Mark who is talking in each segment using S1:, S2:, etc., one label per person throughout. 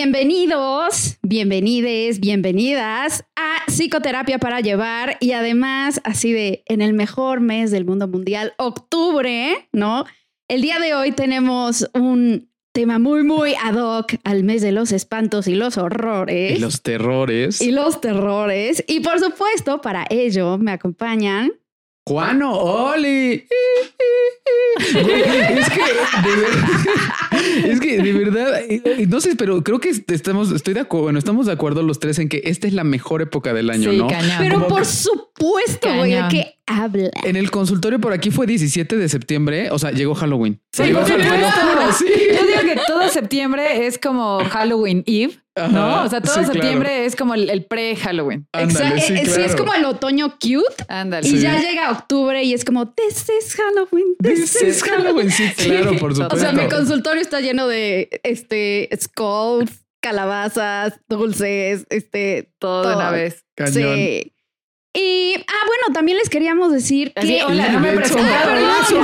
S1: Bienvenidos, bienvenides, bienvenidas a Psicoterapia para Llevar y además así de en el mejor mes del mundo mundial, octubre, ¿no? El día de hoy tenemos un tema muy ad hoc al mes de los espantos y los horrores.
S2: Y los terrores.
S1: Y por supuesto, para ello me acompañan...
S2: ¡Juano! ¡Oli! Es que de verdad, no sé, pero creo que estamos de acuerdo los tres en que esta es la mejor época del año,
S3: sí,
S2: ¿no?
S3: Cañón.
S1: Pero como por supuesto, güey, ¿de qué habla?
S2: En el consultorio por aquí fue 17 de septiembre, o sea, llegó Halloween.
S3: Sí,
S2: llegó
S3: Halloween. Sí. Yo digo que todo septiembre es como Halloween Eve.
S2: Ajá,
S3: ¿no? O sea, todo septiembre
S2: claro.
S3: es como el pre-Halloween.
S2: Ándale, sí, claro.
S1: Sí, es como el otoño cute.
S3: Ándale.
S1: Y ya llega octubre y es como, this is Halloween,
S2: This is Halloween. Sí, claro, por supuesto.
S1: O sea, mi consultorio está lleno de skulls, calabazas, dulces,
S3: todo de una vez.
S2: Cañón.
S1: Sí. Y, bueno, también les queríamos decir
S3: Así,
S1: que...
S3: hola, no me he presentado.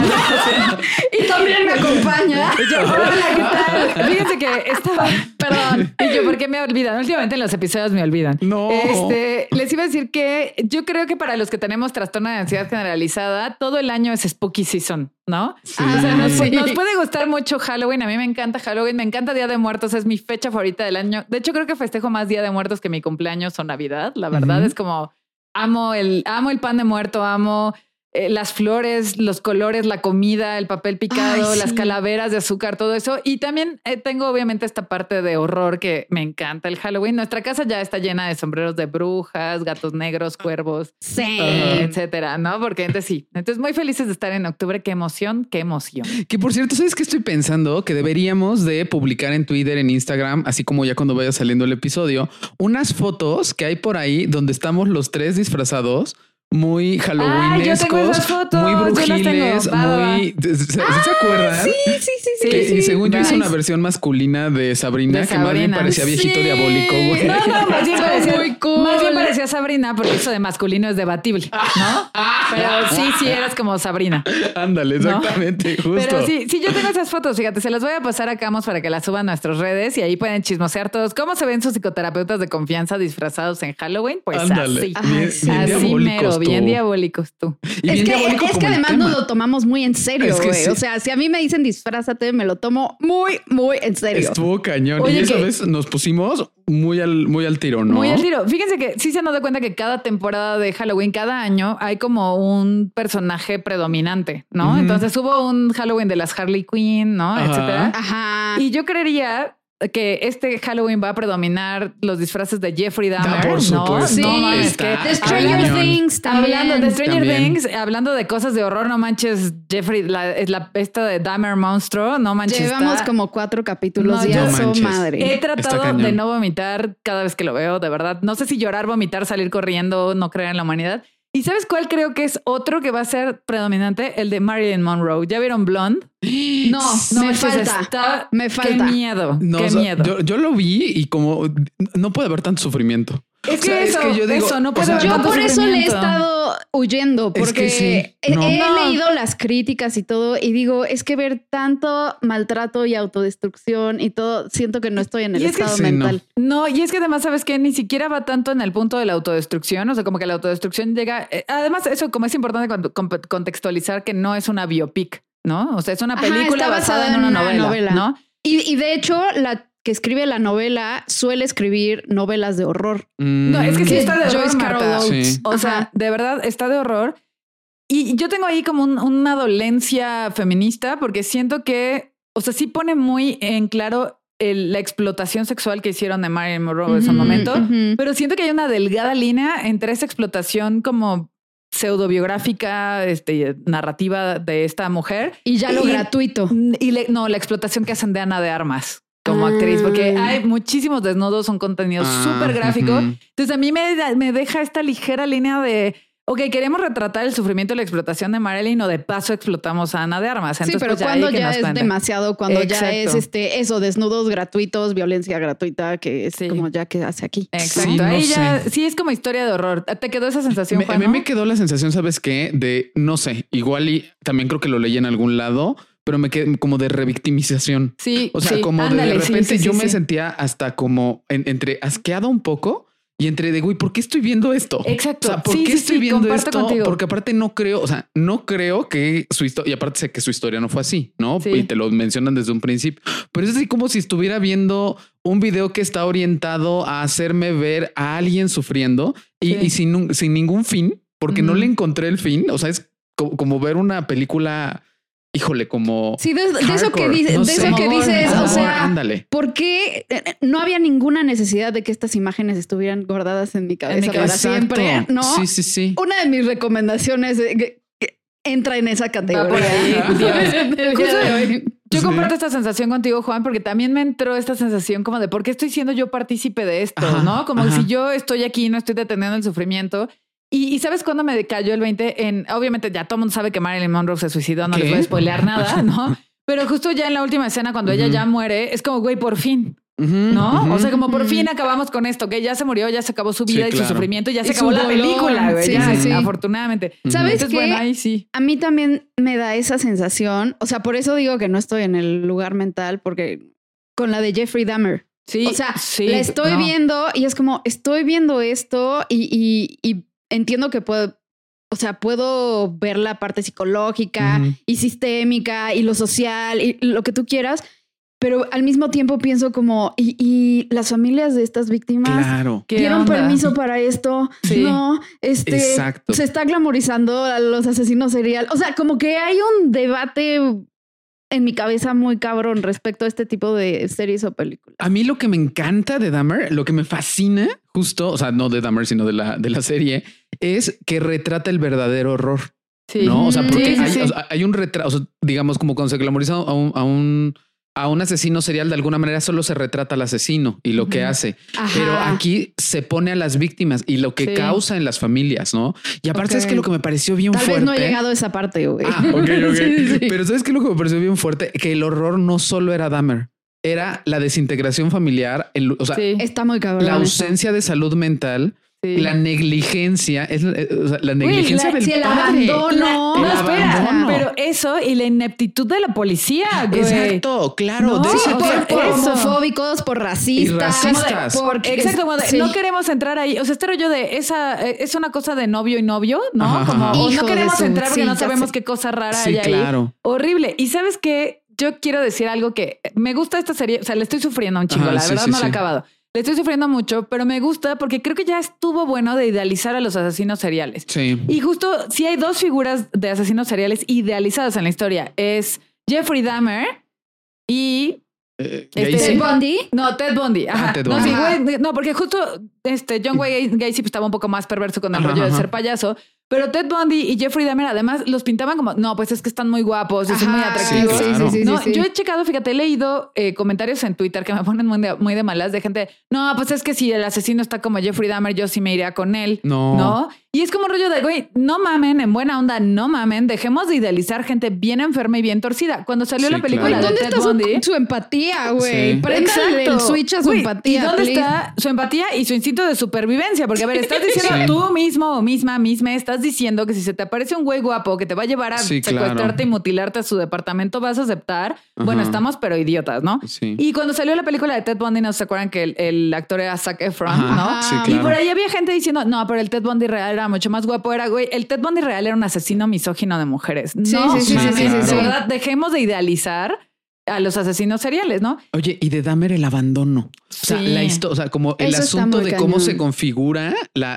S1: Y también me acompaña.
S3: Hola, ¿qué tal? Fíjense que estaba... Perdón. Y yo, ¿por qué me olvidan? Últimamente en los episodios me olvidan.
S2: No.
S3: Les iba a decir que yo creo que para los que tenemos trastorno de ansiedad generalizada, todo el año es spooky season, ¿no?
S2: Sí.
S3: O sea, nos puede gustar mucho Halloween. A mí me encanta Halloween. Me encanta Día de Muertos. Es mi fecha favorita del año. De hecho, creo que festejo más Día de Muertos que mi cumpleaños o Navidad. La verdad es como... Amo el pan de muerto, amo las flores, los colores, la comida, el papel picado, las calaveras de azúcar, todo eso. Y también tengo obviamente esta parte de horror que me encanta el Halloween. Nuestra casa ya está llena de sombreros de brujas, gatos negros, cuervos, etcétera, ¿no? Porque entonces muy felices de estar en octubre. Qué emoción, qué emoción.
S2: Que por cierto, ¿sabes qué estoy pensando? Que deberíamos de publicar en Twitter, en Instagram, así como ya cuando vaya saliendo el episodio, unas fotos que hay por ahí donde estamos los tres disfrazados, muy halloweenescos, muy brujiles, muy... ¿Se acuerdan?
S1: Sí.
S2: Y según yo hice una versión masculina de Sabrina, que más bien parecía viejito diabólico, güey.
S3: No, más bien parecía
S1: muy cool.
S3: Más bien parecía Sabrina, porque eso de masculino es debatible, ¿no? Pero sí eras como Sabrina.
S2: Ándale, exactamente,
S3: ¿no?
S2: justo.
S3: Pero sí, yo tengo esas fotos, fíjate, se las voy a pasar a Camos para que las suban a nuestras redes y ahí pueden chismosear todos cómo se ven sus psicoterapeutas de confianza disfrazados en Halloween. Pues
S2: ándale,
S3: así.
S2: Bien
S3: Así mero, bien diabólicos tú.
S2: Y
S1: es
S2: bien
S1: que además nos lo tomamos muy en serio, güey.
S2: Sí.
S1: O sea, si a mí me dicen disfrázate, me lo tomo muy en serio.
S2: Estuvo cañón.
S3: Oye,
S2: y esa vez nos pusimos muy al tiro, ¿no?
S3: Muy al tiro. Fíjense que sí se nos da cuenta que cada temporada de Halloween, cada año, hay como un personaje predominante, ¿no?
S2: Uh-huh.
S3: Entonces hubo un Halloween de las Harley Quinn, ¿no?
S2: Ajá.
S3: Etcétera.
S1: Ajá.
S3: Y yo creería que este Halloween va a predominar los disfraces de Jeffrey Dahmer,
S2: por supuesto.
S3: ¿no?
S1: Sí.
S3: No mames,
S2: Está
S1: The Stranger
S2: cañón.
S1: Things también.
S3: Hablando de Stranger
S2: También.
S3: Things, hablando de cosas de horror, no manches, Jeffrey, esta de Dahmer monstruo, no manches.
S1: Llevamos como 4 capítulos
S3: No,
S1: y
S3: no
S1: a su
S2: manches.
S1: madre.
S3: He tratado
S2: Está cañón.
S3: de no vomitar cada vez que lo veo, de verdad. No sé si llorar, vomitar, salir corriendo, no creer en la humanidad. ¿Y sabes cuál creo que es otro que va a ser predominante? El de Marilyn Monroe. ¿Ya vieron Blonde?
S1: No, me falta. Me falta.
S3: Qué miedo,
S2: No,
S3: qué
S2: o sea,
S3: miedo.
S2: yo lo vi y como no puede haber tanto sufrimiento.
S3: Es
S2: O sea,
S3: que eso,
S2: yo digo,
S3: eso, no
S2: o
S3: puede
S2: sea,
S3: haber
S1: Yo
S3: tanto
S1: por eso le he
S3: sufrimiento.
S1: estado huyendo,
S2: Es
S1: porque
S2: que sí,
S1: he
S2: no.
S1: leído las críticas y todo, y digo, es que ver tanto maltrato y autodestrucción y todo, siento que no estoy en el
S3: Y es que
S1: estado
S2: sí,
S1: mental.
S3: No, y es que además, ¿sabes qué? Ni siquiera va tanto en el punto de la autodestrucción. O sea, como que la autodestrucción llega... además, eso como es importante contextualizar que no es una biopic, ¿no? O sea, es una
S1: Ajá,
S3: película
S1: está
S3: basada en una novela, ¿no?
S1: Y de hecho, la que escribe la novela suele escribir novelas de horror.
S3: No, es que sí está de horror,
S1: Joyce Carol
S3: Marta.
S1: Oates.
S2: Sí.
S3: O sea, de verdad está de horror. Y yo tengo ahí como una dolencia feminista porque siento que, o sea, sí pone muy en claro la explotación sexual que hicieron de Marilyn Monroe en ese momento, pero siento que hay una delgada línea entre esa explotación como pseudobiográfica, narrativa de esta mujer.
S1: Y ya lo gratuito.
S3: Y la explotación que hacen de Ana de Armas como actriz, porque hay muchísimos desnudos, son contenido súper gráfico. Entonces a mí me deja esta ligera línea de, ok, queremos retratar el sufrimiento y la explotación de Marilyn o de paso explotamos a Ana de Armas. Entonces,
S1: Sí, pero
S3: pues,
S1: cuando ya es demasiado, cuando ya
S3: Exacto.
S1: es eso, desnudos gratuitos, violencia gratuita, que es
S3: Sí.
S1: como ya que hace aquí.
S3: Exacto.
S2: Sí,
S3: Ahí
S2: no
S3: ya,
S2: sé.
S3: sí es como historia de horror. ¿Te quedó esa sensación,
S2: A
S3: Juan?
S2: mí me quedó la sensación, ¿sabes qué? De, no sé, igual y también creo que lo leí en algún lado, pero me quedé como de revictimización.
S3: Sí.
S2: O sea,
S3: sí,
S2: como
S3: ándale,
S2: de repente
S3: sí,
S2: yo me sentía hasta como entre asqueado un poco y entre de, güey, ¿por qué estoy viendo esto?
S3: Exacto.
S2: O sea, ¿por qué estoy viendo
S3: comparto
S2: esto?
S3: contigo.
S2: Porque aparte no creo que su historia, y aparte sé que su historia no fue así, ¿no?
S3: Sí.
S2: Y te lo mencionan desde un principio. Pero es así como si estuviera viendo un video que está orientado a hacerme ver a alguien sufriendo y sin ningún fin, porque no le encontré el fin. O sea, es como ver una película... Híjole, como...
S1: Sí, de eso que dices,
S2: no
S1: de
S2: sé.
S1: eso que dices, o sea,
S2: ándale.
S1: ¿por qué no había ninguna necesidad de que estas imágenes estuvieran guardadas en mi cabeza para siempre? ¿No?
S2: Sí.
S1: Una de mis recomendaciones que entra en esa categoría.
S3: Yo comparto esta sensación contigo, Juan, porque también me entró esta sensación como de ¿por qué estoy siendo yo partícipe de esto? ¿No? Como si yo estoy aquí, no estoy deteniendo el sufrimiento. Y ¿sabes cuándo me cayó el 20? Obviamente ya todo el mundo sabe que Marilyn Monroe se suicidó, no les voy a spoilear nada, ¿no? Pero justo ya en la última escena, cuando ella ya muere, es como, güey, por fin, ¿no? O sea, como por fin acabamos con esto, que ya se murió, ya se acabó su vida y su sufrimiento, ya se acabó la película, güey. Sí. Afortunadamente.
S1: ¿Sabes qué?
S3: Bueno, ahí sí.
S1: A mí también me da esa sensación, o sea, por eso digo que no estoy en el lugar mental, porque con la de Jeffrey Dahmer.
S3: Sí,
S1: o sea, la estoy viendo y es como, estoy viendo esto y entiendo que puedo ver la parte psicológica y sistémica y lo social y lo que tú quieras, pero al mismo tiempo pienso como, y las familias de estas víctimas dieron permiso para esto, no,
S2: Exacto.
S1: Se está glamorizando a los asesinos seriales. O sea, como que hay un debate en mi cabeza muy cabrón respecto a este tipo de series o películas.
S2: A mí lo que me encanta de Dahmer, lo que me fascina justo, o sea, no de Dahmer, sino de la serie, es que retrata el verdadero horror. Sí. ¿No? O sea, porque hay un retrato, o sea, digamos, como cuando se glamoriza a un asesino serial, de alguna manera solo se retrata al asesino y lo que hace. Ajá. Pero aquí se pone a las víctimas y lo que causa en las familias, ¿no? Y aparte es que lo que me pareció bien fuerte...
S1: Tal vez no he llegado a esa parte, güey.
S2: Ok. Pero ¿sabes qué es lo que me pareció bien fuerte? Que el horror no solo era Dahmer. Era la desintegración familiar, o sea,
S1: está muy cabrón.
S2: La ausencia de salud mental, la negligencia, la negligencia del
S1: el
S2: padre.
S1: abandono.
S3: No, espera, pero eso y la ineptitud de la policía, güey.
S2: Exacto, claro.
S1: No, por homofóbicos, por racistas.
S3: Exacto, no queremos entrar ahí. O sea, este rollo de es una cosa de novio y novio, ¿no? Como no queremos entrar porque no sabemos qué cosa rara hay ahí. Horrible. Y ¿sabes qué? Yo quiero decir algo que me gusta esta serie. O sea, le estoy sufriendo un chingo. La verdad no la he acabado. Le estoy sufriendo mucho, pero me gusta porque creo que ya estuvo bueno de idealizar a los asesinos seriales. Sí. Y justo si hay dos figuras de asesinos seriales idealizadas en la historia. Es Jeffrey Dahmer y...
S1: ¿Ted Bundy?
S3: No, Ted Bundy. Ajá.
S2: Ted Bundy.
S3: No, porque justo John Wayne Gacy estaba un poco más perverso con el rollo de ser payaso. Pero Ted Bundy y Jeffrey Dahmer además los pintaban como, no, pues es que están muy guapos y son muy atractivos.
S1: Sí,
S3: no, yo he checado, fíjate, he leído comentarios en Twitter que me ponen muy de malas de gente, no, pues es que si el asesino está como Jeffrey Dahmer, yo sí me iría con él. No. Y es como un rollo de, güey, no mamen, en buena onda, no mamen, dejemos de idealizar gente bien enferma y bien torcida. Cuando salió la película de
S1: ¿dónde
S3: Ted
S1: está
S3: Bundy,
S1: su empatía, güey? Préndale el switch a su empatía.
S3: ¿Y dónde está su empatía y su instinto de supervivencia? Porque, a ver, estás diciendo tú mismo o misma, estás diciendo que si se te aparece un güey guapo que te va a llevar a secuestrarte y mutilarte a su departamento, vas a aceptar. Bueno, estamos pero idiotas, ¿no? Sí. Y cuando salió la película de Ted Bundy, ¿no se acuerdan que el actor era Zac Efron, no? Sí, claro. Y por ahí había gente diciendo, no, pero el Ted Bundy real era mucho más guapo. Era, güey, el Ted Bundy real era un asesino misógino de mujeres.
S1: Sí.
S3: De verdad, dejemos de idealizar a los asesinos seriales, ¿no?
S2: Oye, y de Dahmer el abandono. O sea, la historia, o sea, como el asunto de cómo se configura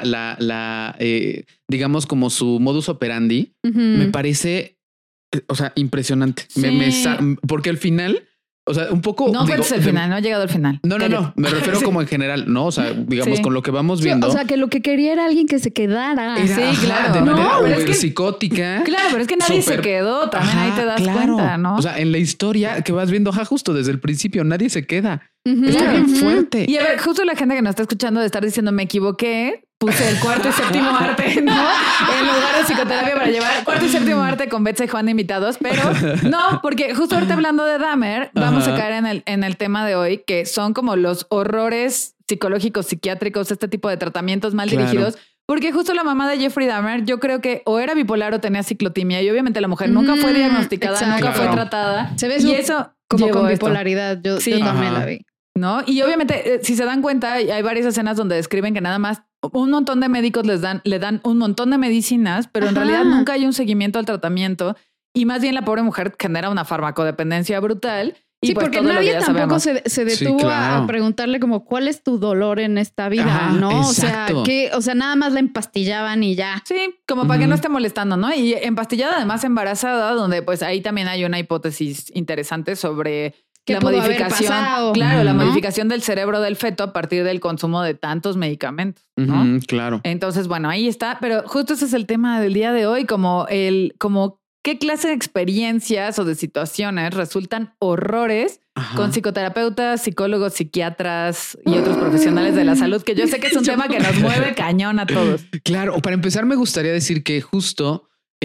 S2: digamos, como su modus operandi, me parece, o sea, impresionante. Sí. Porque al final, o sea, un poco...
S3: No fue el final, no ha llegado al final.
S2: No. Me refiero como en general, ¿no? O sea, digamos, con lo que vamos viendo.
S1: O sea, que lo que quería era alguien que se quedara.
S3: Claro.
S2: De manera psicótica.
S3: Claro, pero es que nadie se quedó. También ahí te das cuenta, ¿no?
S2: O sea, en la historia que vas viendo, justo desde el principio, nadie se queda. Está bien fuerte.
S3: Y a ver, justo la gente que nos está escuchando de estar diciendo, me equivoqué, puse el cuarto y séptimo arte, ¿no? En lugar de psicoterapia para llevar cuarto y séptimo arte con Betsa y Juan de invitados, pero no, porque justo ahorita hablando de Dahmer, vamos a caer en el tema de hoy, que son como los horrores psicológicos, psiquiátricos, este tipo de tratamientos mal dirigidos, Porque justo la mamá de Jeffrey Dahmer, yo creo que o era bipolar o tenía ciclotimia y obviamente la mujer nunca fue diagnosticada, nunca fue tratada.
S1: Se ve
S3: y eso
S1: como con bipolaridad. Yo también la vi.
S3: ¿No? Y obviamente, si se dan cuenta, hay varias escenas donde describen que nada más un montón de médicos le dan un montón de medicinas, pero en realidad nunca hay un seguimiento al tratamiento y más bien la pobre mujer genera una farmacodependencia brutal. Y
S1: sí,
S3: pues
S1: porque nadie tampoco se detuvo a preguntarle como cuál es tu dolor en esta vida, ¿no?
S2: Exacto.
S1: O sea, nada más la empastillaban y ya.
S3: Sí, como para que no esté molestando, ¿no? Y empastillada, además embarazada, donde pues ahí también hay una hipótesis interesante sobre la modificación, la modificación del cerebro del feto a partir del consumo de tantos medicamentos, ¿no?
S2: Claro.
S3: Entonces, bueno, ahí está. Pero justo ese es el tema del día de hoy, como qué clase de experiencias o de situaciones resultan horrores con psicoterapeutas, psicólogos, psiquiatras y otros profesionales de la salud, que yo sé que es un tema que nos mueve cañón a todos.
S2: Claro. Para empezar, me gustaría decir que justo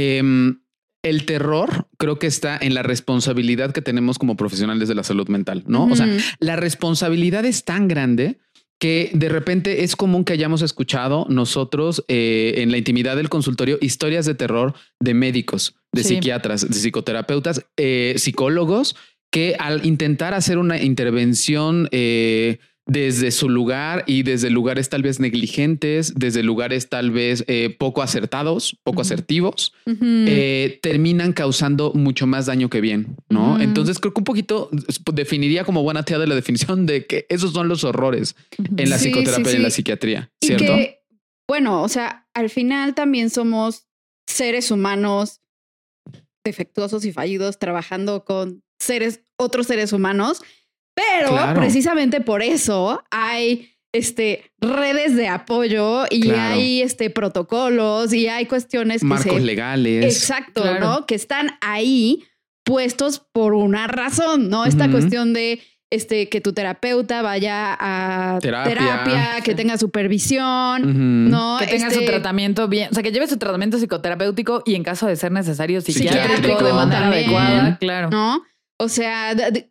S2: el terror creo que está en la responsabilidad que tenemos como profesionales de la salud mental, ¿no? O sea, la responsabilidad es tan grande que de repente es común que hayamos escuchado nosotros en la intimidad del consultorio historias de terror de médicos, de psiquiatras, de psicoterapeutas, psicólogos que al intentar hacer una intervención desde su lugar y desde lugares tal vez negligentes, desde lugares tal vez poco acertados, poco asertivos, terminan causando mucho más daño que bien, ¿no? Entonces creo que un poquito definiría como buena tía de la definición de que esos son los horrores en la psicoterapia y en la psiquiatría, ¿cierto?
S1: Y que, bueno, o sea, al final también somos seres humanos defectuosos y fallidos trabajando con otros seres humanos. Pero precisamente por eso hay redes de apoyo y hay protocolos y hay cuestiones
S2: marcos legales.
S1: Exacto, ¿no? Que están ahí puestos por una razón, ¿no? Esta cuestión de que tu terapeuta vaya a terapia, que tenga supervisión, ¿no?
S3: Que tenga su tratamiento bien, o sea, que lleve su tratamiento psicoterapéutico y en caso de ser necesario psiquiátrico de manera adecuada, claro.
S1: ¿No? O sea,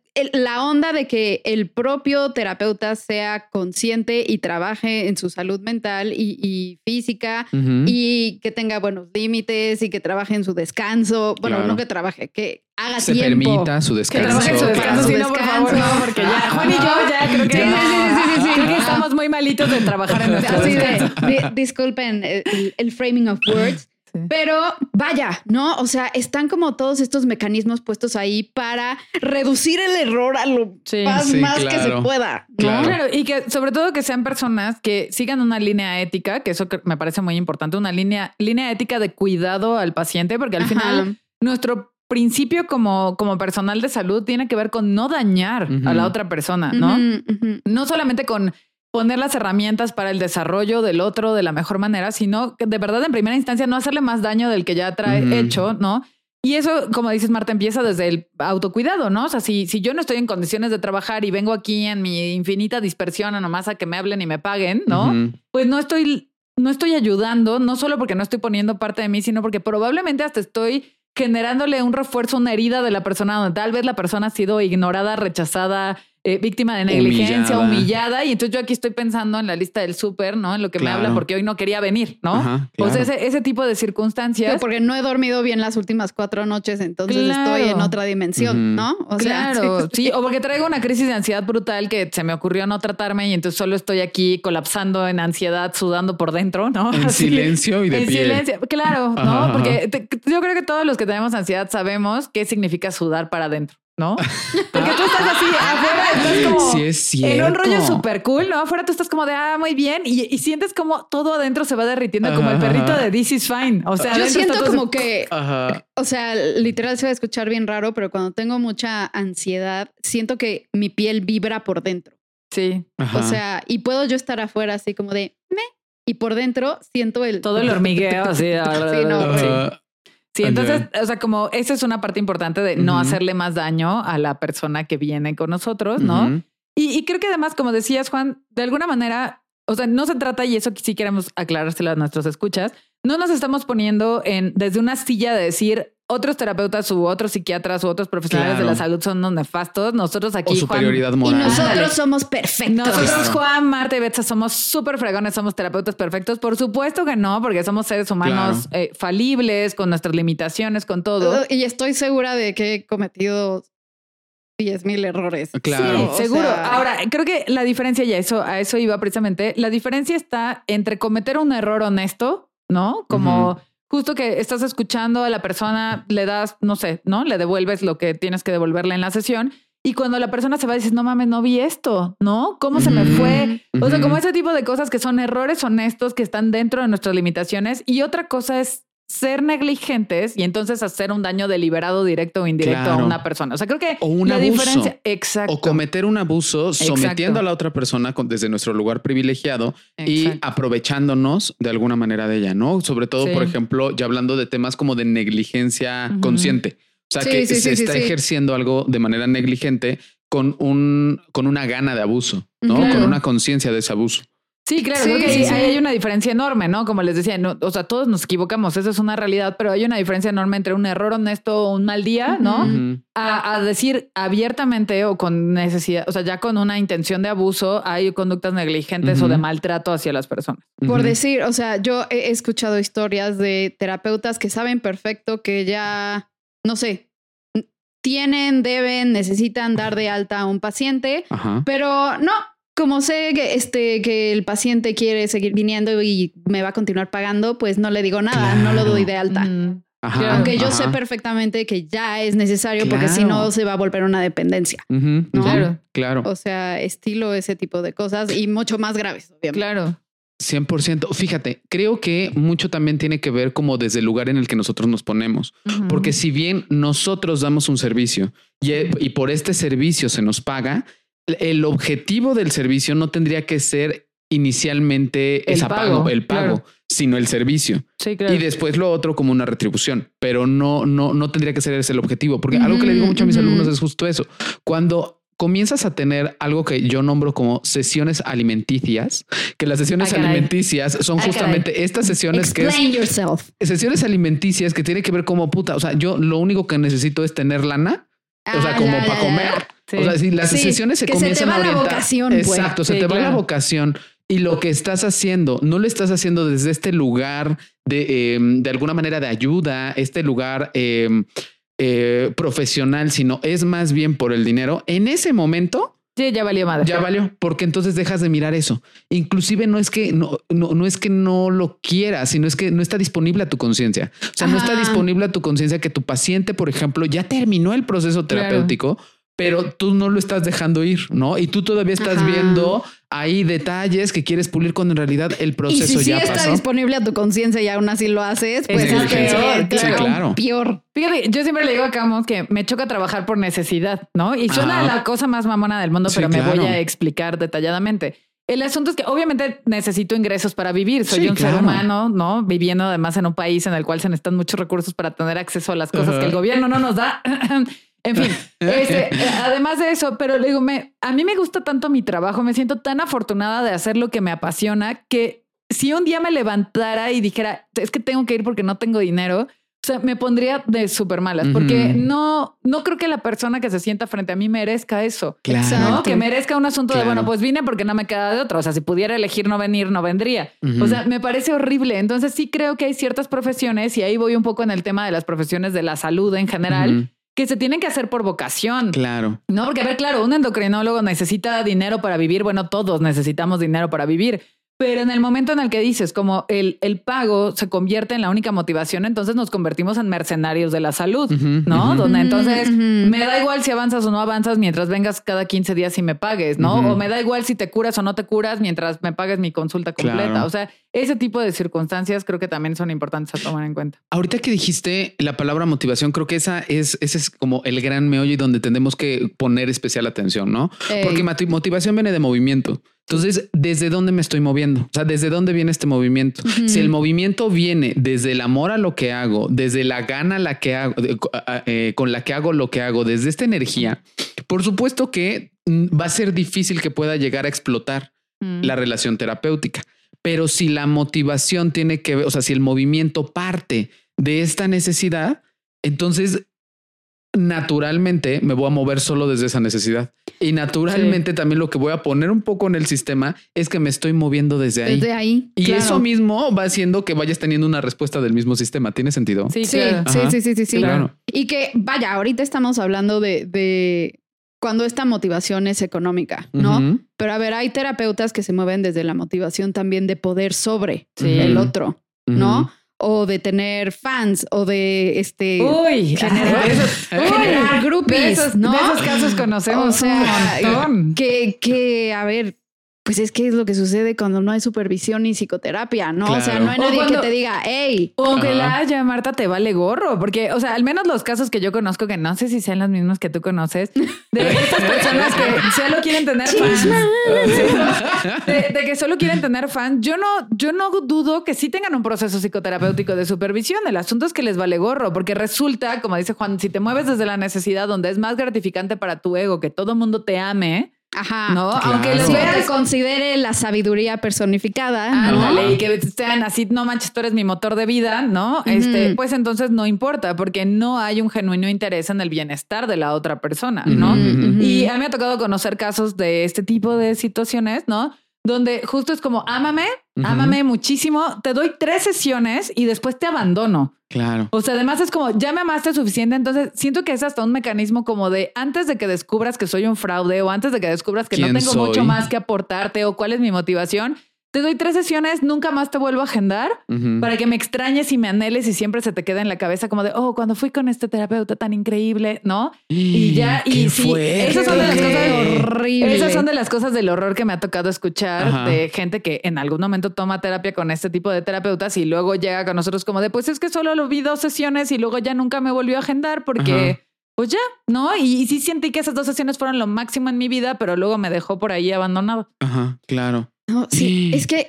S1: la onda de que el propio terapeuta sea consciente y trabaje en su salud mental y física y que tenga buenos límites y que trabaje en su descanso. Bueno, no que trabaje, que haga
S2: se
S1: tiempo.
S2: permita su descanso.
S3: Que trabaje en su descanso. Sí, no, por favor, no, porque ya Juan y yo ya creo que creo que estamos muy malitos de trabajar en nuestro descanso.
S1: Disculpen el framing of words. Pero vaya, ¿no? O sea, están como todos estos mecanismos puestos ahí para reducir el error a lo más que se pueda, ¿no?
S3: Claro, y que sobre todo que sean personas que sigan una línea ética, que eso me parece muy importante, una línea ética de cuidado al paciente, porque al final nuestro principio como personal de salud tiene que ver con no dañar a la otra persona, ¿no? No solamente con poner las herramientas para el desarrollo del otro de la mejor manera, sino que de verdad en primera instancia no hacerle más daño del que ya trae hecho, ¿no? Y eso, como dices, Marta, empieza desde el autocuidado, ¿no? O sea, si yo no estoy en condiciones de trabajar y vengo aquí en mi infinita dispersión a nomás a que me hablen y me paguen, ¿no? Pues no estoy ayudando, no solo porque no estoy poniendo parte de mí, sino porque probablemente hasta estoy generándole un refuerzo, una herida de la persona donde tal vez la persona ha sido ignorada, rechazada, víctima de negligencia, humillada. Y entonces yo aquí estoy pensando en la lista del súper, ¿no? En lo que me habla porque hoy no quería venir, ¿no? Claro. O sea, ese tipo de circunstancias.
S1: Sí, porque no he dormido bien las últimas 4 noches, entonces estoy en otra dimensión, ¿no?
S3: O sea, sí. O porque traigo una crisis de ansiedad brutal que se me ocurrió no tratarme y entonces solo estoy aquí colapsando en ansiedad, sudando por dentro, ¿no?
S2: En silencio y de pie. En silencio,
S3: claro, ¿no? Porque yo creo que todos los que tenemos ansiedad sabemos qué significa sudar para adentro, ¿no? Porque tú estás así afuera, estás como
S2: sí, es cierto.
S3: En un rollo súper cool, ¿no? Afuera tú estás como de, muy bien. Y sientes como todo adentro se va derritiendo como el perrito de This is Fine. O sea,
S1: yo siento como que, o sea, literal se va a escuchar bien raro, pero cuando tengo mucha ansiedad, siento que mi piel vibra por dentro.
S3: Sí.
S1: O sea, y puedo yo estar afuera así como de, y por dentro siento
S3: todo el hormigueo así.
S1: Sí.
S3: Sí, entonces, o sea, como esa es una parte importante de no hacerle más daño a la persona que viene con nosotros, ¿no? Y creo que además, como decías, Juan, de alguna manera, o sea, no se trata, y eso sí queremos aclarárselo a nuestros escuchas, no nos estamos poniendo desde una silla de decir, otros terapeutas u otros psiquiatras u otros profesionales de la salud son unos nefastos. Nosotros aquí,
S2: o superioridad
S3: Juan,
S2: moral.
S1: Y nosotros somos perfectos.
S3: Nosotros, Juan, Marta y Betsa, somos súper fregones, somos terapeutas perfectos. Por supuesto que no, porque somos seres humanos falibles, con nuestras limitaciones, con todo.
S1: Y estoy segura de que he cometido 10,000 errores.
S2: Claro.
S3: Sí, seguro. Ahora, creo que la diferencia, y a eso iba precisamente, la diferencia está entre cometer un error honesto, ¿no? Como justo que estás escuchando a la persona, le das, no sé, ¿no? Le devuelves lo que tienes que devolverle en la sesión. Y cuando la persona se va, dices, no mames, no vi esto, ¿no? ¿Cómo se me fue? O sea, como ese tipo de cosas que son errores honestos que están dentro de nuestras limitaciones. Y otra cosa es ser negligentes y entonces hacer un daño deliberado, directo o indirecto a una persona. O sea, creo que la diferencia... Exacto.
S2: O cometer un abuso sometiendo a la otra persona desde nuestro lugar privilegiado y aprovechándonos de alguna manera de ella, ¿no? Sobre todo, por ejemplo, ya hablando de temas como de negligencia consciente. O sea, que se está ejerciendo algo de manera negligente con una gana de abuso, ¿no? Con una conciencia de ese abuso.
S3: Sí, claro, creo que ahí hay una diferencia enorme, ¿no? Como les decía, no, o sea, todos nos equivocamos, eso es una realidad, pero hay una diferencia enorme entre un error honesto o un mal día, ¿no? A decir abiertamente o con necesidad, o sea, ya con una intención de abuso, hay conductas negligentes o de maltrato hacia las personas.
S1: Por decir, o sea, yo he escuchado historias de terapeutas que saben perfecto que ya, no sé, deben, necesitan dar de alta a un paciente, pero no. Como sé que el paciente quiere seguir viniendo y me va a continuar pagando, pues no le digo nada, no lo doy de alta. Aunque yo sé perfectamente que ya es necesario porque si no se va a volver una dependencia. ¿no?
S2: Claro.
S1: O sea, estilo ese tipo de cosas y mucho más graves, obviamente.
S3: Claro.
S2: 100%. Fíjate, creo que mucho también tiene que ver como desde el lugar en el que nosotros nos ponemos. Porque si bien nosotros damos un servicio y por este servicio se nos paga, el objetivo del servicio no tendría que ser inicialmente el pago, sino el servicio.
S3: Sí, claro.
S2: Y después lo otro como una retribución, pero no tendría que ser ese el objetivo, porque algo que le digo mucho a mis alumnos es justo eso. Cuando comienzas a tener algo que yo nombro como sesiones alimenticias, que las sesiones alimenticias son justamente estas sesiones sesiones alimenticias que tienen que ver como puta. O sea, yo lo único que necesito es tener lana. O sea, como para comer. Sí. O sea, si las sesiones se comienzan a orientar. Se te va la vocación, exacto, se te va la vocación. Y lo que estás haciendo, no lo estás haciendo desde este lugar de alguna manera de ayuda, este lugar profesional, sino es más bien por el dinero. En ese momento...
S3: Sí, ya valió madre.
S2: Ya valió, porque entonces dejas de mirar eso. Inclusive no es que no lo quieras, sino es que no está disponible a tu conciencia. O sea, no está disponible a tu conciencia que tu paciente, por ejemplo, ya terminó el proceso terapéutico, pero tú no lo estás dejando ir, ¿no? Y tú todavía estás viendo ahí detalles que quieres pulir cuando en realidad el proceso ya pasó.
S1: Si está disponible a tu conciencia y aún así lo haces, pues es peor. Peor.
S3: Fíjate, yo siempre le digo a Camus que me choca trabajar por necesidad, ¿no? Y suena la cosa más mamona del mundo, pero me voy a explicar detalladamente. El asunto es que obviamente necesito ingresos para vivir. Soy un ser humano, ¿no? Viviendo además en un país en el cual se necesitan muchos recursos para tener acceso a las cosas que el gobierno no nos da. En fin, además de eso, pero le digo, a mí me gusta tanto mi trabajo, me siento tan afortunada de hacer lo que me apasiona que si un día me levantara y dijera, es que tengo que ir porque no tengo dinero, o sea, me pondría de súper malas porque no creo que la persona que se sienta frente a mí merezca eso. ¿No? Que merezca un asunto de, bueno, pues vine porque no me queda de otra. O sea, si pudiera elegir no venir, no vendría. O sea, me parece horrible. Entonces sí creo que hay ciertas profesiones y ahí voy un poco en el tema de las profesiones de la salud en general que se tienen que hacer por vocación.
S2: Claro.
S3: No, porque a ver, claro, un endocrinólogo necesita dinero para vivir. Bueno, todos necesitamos dinero para vivir. Pero en el momento en el que dices como el pago se convierte en la única motivación, entonces nos convertimos en mercenarios de la salud, ¿no? Donde entonces me da igual si avanzas o no avanzas mientras vengas cada 15 días y me pagues, ¿no? O me da igual si te curas o no te curas mientras me pagues mi consulta completa. Claro. O sea, ese tipo de circunstancias creo que también son importantes a tomar en cuenta.
S2: Ahorita que dijiste la palabra motivación, creo que ese es como el gran meollo y donde tenemos que poner especial atención, ¿no? Porque motivación viene de movimiento. Entonces, ¿desde dónde me estoy moviendo? O sea, ¿desde dónde viene este movimiento? Si el movimiento viene desde el amor a lo que hago, desde la gana a la que hago, con la que hago lo que hago, desde esta energía, por supuesto que va a ser difícil que pueda llegar a explotar la relación terapéutica. Pero si la motivación tiene que ver, o sea, si el movimiento parte de esta necesidad, Entonces, naturalmente me voy a mover solo desde esa necesidad. Y naturalmente también lo que voy a poner un poco en el sistema es que me estoy moviendo desde ahí.
S1: Desde ahí.
S2: Y eso mismo va haciendo que vayas teniendo una respuesta del mismo sistema. ¿Tiene sentido?
S3: Sí,
S1: sí,
S3: claro.
S1: sí.
S2: Claro.
S1: Y que, vaya, ahorita estamos hablando de cuando esta motivación es económica, ¿no?
S2: Uh-huh.
S1: Pero a ver, hay terapeutas que se mueven desde la motivación también de poder sobre
S3: el
S1: otro, ¿no? O de tener fans o de generar groupies, ¿no?
S3: De esos casos conocemos,
S1: o sea,
S3: un montón.
S1: Que a ver, pues es que es lo que sucede cuando no hay supervisión ni psicoterapia, ¿no?
S2: Claro.
S1: O sea, no hay nadie que te diga, hey.
S3: O que la haya, Marta, te vale gorro. Porque, o sea, al menos los casos que yo conozco, que no sé si sean los mismos que tú conoces, de estas personas que solo quieren tener fans. De que solo quieren tener fans. Yo no dudo que sí tengan un proceso psicoterapéutico de supervisión. El asunto es que les vale gorro. Porque resulta, como dice Juan, si te mueves desde la necesidad donde es más gratificante para tu ego que todo mundo te ame,
S1: ajá,
S3: ¿no?
S2: Claro.
S3: Aunque les veas,
S1: que considere la sabiduría personificada, ¿no?
S3: ándale, y que sean así, no manches, tú eres mi motor de vida, ¿no? Pues entonces no importa, porque no hay un genuino interés en el bienestar de la otra persona, ¿no? Y a mí me ha tocado conocer casos de este tipo de situaciones, ¿no? Donde justo es como, ámame muchísimo, te doy 3 sesiones y después te abandono.
S2: Claro.
S3: O sea, además es como, ya me amaste suficiente, entonces siento que es hasta un mecanismo como de antes de que descubras que soy un fraude o antes de que descubras que no tengo mucho más que aportarte o cuál es mi motivación, te doy 3 sesiones, nunca más te vuelvo a agendar para que me extrañes y me anheles y siempre se te quede en la cabeza como de, cuando fui con este terapeuta tan increíble, ¿no? Y ya, y sí, esas son de las cosas horribles. Esas son de las cosas del horror que me ha tocado escuchar de gente que en algún momento toma terapia con este tipo de terapeutas y luego llega con nosotros como de, pues es que solo lo vi 2 sesiones y luego ya nunca me volvió a agendar porque... Pues ya, ¿no? Y sí sentí que esas 2 sesiones fueron lo máximo en mi vida, pero luego me dejó por ahí abandonado.
S2: Ajá, claro.
S1: No, sí, es que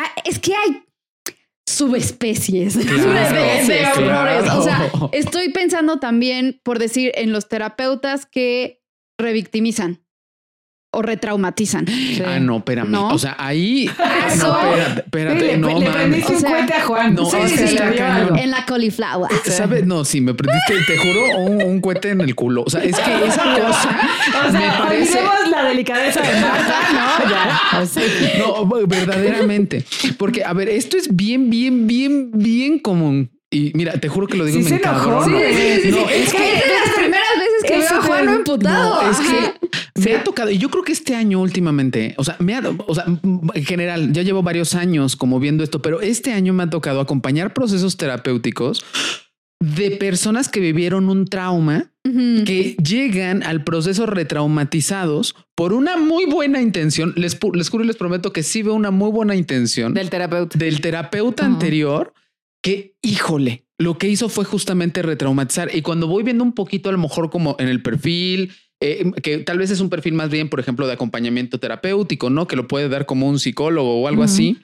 S1: hay subespecies,
S2: Claro,
S1: de horrores.
S2: claro.
S1: O sea, estoy pensando también, por decir, en los terapeutas que revictimizan o retraumatizan.
S3: Sí.
S2: Ah, no, espérame.
S1: ¿No?
S2: O sea, ahí...
S1: Eso.
S2: Espérate, no,
S3: le prendiste un
S1: O sea,
S3: cohete a Juan.
S2: no,
S3: Sí,
S2: es que
S3: sí,
S2: está
S3: le dio
S2: cañón.
S3: algo.
S1: En la cauliflower.
S2: ¿Sabes? No, sí, me prendiste, te juro, un cohete en el culo. O sea, es que esa cosa
S3: O sea,
S2: me parece...
S3: olvidemos la delicadeza de Marta, ¿no? Ya. Así.
S2: No, verdaderamente. Porque, a ver, esto es bien común. Y mira, te juro que lo digo
S3: Sí
S2: me
S3: se enojó.
S2: encabrono.
S1: Sí.
S2: No,
S1: Es que es de las primeras veces que
S3: Eso
S1: veo a Juan
S3: fue-
S1: emputado.
S2: No, es
S1: Ajá.
S2: que me ha tocado, y yo creo que este año últimamente, o sea, en general, ya llevo varios años como viendo esto, pero este año me ha tocado acompañar procesos terapéuticos de personas que vivieron un trauma, que llegan al proceso retraumatizados por una muy buena intención. Les juro y les prometo que sí veo una muy buena intención
S3: Del terapeuta.
S2: anterior, que, híjole, lo que hizo fue justamente retraumatizar. Y cuando voy viendo un poquito, a lo mejor como en el perfil, que tal vez es un perfil más bien, por ejemplo, de acompañamiento terapéutico, ¿no? Que lo puede dar como un psicólogo o algo así.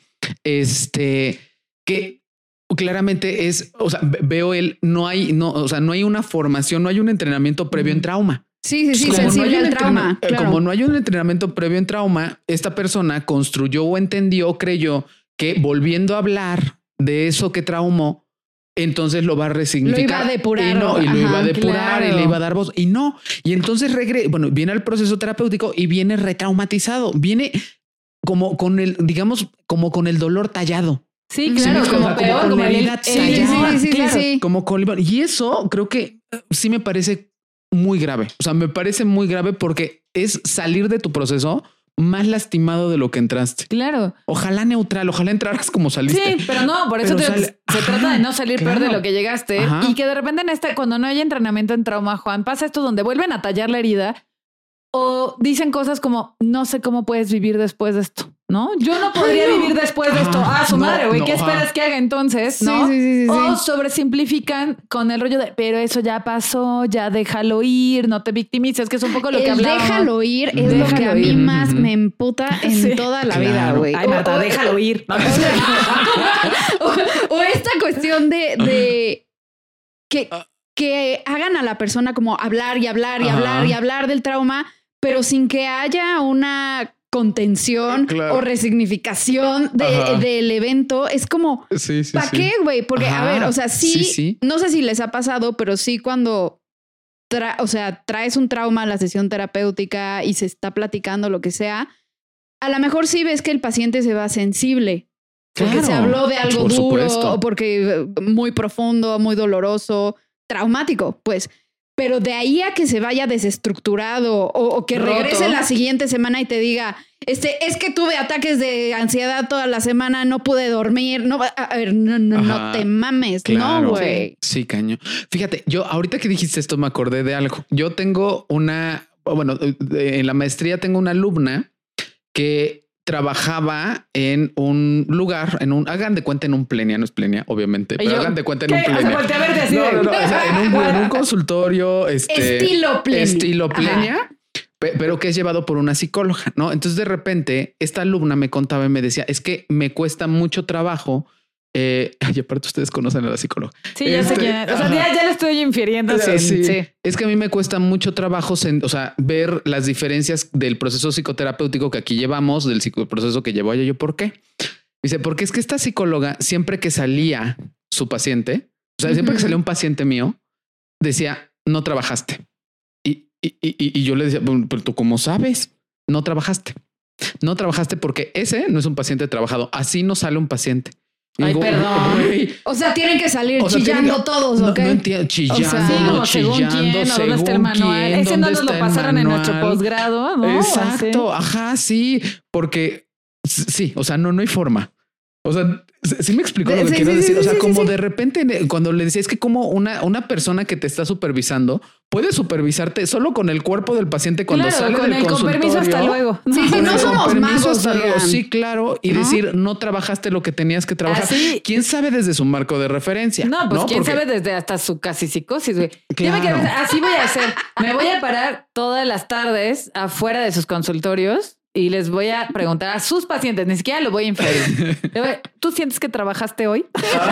S2: Que claramente es, o sea, veo no hay una formación, no hay un entrenamiento previo en trauma.
S1: Sí,
S2: Como
S1: sensible
S2: no hay
S1: al trauma. Claro.
S2: Como no hay un entrenamiento previo en trauma, esta persona construyó o entendió, creyó que volviendo a hablar de eso que traumó, entonces lo va a resignificar.
S1: Lo iba a depurar.
S2: Y lo iba a depurar
S3: claro.
S2: y le iba a dar voz. Y no. Y entonces viene al proceso terapéutico y viene retraumatizado. Viene como con el, digamos, como con el dolor tallado.
S3: Sí, claro, como peor,
S2: con
S3: como
S2: la
S3: el
S2: herida
S1: Sí.
S3: claro.
S2: como con limón. Y eso creo que sí me parece muy grave. O sea, me parece muy grave porque es salir de tu proceso más lastimado de lo que entraste.
S3: Claro.
S2: Ojalá neutral, ojalá entraras como saliste.
S3: Sí, pero no, por eso se trata de no salir peor de lo que llegaste.
S2: Ajá.
S3: Y que de repente cuando no hay entrenamiento en trauma, Juan, pasa esto donde vuelven a tallar la herida o dicen cosas como, no sé cómo puedes vivir después de esto, ¿no? Yo no podría vivir después de esto. Su madre, güey, ¿qué esperas que haga entonces? ¿No?
S1: Sí.
S3: O sobresimplifican con el rollo de, pero eso ya pasó, ya déjalo ir, no te victimices, que es un poco lo que hablábamos.
S1: Déjalo ir es lo que a mí más me emputa en toda la vida, güey.
S3: Ay, Marta, déjalo ir.
S1: O esta cuestión de que hagan a la persona como hablar y hablar y hablar y hablar del trauma, pero sin que haya una contención o resignificación del evento. Es como, ¿para qué, güey? Porque, a ver, o sea, no sé si les ha pasado, pero sí cuando traes un trauma a la sesión terapéutica y se está platicando lo que sea, a lo mejor sí ves que el paciente se va sensible. Porque se habló de algo duro, o porque muy profundo, muy doloroso, traumático, pues. Pero de ahí a que se vaya desestructurado o que regrese la siguiente semana y te diga, es que tuve ataques de ansiedad toda la semana, no pude dormir. No, a ver, no te mames, no, güey.
S2: Sí, caño. Fíjate, yo ahorita que dijiste esto me acordé de algo. Yo tengo en la maestría tengo una alumna que trabajaba en un lugar, hagan de cuenta en un Plenia, no es Plenia, obviamente, pero hagan de cuenta en un Plenia. En un consultorio, estilo Plenia, pero que es llevado por una psicóloga, ¿no? Entonces de repente esta alumna me contaba y me decía, es que me cuesta mucho trabajo. Y aparte ustedes conocen a la psicóloga.
S3: Sí, ya sé quién es. O sea, ya le estoy infiriendo. Sí.
S2: Es que a mí me cuesta mucho trabajo, ver las diferencias del proceso psicoterapéutico que aquí llevamos, del proceso que llevó ella. Yo, ¿por qué? Dice, porque es que esta psicóloga, siempre que salía su paciente, siempre que salía un paciente mío, decía, no trabajaste. Y yo le decía, pero tú cómo sabes, no trabajaste porque ese no es un paciente trabajado. Así no sale un paciente.
S3: Ay, perdón.
S1: O sea, tienen que salir chillando todos, ¿ok?
S2: No entiendo, chillando,
S3: según quién, ¿dónde está el manual? Ese no nos lo pasaron en nuestro posgrado, ¿no?
S2: Exacto, sí, porque sí, o sea, no hay forma. O sea, sí me explicó lo que quiero decir. O sea, como de repente cuando le decía, es que como una persona que te está supervisando puede supervisarte solo con el cuerpo del paciente cuando sale del consultorio.
S3: Con permiso, hasta luego.
S1: No somos magos.
S2: Sí, claro. Y decir, no trabajaste lo que tenías que trabajar. ¿Así? ¿Quién sabe desde su marco de referencia?
S3: No, pues quién sabe desde hasta su casi psicosis, güey. Claro. Así voy a hacer. Me voy a parar todas las tardes afuera de sus consultorios y les voy a preguntar a sus pacientes, ni siquiera lo voy a inferir. ¿Tú sientes que trabajaste hoy?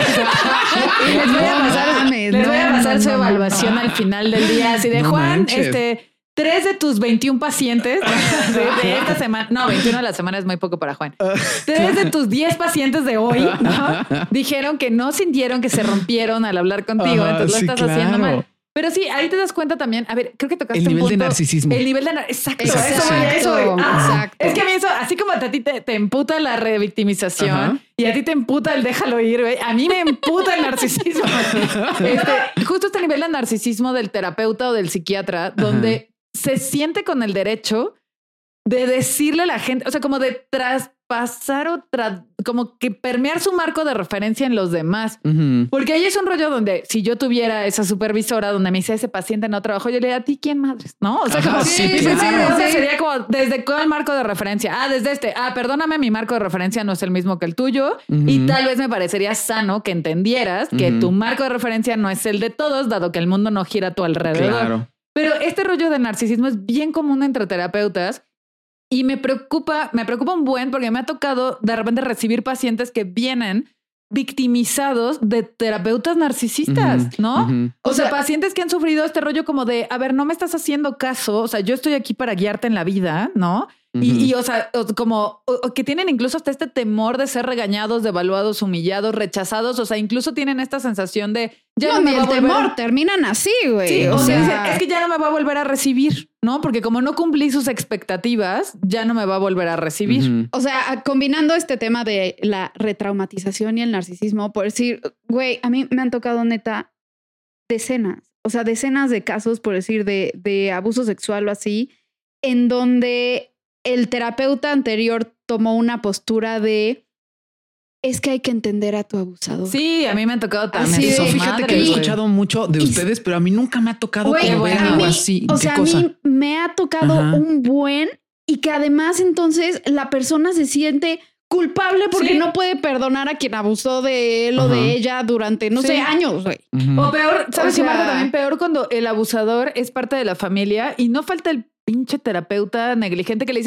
S3: Y les voy a pasar su evaluación al final del día. Así de Juan, 3 de tus 21 pacientes de esta semana, 21 de la semana es muy poco para Juan. 3 de tus 10 pacientes de hoy, ¿no? Dijeron que no sintieron que se rompieron al hablar contigo, entonces lo estás haciendo mal. Pero sí, ahí te das cuenta también. A ver, creo que tocaste
S2: el nivel de narcisismo.
S3: El nivel de narcisismo. Exacto. Es que a mí eso, así como a ti te emputa la revictimización y a ti te emputa el déjalo ir, güey. A mí me emputa el narcisismo. Justo este nivel de narcisismo del terapeuta o del psiquiatra, donde se siente con el derecho de decirle a la gente, o sea, como de traspasar como que permear su marco de referencia en los demás. Porque ahí es un rollo donde si yo tuviera esa supervisora donde me dice ese paciente no trabajó, yo le diría, ¿a ti quién madres? ¿No? O sea, como o sea, sería como desde cuál marco de referencia. Desde perdóname, mi marco de referencia no es el mismo que el tuyo y tal vez me parecería sano que entendieras que tu marco de referencia no es el de todos, dado que el mundo no gira a tu alrededor. Claro. Pero este rollo de narcisismo es bien común entre terapeutas. Y me preocupa un buen porque me ha tocado de repente recibir pacientes que vienen victimizados de terapeutas narcisistas, ¿no? O sea, pacientes que han sufrido este rollo como de, a ver, no me estás haciendo caso. O sea, yo estoy aquí para guiarte en la vida, ¿no? Y o sea, como que tienen incluso hasta este temor de ser regañados, devaluados, humillados, rechazados. O sea, incluso tienen esta sensación de
S1: ya no me va a volver temor, terminan así, güey.
S3: Sí, o sea, es que ya no me va a volver a recibir, ¿no? Porque como no cumplí sus expectativas, ya no me va a volver a recibir.
S1: O sea, combinando este tema de la retraumatización y el narcisismo, por decir, güey, a mí me han tocado neta decenas de casos, por decir, de abuso sexual o así, en donde el terapeuta anterior tomó una postura de es que hay que entender a tu abusador.
S3: Sí, a mí me han tocado también.
S2: Así eso, fíjate que he escuchado mucho de ustedes, pero a mí nunca me ha tocado ver algo así.
S1: O sea, a mí me ha tocado un buen y que además entonces la persona se siente culpable porque no puede perdonar a quien abusó de él o de ella durante, no sé, años. Güey.
S3: O peor, ¿sabes qué, Marta? También peor cuando el abusador es parte de la familia y no falta el pinche terapeuta negligente que le dice,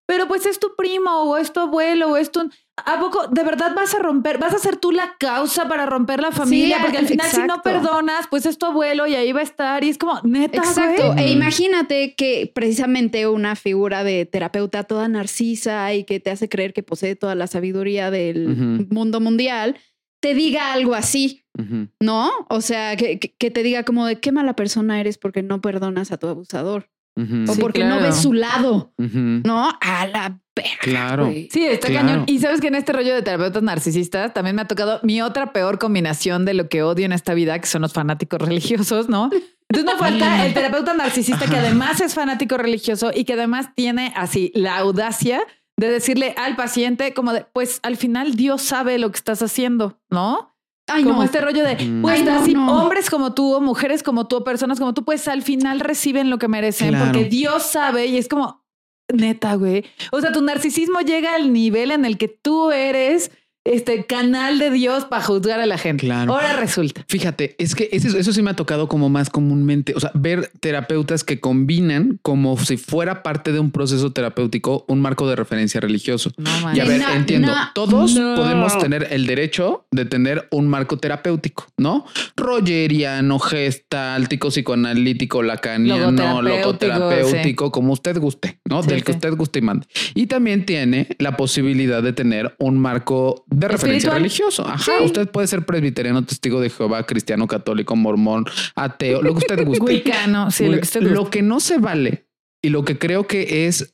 S3: pero pues es tu primo o es tu abuelo o es tu... ¿A poco de verdad vas a romper? ¿Vas a ser tú la causa para romper la familia?
S1: Sí,
S3: porque al final,
S1: exacto.
S3: si no perdonas, pues es tu abuelo y ahí va a estar. Y es como, neta,
S1: Exacto.
S3: güey.
S1: E imagínate que precisamente una figura de terapeuta toda narcisa y que te hace creer que posee toda la sabiduría del mundo mundial, te diga algo así, ¿no? O sea, que te diga como de qué mala persona eres porque no perdonas a tu abusador. O
S3: Sí,
S1: porque
S3: claro.
S1: no ves su lado, ¿no? A la verga.
S2: Claro.
S1: Güey.
S3: Sí, está cañón. Y sabes que en este rollo de terapeutas narcisistas también me ha tocado mi otra peor combinación de lo que odio en esta vida, que son los fanáticos religiosos, ¿no? Entonces no falta el terapeuta narcisista que además es fanático religioso y que además tiene así la audacia de decirle al paciente como de, pues al final Dios sabe lo que estás haciendo, ¿no?
S1: Ay,
S3: como
S1: no.
S3: este rollo de, pues
S1: Ay, no,
S3: así,
S1: no.
S3: hombres como tú, o mujeres como tú, o personas como tú, pues al final reciben lo que merecen
S2: Claro.
S3: porque Dios sabe y es como, neta, güey. O sea, tu narcisismo llega al nivel en el que tú eres canal de Dios para juzgar a la gente.
S2: Claro.
S3: Ahora resulta.
S2: Fíjate, es que eso sí me ha tocado como más comúnmente, o sea, ver terapeutas que combinan como si fuera parte de un proceso terapéutico un marco de referencia religioso.
S3: No,
S2: Y a ver,
S1: No,
S2: entiendo,
S1: no,
S2: todos
S1: no.
S2: podemos tener el derecho de tener un marco terapéutico, ¿no? Rogeriano, gestáltico, psicoanalítico, lacaniano, logoterapéutico, como usted guste, ¿no?
S3: Sí,
S2: Del que
S3: sí.
S2: usted guste y mande. Y también tiene la posibilidad de tener un marco de referencia
S3: Espiritual.
S2: religioso. Ajá,
S3: Sí.
S2: usted puede ser presbiteriano, testigo de Jehová, cristiano, católico, mormón, ateo, lo que usted guste.
S3: Wicano, sí, lo que usted
S2: Lo
S3: guste.
S2: que no se vale y lo que creo que es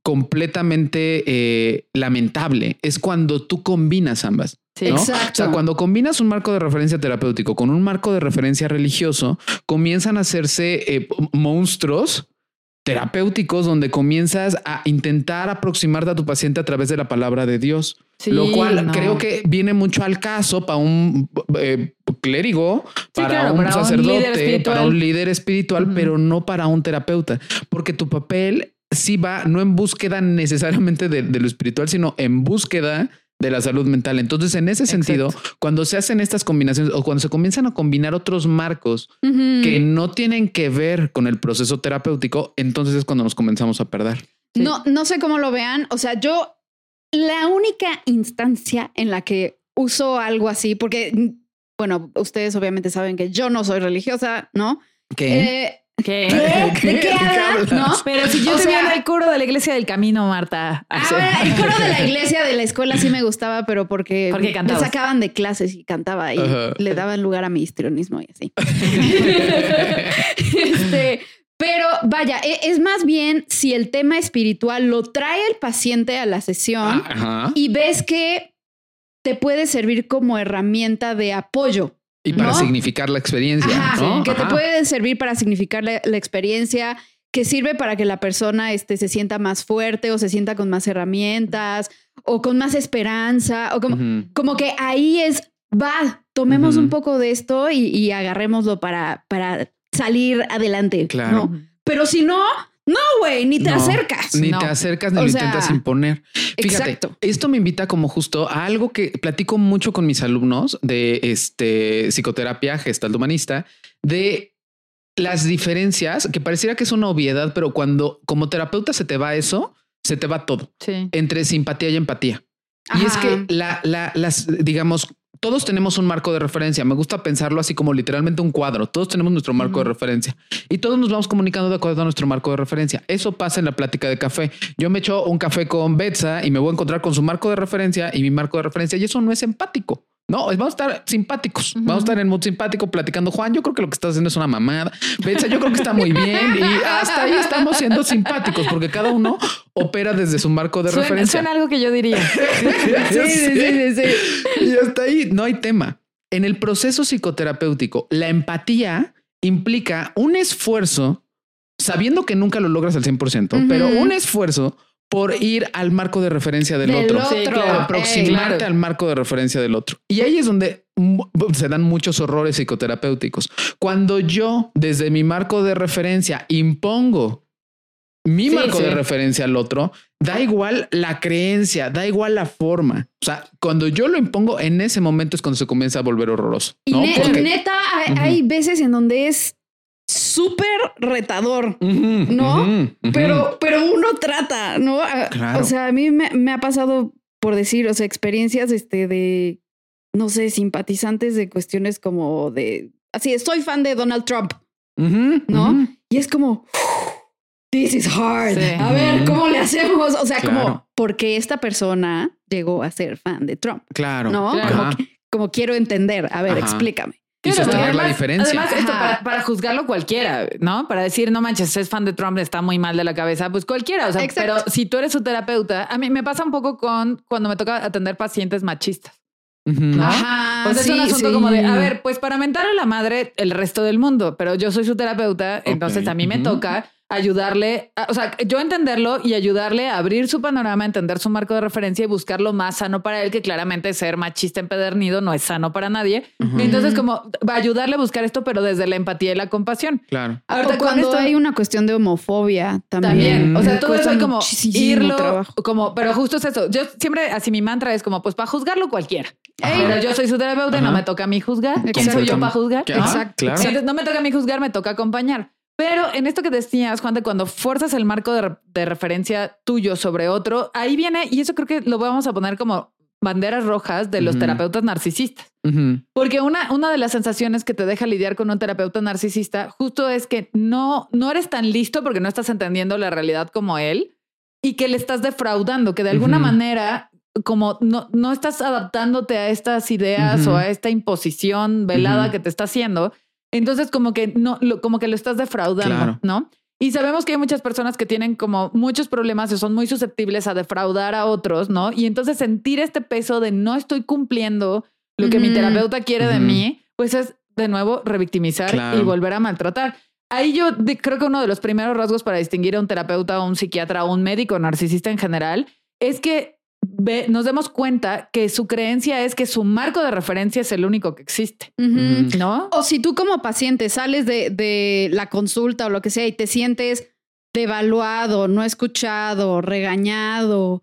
S2: completamente lamentable es cuando tú combinas ambas.
S3: Sí.
S2: ¿no?
S1: Exacto.
S2: O sea, cuando combinas un marco de referencia terapéutico con un marco de referencia religioso, comienzan a hacerse monstruos terapéuticos donde comienzas a intentar aproximarte a tu paciente a través de la palabra de Dios.
S3: Sí,
S2: lo cual
S3: no.
S2: creo que viene mucho al caso para un clérigo, para
S3: claro,
S2: un
S3: para un
S2: sacerdote,
S3: líder espiritual.
S2: para un líder espiritual, pero no para un terapeuta, porque tu papel sí va no en búsqueda necesariamente de lo espiritual, sino en búsqueda de la salud mental. Entonces, en ese sentido, cuando se hacen estas combinaciones o cuando se comienzan a combinar otros marcos que no tienen que ver con el proceso terapéutico, entonces es cuando nos comenzamos a perder.
S3: Sí.
S1: No sé cómo lo vean. O sea, yo la única instancia en la que uso algo así, porque, bueno, ustedes obviamente saben que yo no soy religiosa, ¿no?
S2: ¿Qué?
S3: ¿Qué?
S1: ¿De qué hablas? ¿No?
S3: Pero si yo
S1: O
S3: te
S1: sea,
S3: vi en el coro de la iglesia del camino, Marta.
S1: El coro de la iglesia de la escuela sí me gustaba, pero porque me
S3: cantabas.
S1: sacaban de clases y cantaba y le daban lugar a mi histrionismo y así. Pero vaya, es más bien si el tema espiritual lo trae el paciente a la sesión y ves que te puede servir como herramienta de apoyo.
S2: Y para
S1: ¿no?
S2: significar la experiencia.
S1: Ajá,
S2: ¿no?
S1: que te
S2: Ajá.
S1: puede servir para significar la experiencia, que sirve para que la persona se sienta más fuerte o se sienta con más herramientas o con más esperanza o como que ahí tomemos un poco de esto y agarrémoslo para salir adelante.
S2: Claro.
S1: ¿no? Pero si no, güey, ni te acercas.
S2: Ni te acercas ni
S1: O
S2: lo
S1: sea,
S2: intentas imponer. Fíjate,
S1: exacto.
S2: esto me invita como justo a algo que platico mucho con mis alumnos de psicoterapia gestalt humanista, de las diferencias que pareciera que es una obviedad, pero cuando como terapeuta se te va eso, se te va todo entre simpatía y empatía.
S1: Ajá.
S2: Y es que las digamos, todos tenemos un marco de referencia. Me gusta pensarlo así como literalmente un cuadro. Todos tenemos nuestro marco de referencia y todos nos vamos comunicando de acuerdo a nuestro marco de referencia. Eso pasa en la plática de café. Yo me echo un café con Betsa y me voy a encontrar con su marco de referencia y mi marco de referencia y eso no es empático. No, vamos a estar simpáticos. Vamos a estar en mood simpático platicando. Juan, yo creo que lo que estás haciendo es una mamada. Betsa, yo creo que está muy bien y hasta ahí estamos siendo simpáticos porque cada uno opera desde su marco de referencia.
S3: Suena algo que yo diría.
S2: sí. Y hasta ahí no hay tema. En el proceso psicoterapéutico, la empatía implica un esfuerzo, sabiendo que nunca lo logras al 100%, pero un esfuerzo por ir al marco de referencia del otro.
S3: Sí, claro.
S2: Aproximarte al marco de referencia del otro. Y ahí es donde se dan muchos horrores psicoterapéuticos. Cuando yo, desde mi marco de referencia, impongo mi marco de referencia al otro, da igual la creencia, da igual la forma. O sea, cuando yo lo impongo, en ese momento es cuando se comienza a volver horroroso.
S1: Y
S2: ¿no?
S1: neta, hay veces en donde es súper retador, ¿no? Pero uno trata, ¿no?
S2: Claro.
S1: O sea, a mí me ha pasado, por decir, o sea, experiencias de, no sé, simpatizantes de cuestiones como de, así, soy fan de Donald Trump, ¿no? Y es como, this is hard. Sí. A ver, ¿cómo le hacemos? O sea, como, porque esta persona llegó a ser fan de Trump.
S2: Claro.
S1: ¿No?
S2: Claro.
S1: Como quiero entender. A ver, explícame.
S2: Y sostener la diferencia.
S3: Además, esto para juzgarlo cualquiera, ¿no? Para decir, no manches, es fan de Trump, está muy mal de la cabeza, pues cualquiera. O sea, pero si tú eres su terapeuta, a mí me pasa un poco con cuando me toca atender pacientes machistas. ¿No? Ajá, o sea, es un asunto como de, a ver, pues para mentar a la madre el resto del mundo, pero yo soy su terapeuta, entonces a mí me toca ayudarle, o sea, yo entenderlo y ayudarle a abrir su panorama, entender su marco de referencia y buscar lo más sano para él, que claramente ser machista empedernido no es sano para nadie. Entonces, como ayudarle a buscar esto, pero desde la empatía y la compasión.
S2: Claro.
S1: Ahorita, cuando hay una cuestión de homofobia también.
S3: O sea, todo eso hay como irlo, como, pero justo es eso. Yo siempre, así mi mantra es como, pues para juzgarlo cualquiera. Pero yo soy su terapeuta y no me toca a mí juzgar. ¿Quién soy yo para juzgar?
S1: Exacto.
S2: Claro.
S3: Entonces, no me toca a mí juzgar, me toca acompañar. Pero en esto que decías, Juan, de cuando fuerzas el marco de referencia tuyo sobre otro, ahí viene, y eso creo que lo vamos a poner como banderas rojas de los terapeutas narcisistas. Porque una de las sensaciones que te deja lidiar con un terapeuta narcisista justo es que no eres tan listo porque no estás entendiendo la realidad como él y que le estás defraudando, que de alguna manera como no estás adaptándote a estas ideas o a esta imposición velada que te está haciendo. Entonces como que como que lo estás defraudando, ¿no? Y sabemos que hay muchas personas que tienen como muchos problemas y son muy susceptibles a defraudar a otros, ¿no? Y entonces sentir este peso de no estoy cumpliendo lo que mi terapeuta quiere de mí, pues es de nuevo revictimizar y volver a maltratar. Ahí yo creo que uno de los primeros rasgos para distinguir a un terapeuta o un psiquiatra o un médico narcisista en general es que nos demos cuenta que su creencia es que su marco de referencia es el único que existe, ¿no?
S1: O si tú como paciente sales de la consulta o lo que sea y te sientes devaluado, no escuchado, regañado,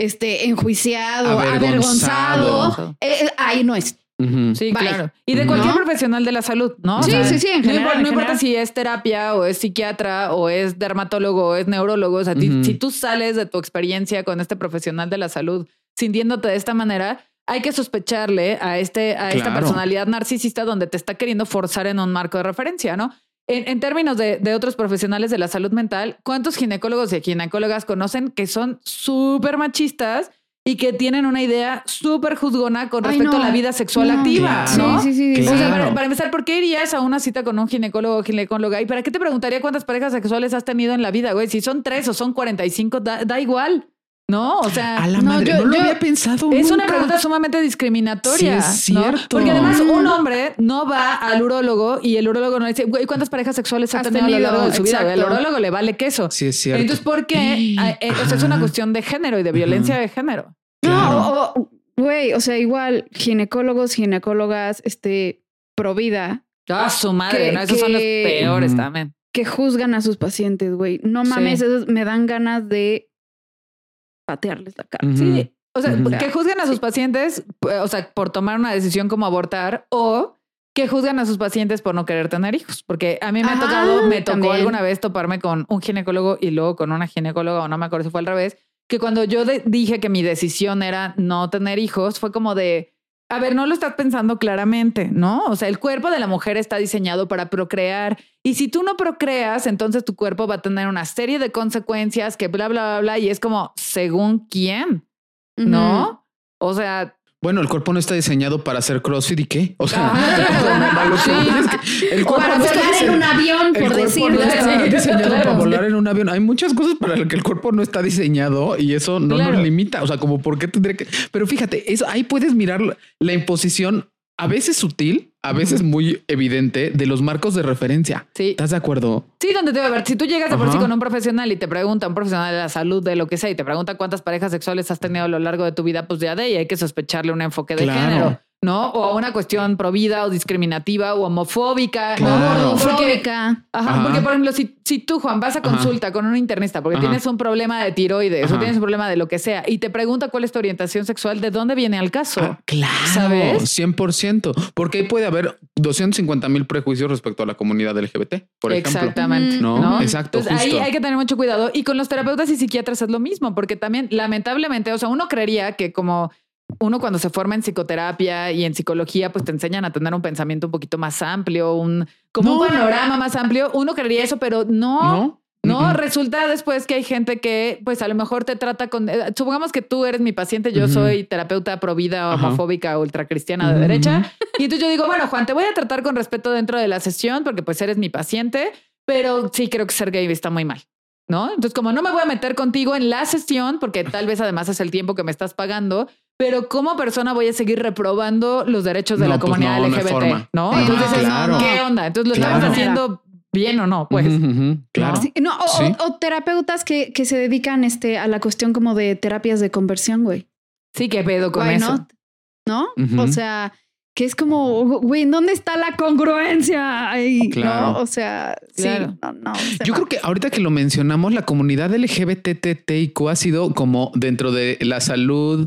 S1: enjuiciado, avergonzado, ahí no es.
S3: Sí, claro. Y de cualquier profesional de la salud, ¿no?
S1: Sí,
S3: o sea,
S1: sí, en general,
S3: no importa si es terapia o es psiquiatra o es dermatólogo o es neurólogo. O sea, si tú sales de tu experiencia con este profesional de la salud sintiéndote de esta manera, hay que sospecharle a esta personalidad narcisista donde te está queriendo forzar en un marco de referencia, ¿no? En términos de otros profesionales de la salud mental, ¿cuántos ginecólogos y ginecólogas conocen que son súper machistas y que tienen una idea súper juzgona con respecto a la vida sexual activa?
S2: Claro,
S3: ¿no?
S1: Sí.
S2: Claro.
S3: O sea, para empezar, ¿por qué irías a una cita con un ginecólogo o ginecóloga? ¿Y para qué te preguntaría cuántas parejas sexuales has tenido en la vida, güey? Si son 3 o son 45, da igual. ¿No? O sea,
S2: a la madre, no lo había pensado.
S3: Es
S2: nunca.
S3: una pregunta sumamente discriminatoria.
S2: Sí, es cierto.
S3: ¿no? Porque además un hombre no va al urólogo y el urólogo no le dice, güey, ¿cuántas parejas sexuales ha tenido a lo largo de su vida? El urólogo le vale queso.
S2: Sí, es cierto.
S3: Entonces, ¿por qué? O sea, es una cuestión de género y de violencia de género.
S1: No, güey, o sea, igual ginecólogos, ginecólogas, pro vida.
S3: Su madre, ¿no? Esos son los peores también.
S1: Que juzgan a sus pacientes, güey. No mames, esos me dan ganas de patearles la cara.
S3: Sí. O sea, que juzgan a sus pacientes, o sea, por tomar una decisión como abortar o que juzgan a sus pacientes por no querer tener hijos. Porque a mí me tocó alguna vez toparme con un ginecólogo y luego con una ginecóloga, o no me acuerdo si fue al revés, que cuando yo dije que mi decisión era no tener hijos, fue como de, a ver, no lo estás pensando claramente, ¿no? O sea, el cuerpo de la mujer está diseñado para procrear y si tú no procreas, entonces tu cuerpo va a tener una serie de consecuencias que bla, bla, bla, bla, y es como, ¿según quién? ¿No? O sea...
S2: Bueno, el cuerpo no está diseñado para hacer CrossFit y qué. O sea,
S1: el cuerpo para volar en un avión, por decirlo.
S2: No está diseñado para volar en un avión. Hay muchas cosas para las que el cuerpo no está diseñado y eso no nos limita. O sea, como por qué tendría que. Pero fíjate, eso ahí puedes mirar la imposición, a veces sutil, a veces muy evidente, de los marcos de referencia.
S3: Sí.
S2: ¿Estás de acuerdo?
S3: Sí, donde te va a ver. Si tú llegas de por sí con un profesional y te pregunta, un profesional de la salud, de lo que sea, y te pregunta cuántas parejas sexuales has tenido a lo largo de tu vida, pues ya de ahí hay que sospecharle un enfoque de género. ¿no? O a una cuestión provida o discriminativa o homofóbica.
S2: Claro.
S3: ¿no?
S1: Fóbica.
S3: Porque, por ejemplo, si tú, Juan, vas a consulta con un internista porque tienes un problema de tiroides o tienes un problema de lo que sea y te pregunta cuál es tu orientación sexual, ¿de dónde viene al caso?
S2: Claro,
S3: ¿sabes?
S2: 100%. Porque ahí puede haber 250,000 prejuicios respecto a la comunidad LGBT, por ejemplo.
S3: Exactamente.
S2: ¿No? Exacto.
S3: Entonces,
S2: justo.
S3: ahí hay que tener mucho cuidado. Y con los terapeutas y psiquiatras es lo mismo, porque también, lamentablemente, o sea, uno creería que como uno cuando se forma en psicoterapia y en psicología, pues te enseñan a tener un pensamiento un poquito más amplio, un panorama más amplio. Uno creería eso, pero no. Resulta después que hay gente que, pues a lo mejor te trata con... supongamos que tú eres mi paciente, yo soy terapeuta provida, homofóbica, ultracristiana de derecha. Y entonces yo digo, bueno, Juan, te voy a tratar con respeto dentro de la sesión porque pues eres mi paciente, pero sí creo que ser gay está muy mal, ¿no? Entonces como no me voy a meter contigo en la sesión porque tal vez además es el tiempo que me estás pagando, pero como persona voy a seguir reprobando los derechos de la comunidad LGBT, ¿no? Entonces, ¿qué onda? Entonces, ¿lo estamos haciendo bien o no? Pues.
S2: Claro.
S1: Sí, o terapeutas que se dedican a la cuestión como de terapias de conversión, güey.
S3: Sí, qué pedo con eso.
S1: ¿No? O sea, que es como, güey, ¿dónde está la congruencia ahí?
S2: Claro.
S1: ¿No? O sea,
S3: claro.
S2: Yo creo que ahorita que lo mencionamos, la comunidad LGBTTIQ ha sido como dentro de la salud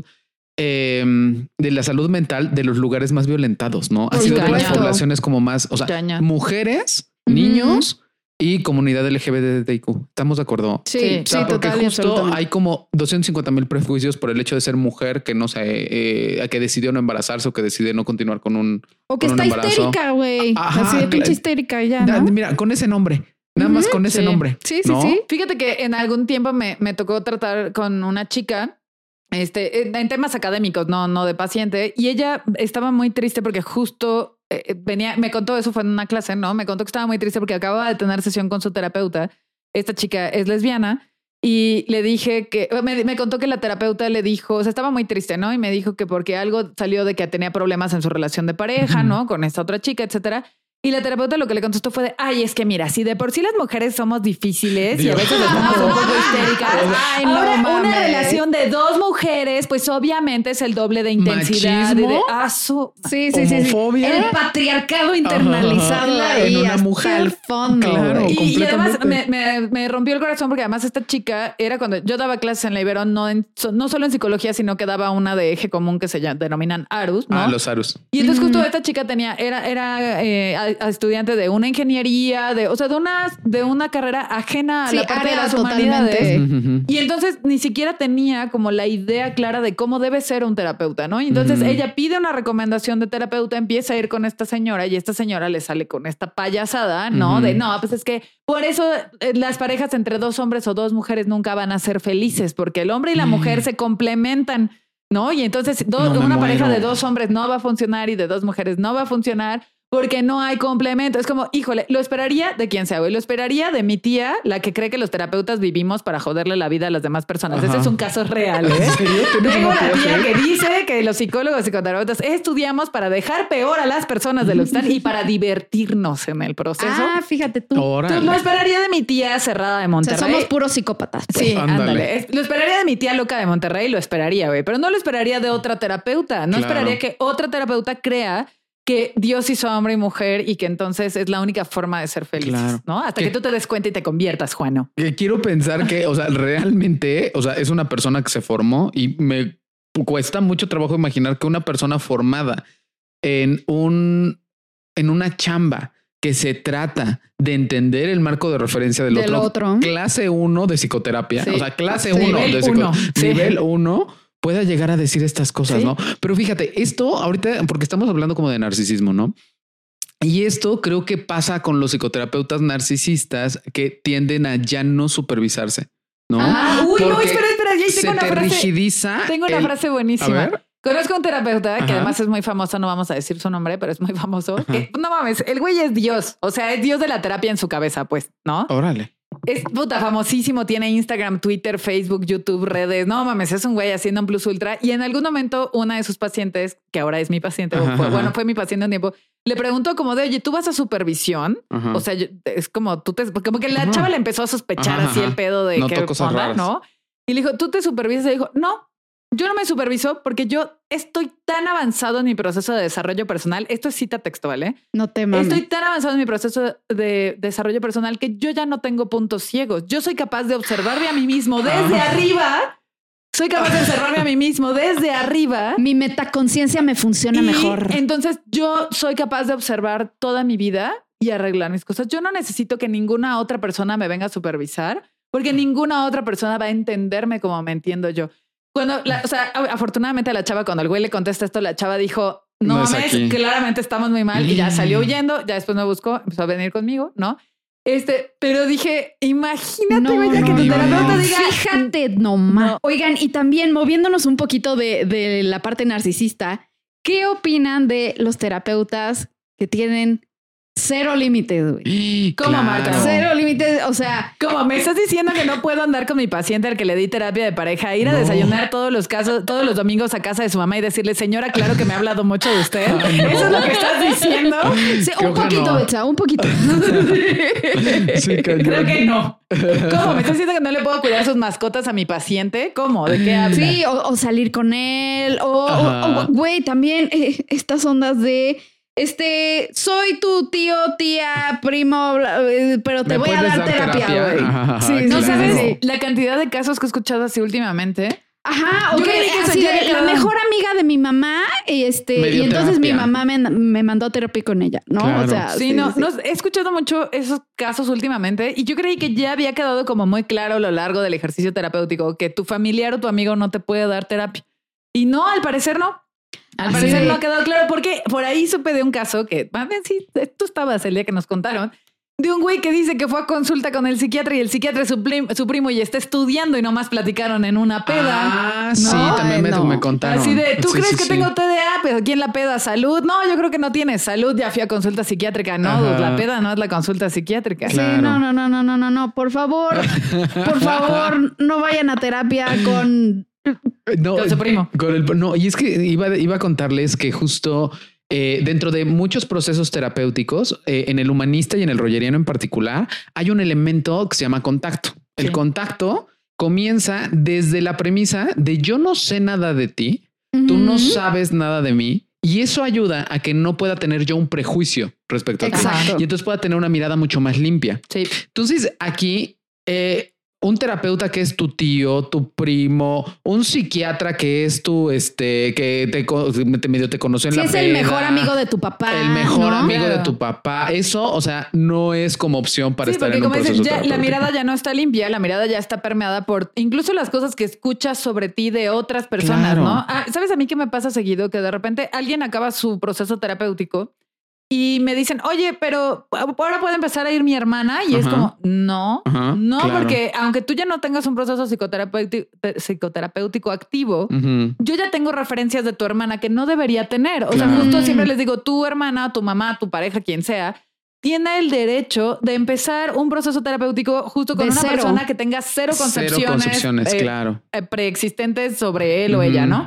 S2: mental de los lugares más violentados, ¿no? Ha sido de las poblaciones como más, o sea, mujeres, niños y comunidad LGBTIQ. ¿Estamos de acuerdo?
S1: Sí,
S2: o sea, porque justo hay como 250,000 prejuicios por el hecho de ser mujer que no sé, que decidió no embarazarse o que decide no continuar con un
S1: o que está histérica, güey. Así de pinche histérica ya, ¿no?
S2: Mira, con ese nombre. Nada más con ese nombre.
S1: Sí.
S3: Fíjate que en algún tiempo me tocó tratar con una chica en temas académicos, no de paciente. Y ella estaba muy triste porque justo me contó, eso fue en una clase, ¿no? Me contó que estaba muy triste porque acababa de tener sesión con su terapeuta. Esta chica es lesbiana y le dije que, me contó que la terapeuta le dijo, o sea, estaba muy triste, ¿no? Y me dijo que porque algo salió de que tenía problemas en su relación de pareja, ¿no? Con esta otra chica, etcétera. Y la terapeuta lo que le contestó fue de, ay, es que mira, si de por sí las mujeres somos difíciles y a veces estamos un poco histéricas, ahora una relación de dos mujeres, pues obviamente es el doble de intensidad.
S1: Sí.
S2: Homofobia.
S1: El patriarcado internalizado
S2: en una mujer.
S1: Al fondo.
S2: Claro,
S3: y además me rompió el corazón porque además esta chica era cuando yo daba clases en la Ibero, no solo en psicología, sino que daba una de eje común que se denominan ARUS, ¿no?
S2: Los ARUS.
S3: Y entonces justo esta chica era estudiante de una ingeniería, de una carrera ajena a la parte de las humanidades. Y entonces ni siquiera tenía como la idea clara de cómo debe ser un terapeuta, ¿no? Y entonces ella pide una recomendación de terapeuta, empieza a ir con esta señora y esta señora le sale con esta payasada, ¿no? De no, pues es que por eso las parejas entre dos hombres o dos mujeres nunca van a ser felices, porque el hombre y la mujer se complementan, ¿no? Y entonces una pareja de dos hombres no va a funcionar y de dos mujeres no va a funcionar porque no hay complemento. Es como, híjole, lo esperaría de quien sea, güey. Lo esperaría de mi tía, la que cree que los terapeutas vivimos para joderle la vida a las demás personas. Ese es un caso real, ¿eh? Tengo una tía que dice que los psicólogos y psicoterapeutas estudiamos para dejar peor a las personas de lo que están y para divertirnos en el proceso.
S1: Fíjate tú.
S3: Lo esperaría de mi tía cerrada de Monterrey.
S1: O sea, somos puros psicópatas.
S3: Pues. Sí, ándale. Lo esperaría de mi tía loca de Monterrey, lo esperaría, güey. Pero no lo esperaría de otra terapeuta. No esperaría que otra terapeuta crea que Dios hizo hombre y mujer y que entonces es la única forma de ser felices, ¿no? Hasta que tú te des cuenta y te conviertas, Juano.
S2: Quiero pensar que, o sea, realmente, o sea, es una persona que se formó y me cuesta mucho trabajo imaginar que una persona formada en una chamba que se trata de entender el marco de referencia del otro. Clase 1 de psicoterapia, o sea, clase 1 de psicoterapia, nivel 1, pueda llegar a decir estas cosas, ¿no? Pero fíjate, esto ahorita, porque estamos hablando como de narcisismo, ¿no? Y esto creo que pasa con los psicoterapeutas narcisistas que tienden a ya no supervisarse, ¿no?
S3: Espera, ya
S2: se te rigidiza.
S3: Tengo una frase buenísima.
S2: A ver.
S3: Conozco un terapeuta que además es muy famoso, no vamos a decir su nombre, pero es muy famoso. Que, no mames, el güey es Dios. O sea, es Dios de la terapia en su cabeza, pues, ¿no?
S2: Órale.
S3: Es famosísimo, tiene Instagram, Twitter, Facebook, YouTube, redes. No mames, es un güey haciendo un plus ultra. Y en algún momento una de sus pacientes, que ahora es mi paciente, fue mi paciente un tiempo, le preguntó como de, oye, ¿tú vas a supervisión? O sea, es como como que la chava le empezó a sospechar así el pedo de
S2: que cosas raras,
S3: ¿no? Y le dijo, ¿tú te supervisas? Y dijo, no, yo no me superviso porque yo estoy tan avanzado en mi proceso de desarrollo personal. Esto es cita textual, ¿eh?
S1: No te mames.
S3: Estoy tan avanzado en mi proceso de desarrollo personal que yo ya no tengo puntos ciegos. Yo soy capaz de observarme a mí mismo desde arriba. Soy capaz de observarme a mí mismo desde arriba.
S1: Mi metaconciencia me funciona mejor.
S3: Entonces yo soy capaz de observar toda mi vida y arreglar mis cosas. Yo no necesito que ninguna otra persona me venga a supervisar porque ninguna otra persona va a entenderme como me entiendo yo. Afortunadamente a la chava, cuando el güey le contesta esto, la chava dijo, no mames, claramente estamos muy mal, y ya salió huyendo, ya después me buscó, empezó a venir conmigo, ¿no? Pero dije, imagínate, que tu terapeuta diga...
S1: Fíjate nomás. No. Oigan, y también moviéndonos un poquito de la parte narcisista, ¿qué opinan de los terapeutas que tienen cero límites, güey?
S3: ¿Cómo, Marta?
S1: Cero límites, o sea...
S3: ¿Cómo? ¿Me estás diciendo que no puedo andar con mi paciente al que le di terapia de pareja, ir a desayunar todos los domingos a casa de su mamá y decirle, señora, claro que me ha hablado mucho de usted? ¿Eso es lo que estás diciendo?
S1: Sí, un poquito, Betsa, un poquito.
S2: Sí,
S3: creo que no. ¿Cómo? ¿Me estás diciendo que no le puedo cuidar sus mascotas a mi paciente? ¿Cómo? ¿De qué hablas?
S1: Sí, o salir con él, o güey, también estas ondas de... soy tu tío, tía, primo, pero te voy a dar terapia, güey.
S3: Sí, ¿no sabes la cantidad de casos que he escuchado así últimamente?
S1: Ajá, ok, así de la mejor amiga de mi mamá, y entonces mi mamá me mandó a terapia con ella, ¿no?
S2: Claro.
S1: O sea,
S3: no, he escuchado mucho esos casos últimamente y yo creí que ya había quedado como muy claro a lo largo del ejercicio terapéutico que tu familiar o tu amigo no te puede dar terapia. Y no, al parecer no. Al parecer no ha quedado claro porque por ahí supe de un caso que, sí, tú estabas el día que nos contaron, de un güey que dice que fue a consulta con el psiquiatra y el psiquiatra es su primo y está estudiando y nomás platicaron en una peda.
S2: Sí, también me contaron.
S3: Así de, ¿tú crees que tengo TDA? Pero ¿quién la peda? ¿Salud? No, yo creo que no tienes salud. Ya fui a consulta psiquiátrica. No, la peda no es la consulta psiquiátrica.
S2: Claro.
S1: Sí, no. Por favor, no vayan a terapia con...
S3: con su primo.
S2: Y es que iba a contarles que justo dentro de muchos procesos terapéuticos, en el humanista y en el rogeriano en particular, hay un elemento que se llama contacto. El contacto comienza desde la premisa de yo no sé nada de ti, tú no sabes nada de mí. Y eso ayuda a que no pueda tener yo un prejuicio respecto a ti. Y entonces pueda tener una mirada mucho más limpia. Sí. Entonces aquí... un terapeuta que es tu tío, tu primo, un psiquiatra que es tu, que medio te conoce en la peda.
S1: Es el mejor amigo de tu papá.
S2: El mejor amigo de tu papá. Eso, o sea, no es como opción para estar en un proceso terapéutico.
S3: La mirada ya no está limpia, la mirada ya está permeada por incluso las cosas que escuchas sobre ti de otras personas, ¿no? ¿Sabes a mí qué me pasa seguido? Que de repente alguien acaba su proceso terapéutico y me dicen, oye, pero ahora puede empezar a ir mi hermana. Y es como, no, porque aunque tú ya no tengas un proceso psicoterapéutico activo, yo ya tengo referencias de tu hermana que no debería tener. O sea, justo siempre les digo, tu hermana, tu mamá, tu pareja, quien sea, tiene el derecho de empezar un proceso terapéutico justo con una persona que tenga cero concepciones preexistentes sobre él o ella, ¿no?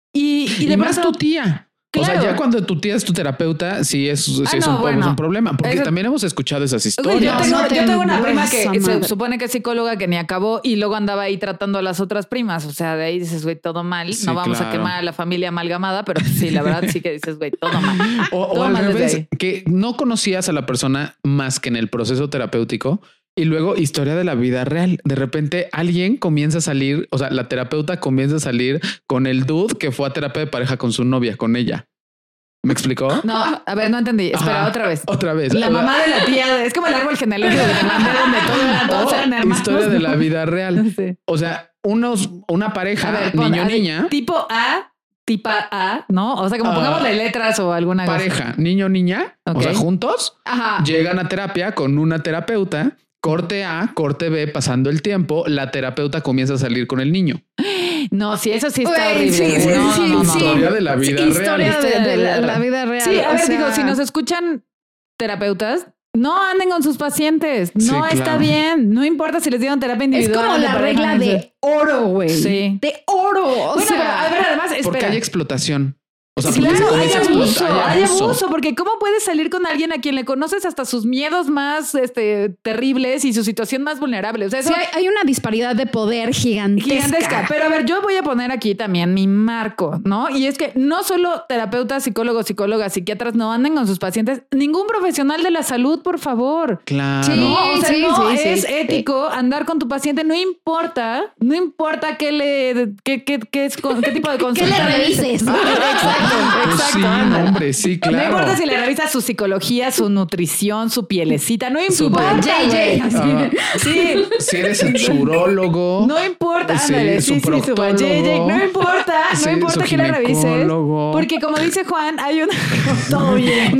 S3: Y de
S2: más tu tía. Claro. O sea, ya cuando tu tía es tu terapeuta, sí es un problema. Porque también hemos escuchado esas historias.
S3: Yo tengo una prima que se supone que es psicóloga que ni acabó y luego andaba ahí tratando a las otras primas. O sea, de ahí dices, güey, todo mal. Sí, no vamos a quemar a la familia amalgamada, pero sí, la verdad sí que dices, güey, todo mal.
S2: O al revés, que no conocías a la persona más que en el proceso terapéutico. Y luego historia de la vida real. De repente alguien comienza a salir, o sea, la terapeuta comienza a salir con el dude que fue a terapia de pareja con su novia, con ella. ¿Me explicó?
S3: No, a ver, no entendí. Espera, otra vez. La mamá de la tía, es como el árbol genealógico de mandé donde todos eran hermanos.
S2: Historia de la vida real. Sí. O sea, una pareja, niño-niña.
S3: Tipo A, tipa A, ¿no? O sea, como pongámosle letras o alguna cosa.
S2: Pareja, niño-niña, o sea, juntos, llegan a terapia con una terapeuta. Corte A, corte B, pasando el tiempo, la terapeuta comienza a salir con el niño.
S3: No, sí, eso sí está horrible.
S1: Sí.
S2: Historia de la vida real.
S1: Historia de la vida real.
S3: Sí, a ver, digo, si nos escuchan terapeutas, no anden con sus pacientes. No está bien. No importa si les dieron terapia individual.
S1: Es como la regla de oro, güey.
S3: Sí.
S1: De oro.
S3: Bueno, pero a ver, además, espera.
S2: Porque hay explotación. O sea,
S3: claro,
S2: porque
S3: hay
S2: se comienza a explotar,
S3: hay abuso, porque ¿cómo puedes salir con alguien a quien le conoces hasta sus miedos más terribles y su situación más vulnerable? O sea, eso
S1: Sí, hay una disparidad de poder gigantesca.
S3: Pero a ver, yo voy a poner aquí también mi marco, ¿no? Y es que no solo terapeutas, psicólogos, psicólogas, psiquiatras no anden con sus pacientes, ningún profesional de la salud, por favor.
S2: Claro.
S1: Sí.
S3: No, o sea, no
S1: sí.
S3: es ético andar con tu paciente, no importa qué tipo de consulta.
S1: Que le revises.
S2: Pues sí,
S3: ándale.
S2: hombre, sí, claro.
S3: No importa si le revisas su psicología, su nutrición, su pielecita, no importa.
S1: JJ.
S3: Sí.
S2: Si eres el urólogo.
S3: No importa,
S2: Sí,
S3: ándale,
S2: su
S3: sí,
S2: proctólogo.
S3: JJ, no importa
S2: Sí, su
S3: que le revises.
S2: ginecólogo.
S3: Porque como dice Juan, hay una... Todo bien.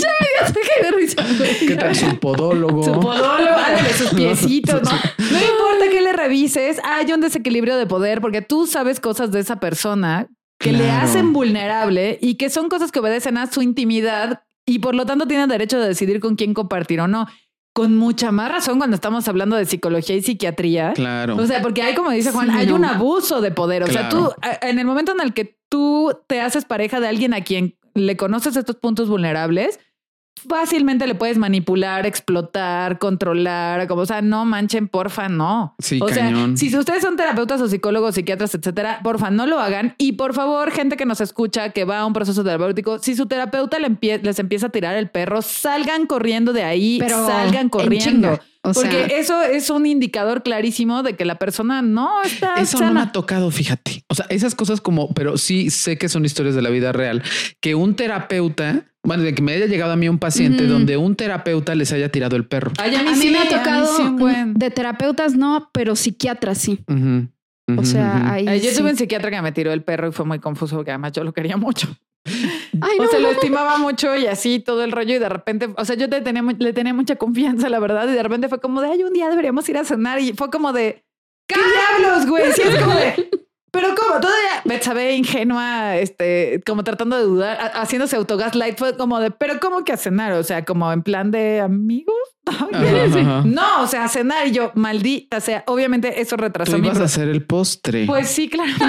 S2: ¿Qué tal su podólogo?
S3: Su podólogo, ándale, sus piecitos, ¿no? No importa que le revises, hay un desequilibrio de poder porque tú sabes cosas de esa persona que le
S2: Claro.
S3: hacen vulnerable y que son cosas que obedecen a su intimidad y por lo tanto tienen derecho de decidir con quién compartir o no. Con mucha más razón cuando estamos hablando de psicología y psiquiatría.
S2: Claro.
S3: O sea, porque hay, como dice Juan,
S1: Sí,
S3: hay
S1: no.
S3: un abuso de poder. O sea, tú,
S2: Claro.
S3: en el momento en el que tú te haces pareja de alguien a quien le conoces estos puntos vulnerables, fácilmente le puedes manipular, explotar, controlar, como, o sea, no manchen, porfa, no.
S2: Sí,
S3: o
S2: cañón.
S3: sea, si ustedes son terapeutas o psicólogos, psiquiatras, etcétera, porfa, no lo hagan. Y por favor, gente que nos escucha, que va a un proceso terapéutico, si su terapeuta les empieza a tirar el perro, salgan corriendo de ahí,
S1: Pero
S3: salgan
S1: en
S3: corriendo.
S1: chinga. O
S3: Porque
S1: sea,
S3: eso es un indicador clarísimo de que la persona no está
S2: Eso
S3: sana.
S2: no me ha tocado, fíjate. O sea, esas cosas como, pero sí sé que son historias de la vida real, que un terapeuta, bueno, de que me haya llegado a mí un paciente donde un terapeuta les haya tirado el perro.
S3: Ay,
S1: a mí
S3: sí,
S1: me ha
S3: a mí
S1: tocado
S3: sí, un buen.
S1: de terapeutas no, pero psiquiatras sí.
S2: Ujú, ujú,
S1: O sea,
S2: ujú.
S1: ahí
S3: Yo
S1: sí.
S3: tuve un psiquiatra que me tiró el perro y fue muy confuso porque además yo lo quería mucho.
S1: Ay,
S3: O
S1: no.
S3: sea, lo estimaba mucho y así todo el rollo y de repente, o sea, yo le tenía mucha confianza, la verdad, y de repente fue como de, ay, un día deberíamos ir a cenar y fue como de, ¿qué diablos, güey? Sí, es como de, pero ¿cómo? Todavía me sabía ingenua, como tratando de dudar, haciéndose autogaslight, fue como de, pero ¿cómo que a cenar? O sea, como en plan de amigos.
S2: Ajá.
S3: No, o sea, a cenar y yo, maldita sea, obviamente eso retrasó
S2: Tú
S3: mi
S2: ibas a
S3: proceso.
S2: hacer el postre.
S3: Pues sí, claramente.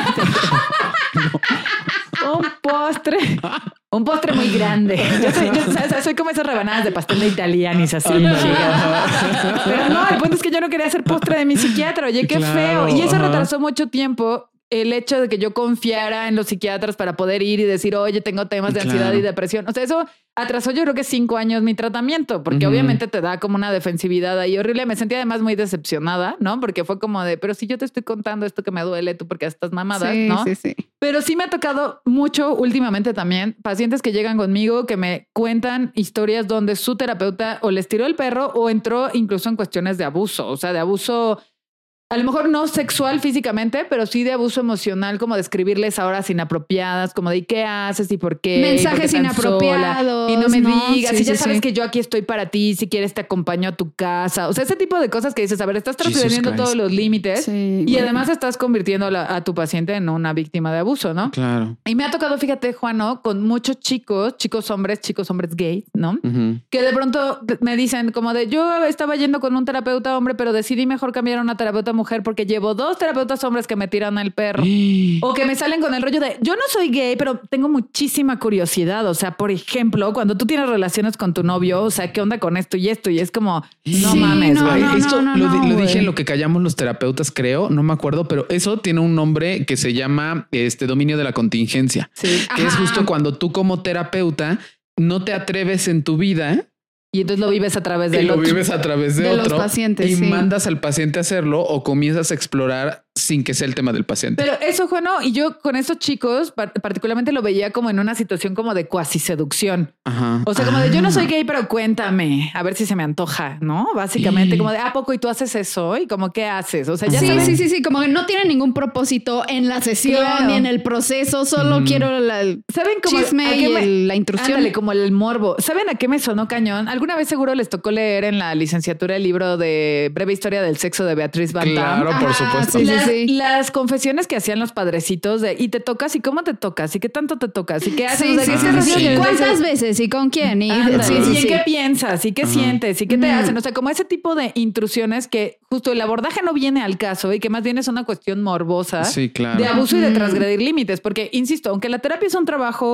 S3: Un postre muy grande. Yo soy como esas rebanadas de pastel de italianis así. Pero no, el punto es que yo no quería hacer postre de mi psiquiatra. Oye, qué
S2: Claro,
S3: feo. Y eso
S2: ajá.
S3: retrasó mucho tiempo el hecho de que yo confiara en los psiquiatras para poder ir y decir, oye, tengo temas de ansiedad
S2: Claro.
S3: y depresión. O sea, eso atrasó yo creo que 5 años mi tratamiento, porque
S2: Ujú.
S3: obviamente te da como una defensividad ahí horrible. Me sentía además muy decepcionada, ¿no? Porque fue como de, pero si yo te estoy contando esto que me duele, tú porque estás mamada,
S1: Sí,
S3: ¿no?
S1: sí, sí.
S3: Pero sí me ha tocado mucho últimamente también pacientes que llegan conmigo que me cuentan historias donde su terapeuta o les tiró el perro o entró incluso en cuestiones de abuso, o sea, de abuso, a lo mejor no sexual físicamente, pero sí de abuso emocional, como de escribirles a horas inapropiadas, como de ¿y qué haces y por qué?
S1: Mensajes
S3: ¿Y por qué tan
S1: inapropiados,
S3: sola? Y no me
S1: ¿no?
S3: digas,
S1: Sí,
S3: y ya
S1: sí,
S3: sabes
S1: sí.
S3: que yo aquí estoy para ti, si quieres te acompaño a tu casa. O sea, ese tipo de cosas que dices, a ver, estás
S2: Jesus
S3: transgrediendo
S2: Christ.
S3: todos los límites
S1: Sí,
S3: y
S1: güey.
S3: además estás convirtiendo a tu paciente en una víctima de abuso, ¿no?
S2: Claro.
S3: Y me ha tocado, fíjate, Juano, con muchos chicos hombres gays, ¿no?
S2: Ujú.
S3: Que de pronto me dicen como de, yo estaba yendo con un terapeuta hombre, pero decidí mejor cambiar a una terapeuta mujer porque llevo 2 terapeutas hombres que me tiran el perro. O que me salen con el rollo de, yo no soy gay, pero tengo muchísima curiosidad. O sea, por ejemplo, cuando tú tienes relaciones con tu novio, o sea, ¿qué onda con esto y esto? Y es como, no
S1: Sí,
S3: mames,
S1: no,
S3: güey.
S1: no,
S2: Esto lo
S1: güey.
S2: dije en lo que callamos los terapeutas, creo, no me acuerdo, pero eso tiene un nombre que se llama dominio de la contingencia,
S3: Sí.
S2: que es
S1: Ajá.
S2: justo cuando tú como terapeuta no te atreves en tu vida
S3: Y entonces lo vives a través
S2: y
S3: del
S2: lo
S3: otro.
S2: vives a través de
S1: De los
S2: otro
S1: pacientes,
S2: y
S1: sí.
S2: mandas al paciente a hacerlo o comienzas a explorar sin que sea el tema del paciente.
S3: Pero eso, Juano, y yo con esos chicos particularmente lo veía como en una situación como de cuasi seducción.
S2: Ajá.
S3: O sea, como de yo no soy gay, pero cuéntame, a ver si se me antoja, ¿no? Básicamente, como de ¿a poco y tú haces eso? Y como ¿qué haces? O sea, ya
S1: Sí,
S3: sabes.
S1: sí, sí, sí, como que no tiene ningún propósito en la sesión
S3: Claro.
S1: ni en el proceso, solo quiero el
S3: ¿Saben cómo
S1: chisme
S3: a qué
S1: y la intrusión.
S3: Ándale, como el morbo. ¿Saben a qué me sonó cañón? Alguna vez seguro les tocó leer en la licenciatura el libro de Breve Historia del Sexo de Beatriz Van Damme.
S2: Claro, por
S1: Ajá,
S2: supuesto.
S1: sí, sí.
S3: Las confesiones que hacían los padrecitos de y te tocas y cómo te tocas y qué tanto te tocas y qué haces.
S1: Sí,
S3: O sea,
S1: sí,
S3: que
S1: sí,
S3: es
S1: sí.
S3: así,
S1: ¿Y
S3: que
S1: cuántas
S3: dices,
S1: veces y con quién? Y,
S3: ándale,
S1: sí, sí,
S3: ¿y en
S1: sí.
S3: qué piensas? ¿Y qué sientes? ¿Y qué te
S1: Mm.
S3: hacen? O sea, como ese tipo de intrusiones que justo el abordaje no viene al caso y que más bien es una cuestión morbosa
S2: Sí, claro.
S3: de abuso y de
S1: Mm.
S3: transgredir límites. Porque, insisto, aunque la terapia es un trabajo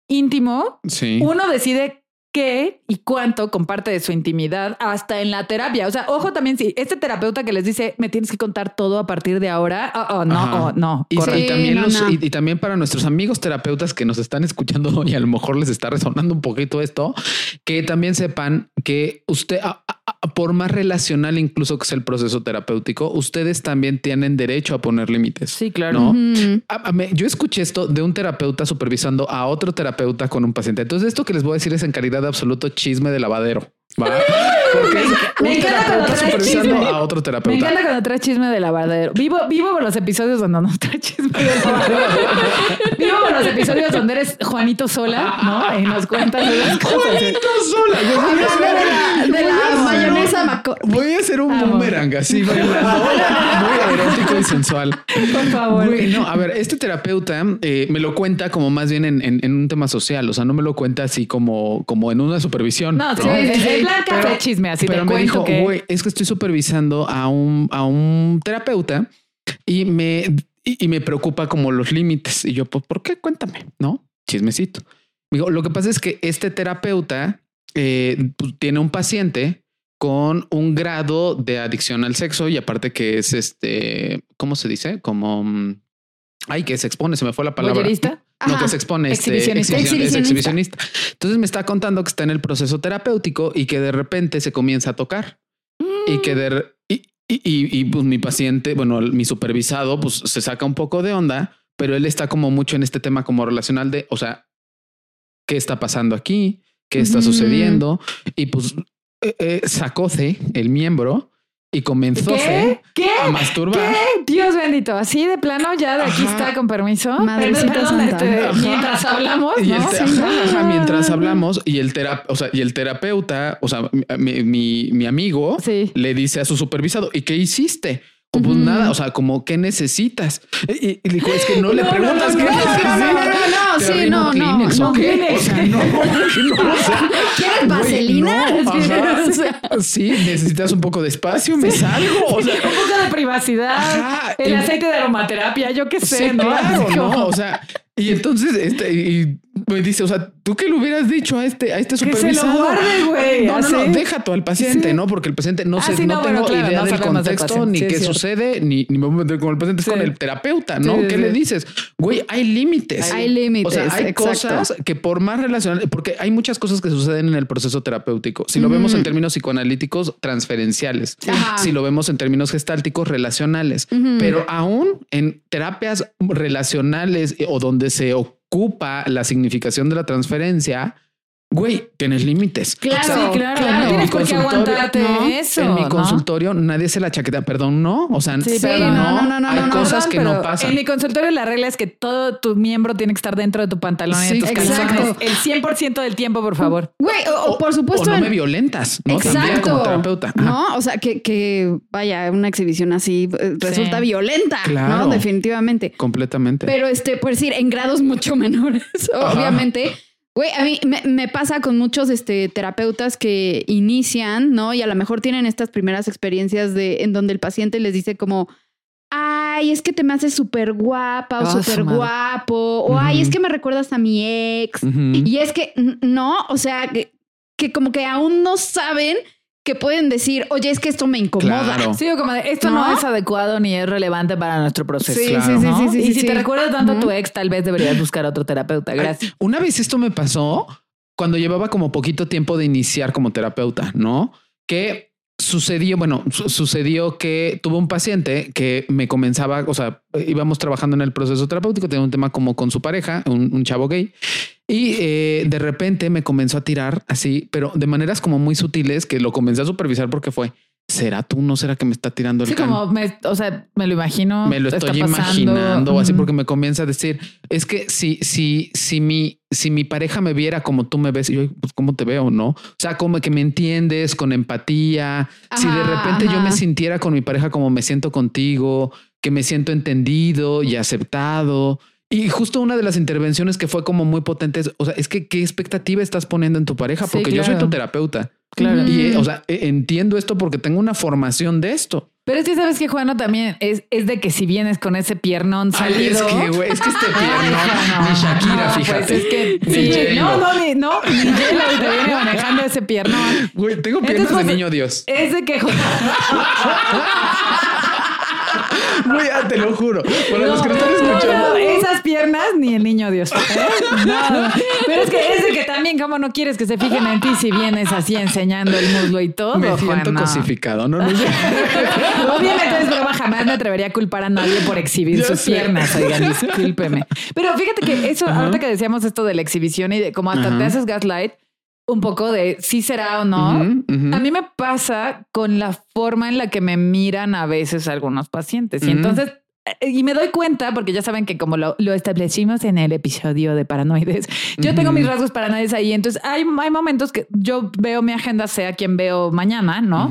S3: íntimo,
S2: Sí.
S3: uno decide qué y cuánto comparte de su intimidad hasta en la terapia. O sea, ojo también si este terapeuta que les dice me tienes que contar todo a partir de ahora. No.
S2: Y,
S3: correcto.
S2: y también
S1: no, no.
S2: y también para nuestros amigos terapeutas que nos están escuchando y a lo mejor les está resonando un poquito esto, que también sepan que usted, por más relacional incluso que sea el proceso terapéutico, ustedes también tienen derecho a poner límites.
S3: Sí, claro.
S2: ¿No?
S1: Ujú.
S2: Yo escuché esto de un terapeuta supervisando a otro terapeuta con un paciente. Entonces esto que les voy a decir es en calidad de absoluto chisme de lavadero. ¿Va? Porque es
S3: Me
S2: un
S3: encanta cuando
S2: terapeuta
S3: traes
S2: supervisando
S3: chisme.
S2: a otro
S3: Me
S2: terapeuta.
S3: encanta cuando traes chisme de lavadero. Vivo por los episodios donde no traes chisme de lavadero. Vivo por los episodios donde eres Juanito Sola, ¿no? Y nos cuentas esas cosas.
S2: Juanito Sola. Yo voy a hacer-
S1: De la mayonesa McCormick.
S2: Voy a hacer un
S3: Amo.
S2: boomerang así bailando, muy erótico y sensual.
S3: Por favor.
S2: Güey, no, a ver, este terapeuta me lo cuenta como más bien en un tema social, o sea, no me lo cuenta así como en una supervisión.
S3: No, sí,
S2: ¿no?
S3: en plan café chisme, así
S2: Pero
S3: te
S2: me
S3: cuento
S2: dijo,
S3: que...
S2: güey, es que estoy supervisando a un terapeuta y me preocupa como los límites. Y yo, pues, ¿por qué? Cuéntame, ¿no? Chismecito. Me dijo, lo que pasa es que este terapeuta pues, tiene un paciente con un grado de adicción al sexo y aparte que es ¿cómo se dice? Como que se expone, se me fue la palabra.
S3: ¿Voyerista?
S2: No,
S1: Ajá.
S2: que se expone,
S3: Exhibicionista.
S2: es exhibicionista. Entonces me está contando que está en el proceso terapéutico y que de repente se comienza a tocar y que pues mi paciente, bueno, mi supervisado, pues se saca un poco de onda, pero él está como mucho en este tema como relacional de, o sea, ¿qué está pasando aquí? ¿Qué está sucediendo? Y pues sacóse el miembro y comenzó
S3: ¿Qué?
S2: a masturbar.
S3: ¿Qué? Dios bendito, así de plano, ya de aquí
S2: Ajá.
S3: está, con permiso.
S1: Madrecita
S3: Perdón,
S1: santa.
S2: Ajá.
S3: mientras hablamos,
S2: Y
S3: ¿no?
S2: mientras hablamos y el terapeuta, o sea, mi amigo
S3: Sí.
S2: le dice a su supervisado, ¿y qué hiciste? Pues nada, o sea, como ¿qué necesitas? Y le dijo, es que no le preguntas qué necesitas.
S1: no,
S2: ¿Te
S1: sí,
S2: arreglo
S1: no,
S2: Kleenex
S1: no,
S2: o qué?
S3: Kleenex.
S2: O sea, no, o sea,
S1: ¿Quieres vaselina?
S2: güey, no, ajá.
S3: O sea,
S2: Sí, necesitas un poco de espacio, me salgo. O sea,
S3: un poco de privacidad,
S2: Ajá.
S3: el aceite de aromaterapia, yo qué sé,
S2: sí,
S3: ¿no?
S2: claro,
S3: Así como-
S2: no, o sea, y entonces y me dice, o sea, ¿tú qué le hubieras dicho a este
S3: que se
S2: supervisado?
S3: lo guarde, güey.
S2: No,
S3: así.
S2: deja tú al paciente,
S3: Sí.
S2: ¿no? Porque el paciente no
S3: Sí,
S2: no
S3: no,
S2: tengo
S3: bueno, claro,
S2: idea
S3: no
S2: del
S3: sabemos del
S2: contexto,
S3: paciente.
S2: ni
S3: Sí,
S2: qué
S3: es cierto.
S2: sucede, ni me voy a meter con el paciente,
S3: Sí.
S2: es con el terapeuta, ¿no?
S3: Sí,
S2: ¿Qué
S3: sí.
S2: le dices? Güey, hay límites.
S1: Hay límites,
S2: O sea, hay
S1: exacto.
S2: cosas que por más relacionales, porque hay muchas cosas que suceden en el proceso terapéutico. Si lo vemos en términos psicoanalíticos, transferenciales.
S1: Ajá.
S2: Si lo vemos en términos gestálticos, relacionales. Pero aún en terapias relacionales o donde se ocupa la significación de la transferencia, güey, tienes límites.
S1: Claro,
S3: Sí, claro,
S1: claro.
S3: no tienes
S2: mi
S3: por qué
S2: consultorio,
S3: aguantarte
S1: ¿no?
S3: eso.
S2: En mi
S3: ¿no?
S2: consultorio nadie se la chaqueta, perdón, no. O sea,
S3: Sí,
S2: sí,
S3: perdón.
S1: No,
S2: hay cosas
S3: Perdón,
S2: que
S3: pero
S2: no pasan.
S3: En mi consultorio la regla es que todo tu miembro tiene que estar dentro de tu pantalón y
S2: Sí,
S3: de tus
S1: exacto.
S3: calzones. El 100% del tiempo, por favor.
S1: Güey, o por supuesto.
S2: O no me violentas, ¿no? También
S1: Exacto.
S2: como terapeuta. Ajá.
S1: No, o sea, que vaya, una exhibición así resulta
S3: Sí.
S1: violenta,
S2: Claro.
S1: ¿no? Definitivamente.
S2: Completamente.
S1: Pero por decir, en grados mucho menores, obviamente. Güey, a mí me pasa con muchos terapeutas que inician, ¿no? Y a lo mejor tienen estas primeras experiencias en donde el paciente les dice como, ay, es que te me haces súper guapa o
S3: Ah, su
S1: súper
S3: madre.
S1: guapo, o ay, es que me recuerdas a mi ex.
S2: Ujú.
S1: Y es que no, o sea, que como que aún no saben que pueden decir, oye, es que esto me incomoda.
S2: Claro.
S3: Sí, o como de, esto no
S1: ¿No?
S3: es adecuado ni es relevante para nuestro proceso.
S1: Sí,
S2: Claro.
S1: sí, sí,
S3: ¿no?
S1: sí, sí,
S3: Y
S1: sí,
S3: si
S1: sí.
S3: te recuerdas tanto a
S1: Ujú.
S3: tu ex, tal vez deberías buscar otro terapeuta. Gracias.
S2: Una vez esto me pasó cuando llevaba como poquito tiempo de iniciar como terapeuta, ¿no? Que sucedió que tuve un paciente que me comenzaba, o sea, íbamos trabajando en el proceso terapéutico, tenía un tema como con su pareja, un chavo gay, y de repente me comenzó a tirar así, pero de maneras como muy sutiles que lo comencé a supervisar porque fue, ¿será tú? ¿No será que me está tirando el
S3: Sí,
S2: can?
S3: como me lo imagino.
S2: Me lo
S3: está
S2: estoy
S3: pasando.
S2: imaginando o así,
S3: Ujú.
S2: porque me comienza a decir, es que si mi pareja me viera como tú me ves, y yo, pues, ¿cómo te veo? No? O sea, como que me entiendes con empatía. Si de
S1: Ajá,
S2: repente yo
S1: ajá.
S2: me sintiera con mi pareja como me siento contigo, que me siento entendido y aceptado. Y justo una de las intervenciones que fue como muy potente es, o sea, es que ¿qué expectativa estás poniendo en tu pareja?
S3: Sí,
S2: Porque yo soy
S3: claro.
S2: tu terapeuta.
S3: Claro.
S2: Y, o sea, entiendo esto porque tengo una formación de esto.
S3: Pero es que sabes que Juano también es de que si vienes con ese piernón salido.
S2: Es que, güey, es que este piernón, ni Shakira, fíjate.
S3: Pues es que
S2: Ni
S3: sí,
S2: J-Lo.
S3: ni J-Lo te viene manejando ese piernón.
S2: Güey, tengo piernas de niño Dios.
S3: Es de que
S2: Güey, te lo juro. Para los que están escuchando.
S3: No, esas piernas ni el niño Dios. No. Pero es de que también, como no quieres que se fijen en ti si vienes así enseñando el muslo y todo.
S2: Me siento cosificado, ¿no?
S3: Obviamente es broma, jamás me atrevería a culpar a nadie por exhibir sus piernas. Oigan, discúlpeme. Pero fíjate que eso, ahorita que decíamos esto de la exhibición y de cómo hasta te haces gaslight, un poco de si será o no. A mí me pasa con la forma en la que me miran a veces algunos pacientes. Y entonces, y me doy cuenta, porque ya saben que como lo establecimos en el episodio de Paranoides, yo tengo mis rasgos paranoides ahí. Entonces hay momentos que yo veo mi agenda, sea quien veo mañana, ¿no?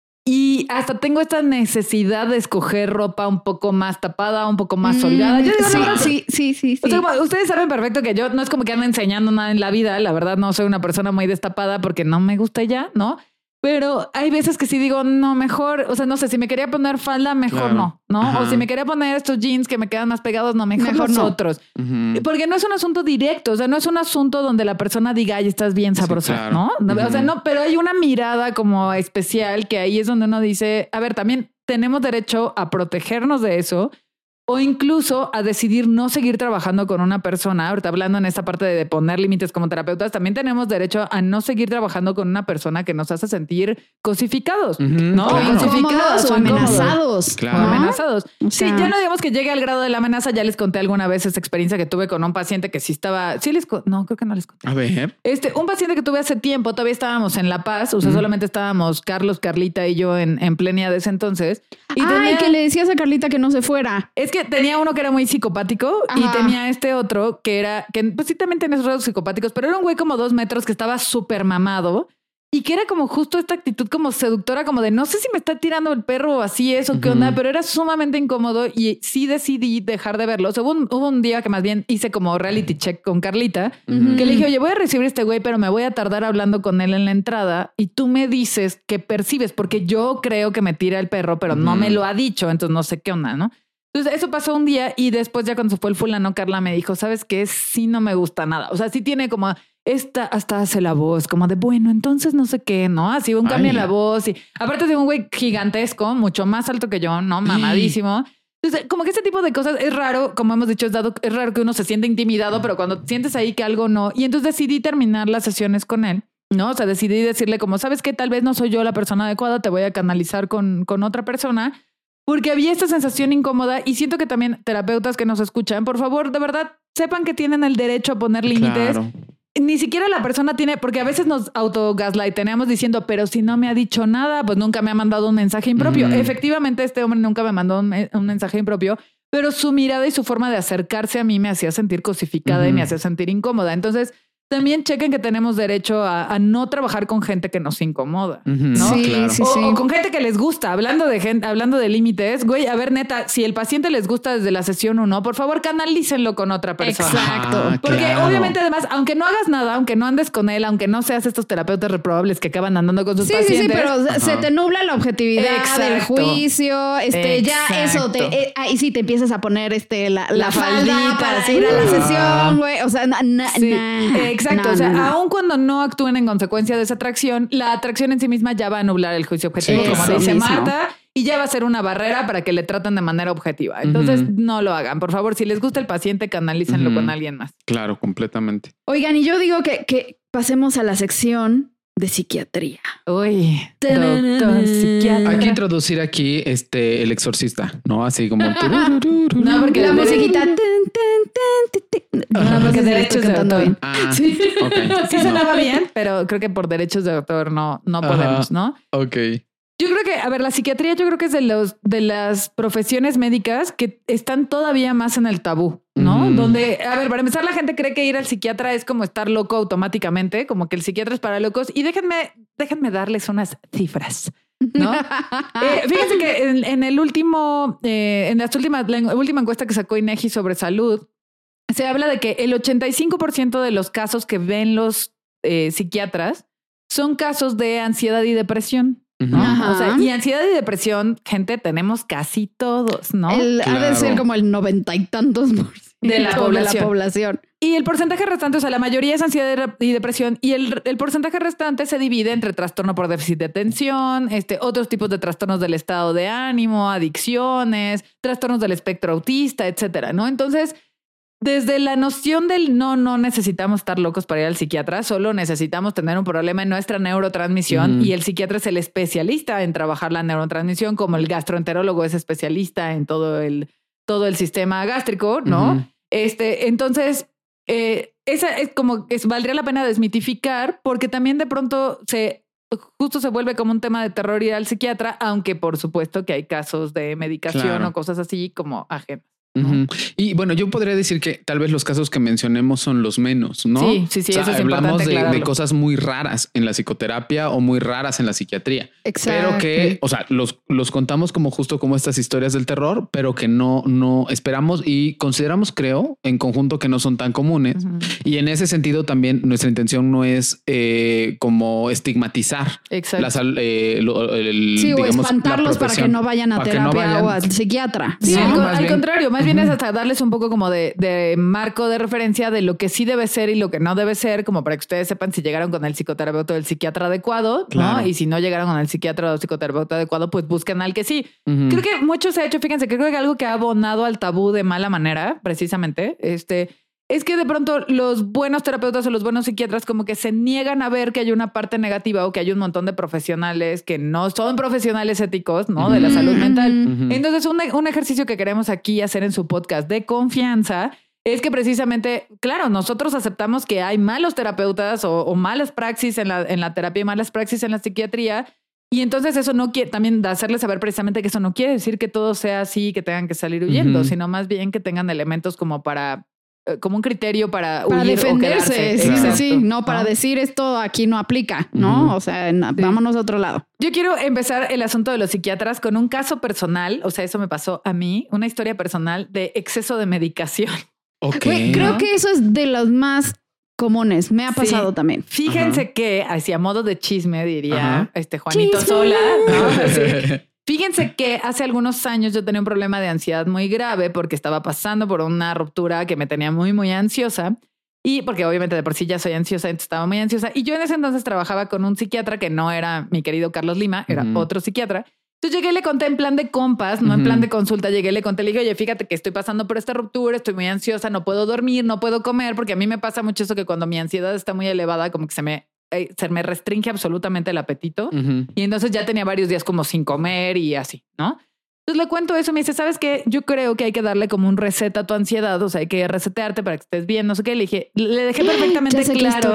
S3: Y hasta tengo esta necesidad de escoger ropa un poco más tapada, un poco más holgada. Yo digo,
S1: sí.
S3: O sea, ustedes saben perfecto que yo no es como que ando enseñando nada en la vida. La verdad, no soy una persona muy destapada porque no me gusta ya, ¿no? Pero hay veces que sí digo, no, mejor, o sea, no sé, si me quería poner falda, mejor no, ¿no? Ajá. O si me quería poner estos jeans que me quedan más pegados, no, mejor los otros. Porque no es un asunto directo, o sea, no es un asunto donde la persona diga, ay, estás bien sabrosa, sí, claro. ¿No? O sea, no, pero hay una mirada como especial que ahí es donde uno dice, a ver, también tenemos derecho a protegernos de eso. O incluso a decidir no seguir trabajando con una persona. Ahorita hablando en esta parte de poner límites como terapeutas, también tenemos derecho a no seguir trabajando con una persona que nos hace sentir cosificados, ¿no?
S1: Claro. Cosificados o amenazados.
S2: Claro.
S3: O amenazados.
S1: O sea,
S3: sí, ya no digamos que llegue al grado de la amenaza. Ya les conté alguna vez esta experiencia que tuve con un paciente que sí estaba... No, creo que no les conté.
S2: A ver.
S3: Un paciente que tuve hace tiempo, todavía estábamos en La Paz, o sea, solamente estábamos Carlos, Carlita y yo en plenia de ese entonces. Y
S1: que le decías a Carlita que no se fuera.
S3: Es que tenía uno que era muy psicopático. Ajá. Y tenía este otro que pues sí también tenía esos rasgos psicopáticos, pero era un güey como 2 metros que estaba súper mamado y que era como justo esta actitud como seductora, como de no sé si me está tirando el perro o así es o qué onda, pero era sumamente incómodo y sí decidí dejar de verlo. O sea, hubo un día que más bien hice como reality check con Carlita, que le dije, oye, voy a recibir a este güey, pero me voy a tardar hablando con él en la entrada y tú me dices qué percibes, porque yo creo que me tira el perro, pero no me lo ha dicho, entonces no sé qué onda, ¿no? Entonces eso pasó un día y después ya cuando se fue el fulano, Carla me dijo, ¿sabes qué? Sí no me gusta nada. O sea, sí tiene como hasta hace la voz como de, bueno, entonces no sé qué, ¿no? Así un cambio en la voz y aparte de un güey gigantesco, mucho más alto que yo, ¿no? Mamadísimo. Entonces, como que ese tipo de cosas es raro, como hemos dicho, es raro que uno se siente intimidado, pero cuando sientes ahí que algo no. Y entonces decidí terminar las sesiones con él, ¿no? O sea, decidí decirle como, ¿sabes qué? Tal vez no soy yo la persona adecuada, te voy a canalizar con otra persona. Porque había esta sensación incómoda y siento que también terapeutas que nos escuchan, por favor, de verdad, sepan que tienen el derecho a poner límites. Claro. Ni siquiera la persona tiene, porque a veces nos autogaslightamos diciendo, pero si no me ha dicho nada, pues nunca me ha mandado un mensaje impropio. Efectivamente, este hombre nunca me mandó un mensaje impropio, pero su mirada y su forma de acercarse a mí me hacía sentir cosificada y me hacía sentir incómoda. Entonces, también chequen que tenemos derecho a no trabajar con gente que nos incomoda, ¿no?
S1: Sí, claro. Sí.
S3: O con gente que les gusta. Hablando de límites, güey, a ver, neta, si el paciente les gusta desde la sesión 1, por favor, canalícenlo con otra persona.
S1: Exacto.
S3: Porque obviamente, además, aunque no hagas nada, aunque no andes con él, aunque no seas estos terapeutas reprobables que acaban andando con sus pacientes.
S1: Sí, pero se te nubla la objetividad del juicio. Ya eso, ahí sí te empiezas a poner la falda para ir a la sesión, güey. O sea,
S3: Exacto, no, o sea, no. Aun cuando no actúen en consecuencia de esa atracción, la atracción en sí misma ya va a anular el juicio objetivo, como dice Marta, y ya va a ser una barrera para que le traten de manera objetiva. Entonces, no lo hagan. Por favor, si les gusta el paciente, canalícenlo con alguien más.
S2: Claro, completamente.
S1: Oigan, y yo digo que pasemos a la sección de psiquiatría.
S3: Uy, doctor psiquiatra.
S2: Hay que introducir aquí el exorcista, ¿no? Así como...
S1: No, porque la musiquita...
S3: No, porque derechos de autor.
S1: Sí,
S2: okay.
S3: Sí sonaba bien, pero creo que por derechos de autor no podemos, ¿no?
S2: Ok.
S3: Yo creo que, a ver, la psiquiatría yo creo que es de las profesiones médicas que están todavía más en el tabú, ¿no? Donde, a ver, para empezar, la gente cree que ir al psiquiatra es como estar loco automáticamente, como que el psiquiatra es para locos. Y déjenme darles unas cifras, ¿no? Fíjense que la última encuesta que sacó INEGI sobre salud, se habla de que el 85% de los casos que ven los psiquiatras son casos de ansiedad y depresión. ¿no? O sea, y ansiedad y depresión, gente, tenemos casi todos, ¿no?
S1: Ha de ser como el 90 y tantos %
S3: de la
S1: población.
S3: Y el porcentaje restante, o sea, la mayoría es ansiedad y depresión, y el porcentaje restante se divide entre trastorno por déficit de atención, otros tipos de trastornos del estado de ánimo, adicciones, trastornos del espectro autista, etcétera, ¿no? Entonces, desde la noción del no necesitamos estar locos para ir al psiquiatra, solo necesitamos tener un problema en nuestra neurotransmisión y el psiquiatra es el especialista en trabajar la neurotransmisión, como el gastroenterólogo es especialista en todo el sistema gástrico, ¿no? Entonces, esa es como que valdría la pena desmitificar, porque también de pronto justo se vuelve como un tema de terror ir al psiquiatra, aunque por supuesto que hay casos de medicación o cosas así como ajenas. ¿no?
S2: Y bueno, yo podría decir que tal vez los casos que mencionemos son los menos, ¿no?
S3: Sí, o sea,
S2: eso es hablamos de cosas muy raras en la psicoterapia o muy raras en la psiquiatría.
S1: Exacto.
S2: Pero que, o sea, los contamos como justo como estas historias del terror, pero que no esperamos y consideramos, creo, en conjunto que no son tan comunes. Y en ese sentido también nuestra intención no es como estigmatizar.
S3: Exacto.
S1: O espantarlos para que no vayan a terapia o al psiquiatra.
S3: Sí, al contrario, más bien es hasta darles un poco como de marco de referencia de lo que sí debe ser y lo que no debe ser, como para que ustedes sepan si llegaron con el psicoterapeuta o el psiquiatra adecuado, ¿no? Y si no llegaron con el psiquiatra o psicoterapeuta adecuado, pues busquen al que sí. Creo que mucho se ha hecho, fíjense, que creo que algo que ha abonado al tabú de mala manera, precisamente, es que de pronto los buenos terapeutas o los buenos psiquiatras como que se niegan a ver que hay una parte negativa o que hay un montón de profesionales que no son profesionales éticos, ¿no? De la salud mental. Entonces, un ejercicio que queremos aquí hacer en su podcast de confianza es que precisamente, claro, nosotros aceptamos que hay malos terapeutas o malas praxis en la terapia y malas praxis en la psiquiatría. Y entonces eso no quiere, también hacerles saber precisamente que eso no quiere decir que todo sea así, que tengan que salir huyendo, sino más bien que tengan elementos como como un criterio para huir
S1: defenderse.
S3: O quedarse.
S1: Sí, no para decir esto aquí no aplica, ¿no? O sea, vámonos a otro lado.
S3: Yo quiero empezar el asunto de los psiquiatras con un caso personal, o sea, eso me pasó a mí, una historia personal de exceso de medicación.
S2: Okay.
S1: Creo que eso es de los más comunes. Me ha pasado también.
S3: Fíjense que, hacia modo de chisme, diría Juanito Sola, ¿no? Sí. Fíjense que hace algunos años yo tenía un problema de ansiedad muy grave porque estaba pasando por una ruptura que me tenía muy, muy ansiosa. Y porque obviamente de por sí ya soy ansiosa, entonces estaba muy ansiosa. Y yo en ese entonces trabajaba con un psiquiatra que no era mi querido Carlos Lima, era otro psiquiatra. Entonces llegué y le conté en plan de compas, no en plan de consulta. Llegué y le conté, le dije, oye, fíjate que estoy pasando por esta ruptura, estoy muy ansiosa, no puedo dormir, no puedo comer, porque a mí me pasa mucho eso que cuando mi ansiedad está muy elevada, como que se me restringe absolutamente el apetito. Y entonces ya tenía varios días como sin comer y así, ¿no? Entonces le cuento eso y me dice, ¿sabes qué? Yo creo que hay que darle como un reset a tu ansiedad, o sea, hay que resetearte para que estés bien, no sé qué. Le dejé perfectamente claro.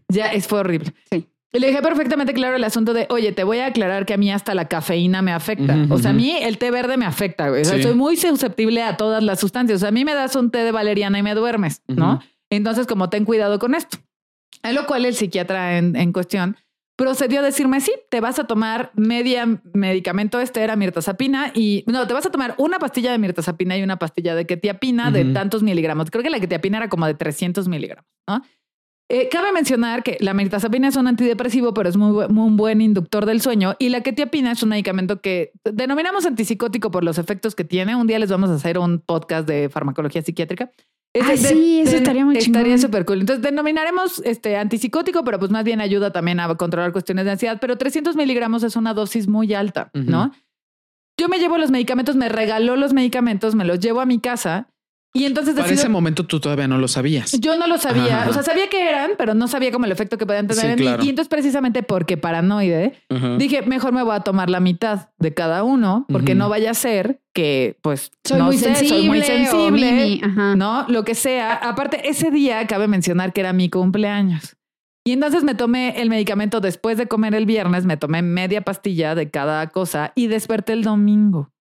S3: Fue horrible.
S1: Sí.
S3: Le dejé perfectamente claro el asunto de, oye, te voy a aclarar que a mí hasta la cafeína me afecta. O sea, a mí el té verde me afecta, güey. O sea, soy muy susceptible a todas las sustancias. O sea, a mí me das un té de valeriana y me duermes, ¿no? Entonces, como ten cuidado con esto. A lo cual el psiquiatra en cuestión procedió a decirme, sí, te vas a tomar media medicamento, era mirtazapina te vas a tomar una pastilla de mirtazapina y una pastilla de quetiapina de tantos miligramos. Creo que la quetiapina era como de 300 miligramos, ¿no? Cabe mencionar que la mirtazapina es un antidepresivo, pero es muy buen inductor del sueño, y la quetiapina es un medicamento que denominamos antipsicótico por los efectos que tiene. Un día les vamos a hacer un podcast de farmacología psiquiátrica.
S1: Eso estaría muy chingón.
S3: Estaría súper cool. Entonces denominaremos antipsicótico, pero pues más bien ayuda también a controlar cuestiones de ansiedad. Pero 300 miligramos es una dosis muy alta, ¿no? Yo me llevo los medicamentos, me regaló los medicamentos, me los llevo a mi casa. Y entonces
S2: para ese momento tú todavía no lo sabías.
S3: Yo no lo sabía. O sea, sabía que eran, pero no sabía como el efecto que podían tener en mí. Y entonces precisamente porque paranoide, dije, mejor me voy a tomar la mitad de cada uno, porque no vaya a ser que, pues,
S1: soy muy sensible,
S3: ¿no? Lo que sea. Aparte, ese día cabe mencionar que era mi cumpleaños. Y entonces me tomé el medicamento después de comer el viernes, me tomé media pastilla de cada cosa y desperté el domingo.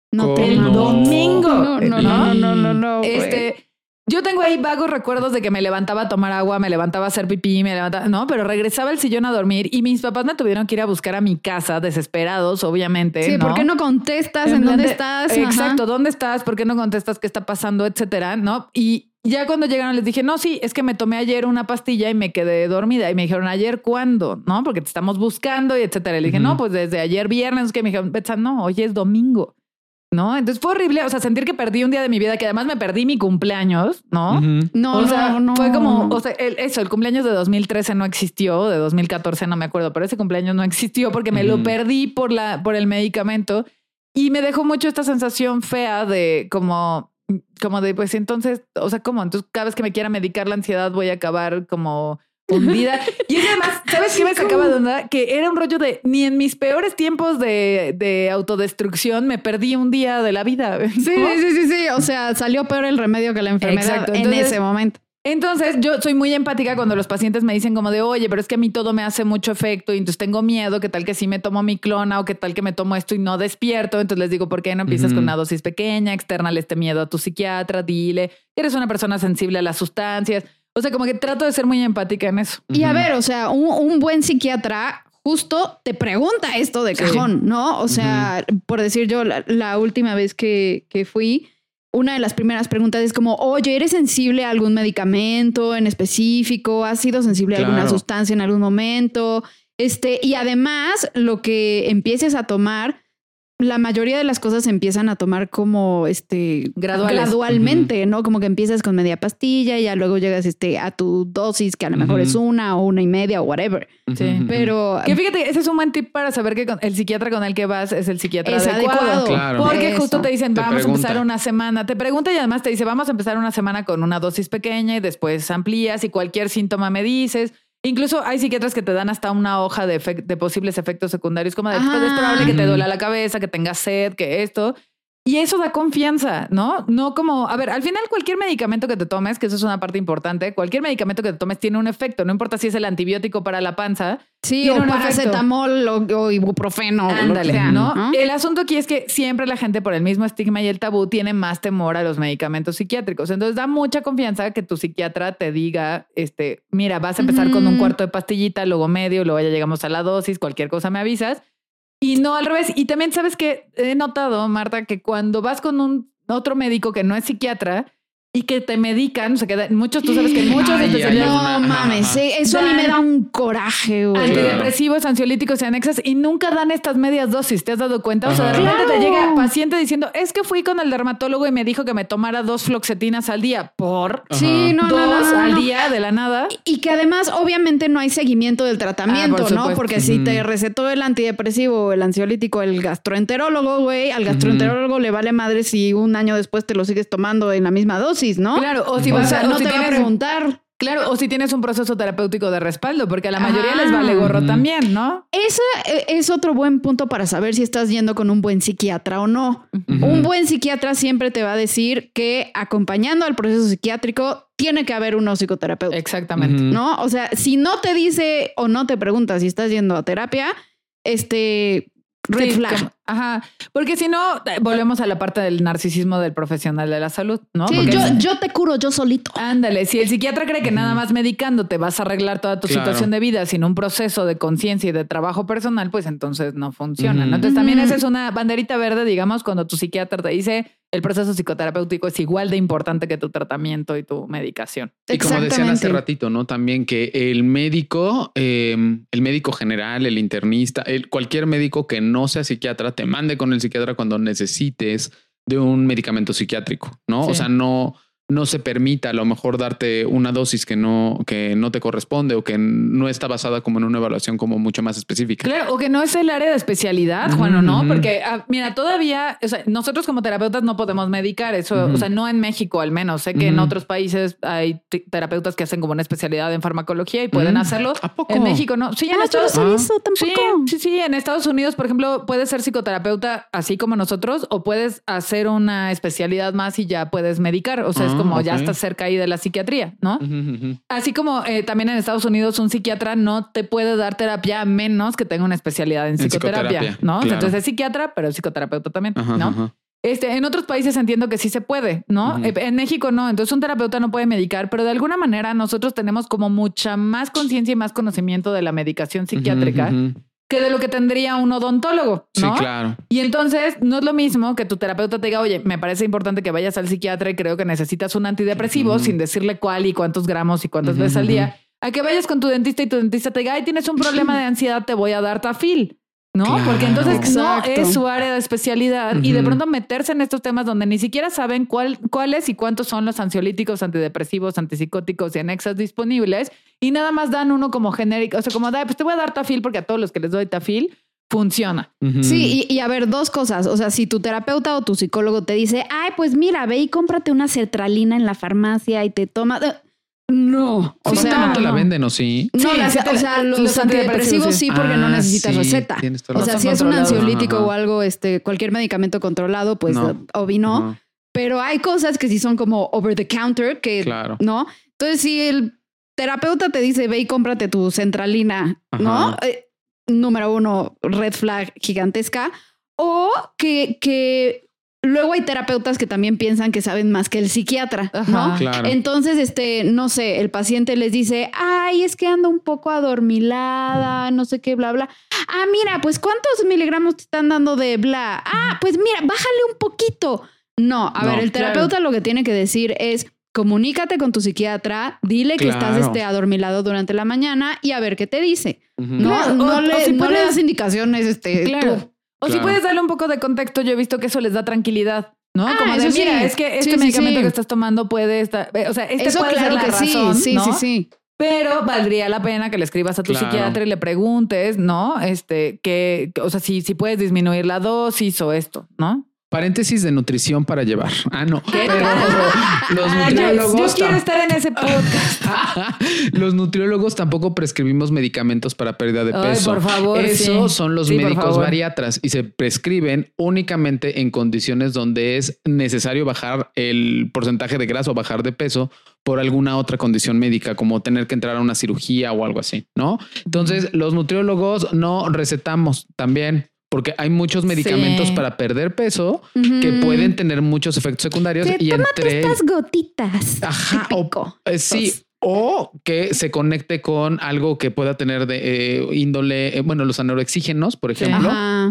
S3: Domingo. No. Yo tengo ahí vagos recuerdos de que me levantaba a tomar agua, me levantaba a hacer pipí, pero regresaba al sillón a dormir y mis papás me tuvieron que ir a buscar a mi casa desesperados, obviamente.
S1: Sí,
S3: ¿no?
S1: ¿Por qué no contestas? ¿En dónde estás?
S3: Exacto, ¿dónde estás? ¿Por qué no contestas? ¿Qué está pasando? Etcétera, ¿no? Y Y ya cuando llegaron les dije, no, sí, es que me tomé ayer una pastilla y me quedé dormida. Y me dijeron, ¿ayer cuándo? ¿No? Porque te estamos buscando y etcétera. Y le dije, no, pues desde ayer viernes. Que me dijeron, Betsa, no, hoy es domingo. ¿No? Entonces fue horrible. O sea, sentir que perdí un día de mi vida, que además me perdí mi cumpleaños, ¿no?
S1: No,
S3: o sea,
S1: no.
S3: Fue como, o sea, el cumpleaños de 2013 no existió, de 2014 no me acuerdo, pero ese cumpleaños no existió porque me lo perdí por el medicamento y me dejó mucho esta sensación fea de como de, pues entonces, o sea, ¿cómo? Entonces cada vez que me quiera medicar la ansiedad voy a acabar como hundida. Y además, ¿sabes qué me sacaba de onda? Que era un rollo de ni en mis peores tiempos de autodestrucción me perdí un día de la vida. ¿no?
S1: Sí. O sea, salió peor el remedio que la enfermedad.
S3: Exacto.
S1: Entonces, en ese momento.
S3: Entonces yo soy muy empática cuando los pacientes me dicen como de, oye, pero es que a mí todo me hace mucho efecto y entonces tengo miedo, qué tal que sí me tomo mi clona o qué tal que me tomo esto y no despierto. Entonces les digo, ¿por qué no empiezas con una dosis pequeña? Externale este miedo a tu psiquiatra, dile que eres una persona sensible a las sustancias. O sea, como que trato de ser muy empática en eso.
S1: Y a ver, o sea, un buen psiquiatra justo te pregunta esto de cajón, ¿no? O sea, por decir yo, la última vez que fui, una de las primeras preguntas es como, oye, ¿eres sensible a algún medicamento en específico? ¿Has sido sensible a alguna sustancia en algún momento? Y además, lo que empieces a tomar, la mayoría de las cosas se empiezan a tomar como gradualmente, ¿no? Como que empiezas con media pastilla y ya luego llegas a tu dosis, que a lo mejor es 1 o 1.5 o whatever.
S3: Sí.
S1: Pero
S3: que fíjate, ese es un buen tip para saber que el psiquiatra con el que vas es el psiquiatra adecuado.
S2: Claro.
S3: Porque justo te dicen, vamos a empezar una semana. Te pregunta y además te dice, vamos a empezar una semana con una dosis pequeña y después amplías y cualquier síntoma me dices. Incluso hay psiquiatras que te dan hasta una hoja de posibles efectos secundarios, como de es probable que te duela la cabeza, que tengas sed, que esto. Y eso da confianza, ¿no? No como, a ver, al final cualquier medicamento que te tomes, que eso es una parte importante, cualquier medicamento que te tomes tiene un efecto, no importa si es el antibiótico para la panza.
S1: Sí, o paracetamol o ibuprofeno.
S3: Ándale,
S1: sea,
S3: ¿no? El asunto aquí es que siempre la gente, por el mismo estigma y el tabú, tiene más temor a los medicamentos psiquiátricos. Entonces da mucha confianza que tu psiquiatra te diga, mira, vas a empezar con un cuarto de pastillita, luego medio, luego ya llegamos a la dosis, cualquier cosa me avisas. Y no al revés. Y también sabes que he notado, Marta, que cuando vas con otro médico que no es psiquiatra y que te medican, o sea, que muchos, tú sabes que muchos
S1: no mames, eso a mí me da un coraje, güey.
S3: Antidepresivos, ansiolíticos y anexas y nunca dan estas medias dosis, ¿te has dado cuenta? O sea, de repente te llega paciente diciendo, es que fui con el dermatólogo y me dijo que me tomara 2 fluoxetinas al día. ¿Por?
S1: Sí, no,
S3: 2 al día de la nada.
S1: Y que además, obviamente, no hay seguimiento del tratamiento, ¿no? Porque si te recetó el antidepresivo o el ansiolítico el gastroenterólogo, güey, al gastroenterólogo le vale madre si un año después te lo sigues tomando en la misma dosis, ¿no?
S3: Claro, o si vas a,
S1: no te va a preguntar.
S3: Claro, o si tienes un proceso terapéutico de respaldo, porque a la mayoría les vale gorro también, ¿no?
S1: Ese es otro buen punto para saber si estás yendo con un buen psiquiatra o no. Un buen psiquiatra siempre te va a decir que acompañando al proceso psiquiátrico tiene que haber unos psicoterapeutas.
S3: Exactamente.
S1: ¿No? O sea, si no te dice o no te pregunta si estás yendo a terapia, red flag.
S3: Porque si no, volvemos a la parte del narcisismo del profesional de la salud, ¿no?
S1: Sí, yo te curo yo solito.
S3: Ándale, si el psiquiatra cree que nada más medicando te vas a arreglar toda tu situación de vida sin un proceso de conciencia y de trabajo personal, pues entonces no funciona, ¿no? Entonces también esa es una banderita verde, digamos, cuando tu psiquiatra te dice el proceso psicoterapéutico es igual de importante que tu tratamiento y tu medicación.
S2: Y como decían hace ratito, ¿no? También que el médico general, el internista, cualquier médico que no sea psiquiatra te mande con el psiquiatra cuando necesites de un medicamento psiquiátrico, ¿no? Sí. O sea, no se permita a lo mejor darte una dosis que no te corresponde o que no está basada como en una evaluación como mucho más específica.
S3: Claro, o que no es el área de especialidad, Juan, ¿o no? Porque, mira, todavía, o sea, nosotros como terapeutas no podemos medicar eso, o sea, no en México al menos. Sé que en otros países hay terapeutas que hacen como una especialidad en farmacología y pueden hacerlo.
S2: ¿A poco?
S3: En México no. Sí, en Estados
S1: Unidos tampoco.
S3: Sí, en Estados Unidos, por ejemplo, puedes ser psicoterapeuta así como nosotros o puedes hacer una especialidad más y ya puedes medicar. O sea, es como ya estás cerca ahí de la psiquiatría, ¿no? Así como también en Estados Unidos un psiquiatra no te puede dar terapia a menos que tenga una especialidad en psicoterapia, ¿no? Claro. Entonces es psiquiatra, pero es psicoterapeuta también, ¿no? En otros países entiendo que sí se puede, ¿no? En México no. Entonces un terapeuta no puede medicar, pero de alguna manera nosotros tenemos como mucha más conciencia y más conocimiento de la medicación psiquiátrica que de lo que tendría un odontólogo, ¿no?
S2: Sí, claro.
S3: Y entonces no es lo mismo que tu terapeuta te diga, oye, me parece importante que vayas al psiquiatra y creo que necesitas un antidepresivo sin decirle cuál y cuántos gramos y cuántas veces al día, a que vayas con tu dentista y tu dentista te diga, ay, tienes un problema de ansiedad, te voy a dar Tafil. ¿No?
S2: Claro.
S3: Porque entonces
S1: Exacto.
S3: no es su área de especialidad y de pronto meterse en estos temas donde ni siquiera saben cuáles y cuántos son los ansiolíticos, antidepresivos, antipsicóticos y anexas disponibles y nada más dan uno como genérico, o sea, como, pues te voy a dar Tafil porque a todos los que les doy Tafil funciona.
S1: Sí, y a ver, dos cosas. O sea, si tu terapeuta o tu psicólogo te dice, ay, pues mira, ve y cómprate una sertralina en la farmacia y te toma... No, o sea,
S2: no te la venden, ¿o sí?
S1: No,
S3: Sí,
S1: o sea, los antidepresivos sí, porque no necesitas receta. O sea, si es un ansiolítico o algo, cualquier medicamento controlado, pues obvio no. Pero hay cosas que sí son como over the counter, que no. Entonces, si el terapeuta te dice, ve y cómprate tu centralina, ¿no? Número uno, red flag gigantesca. O que luego hay terapeutas que también piensan que saben más que el psiquiatra, ¿no?
S2: Claro.
S1: Entonces, no sé, el paciente les dice, ay, es que ando un poco adormilada, no sé qué, bla, bla. Ah, mira, pues ¿cuántos miligramos te están dando de bla? Ah, pues mira, bájale un poquito. No, a ver, el terapeuta lo que tiene que decir es, comunícate con tu psiquiatra, dile que estás adormilado durante la mañana y a ver qué te dice. No le das indicaciones, tú.
S3: O si puedes darle un poco de contexto, yo he visto que eso les da tranquilidad, ¿no? Como de, mira, es que este medicamento que estás tomando puede estar... O sea, eso puede ser la razón, ¿no? Sí. Pero valdría la pena que le escribas a tu psiquiatra y le preguntes, ¿no? Que, o sea, si puedes disminuir la dosis o esto, ¿no?
S2: Paréntesis de nutrición para llevar. No. Pero los nutriólogos...
S3: Yo quiero estar en ese podcast.
S2: Los nutriólogos tampoco prescribimos medicamentos para pérdida de peso.
S3: Por favor.
S2: Esos son los médicos bariatras y se prescriben únicamente en condiciones donde es necesario bajar el porcentaje de grasa o bajar de peso por alguna otra condición médica, como tener que entrar a una cirugía o algo así, ¿no? Entonces, los nutriólogos no recetamos también. Porque hay muchos medicamentos para perder peso que pueden tener muchos efectos secundarios.
S1: Y tómate estas gotitas.
S2: Ajá. Sí. O que se conecte con algo que pueda tener de índole, los anorexígenos, por ejemplo,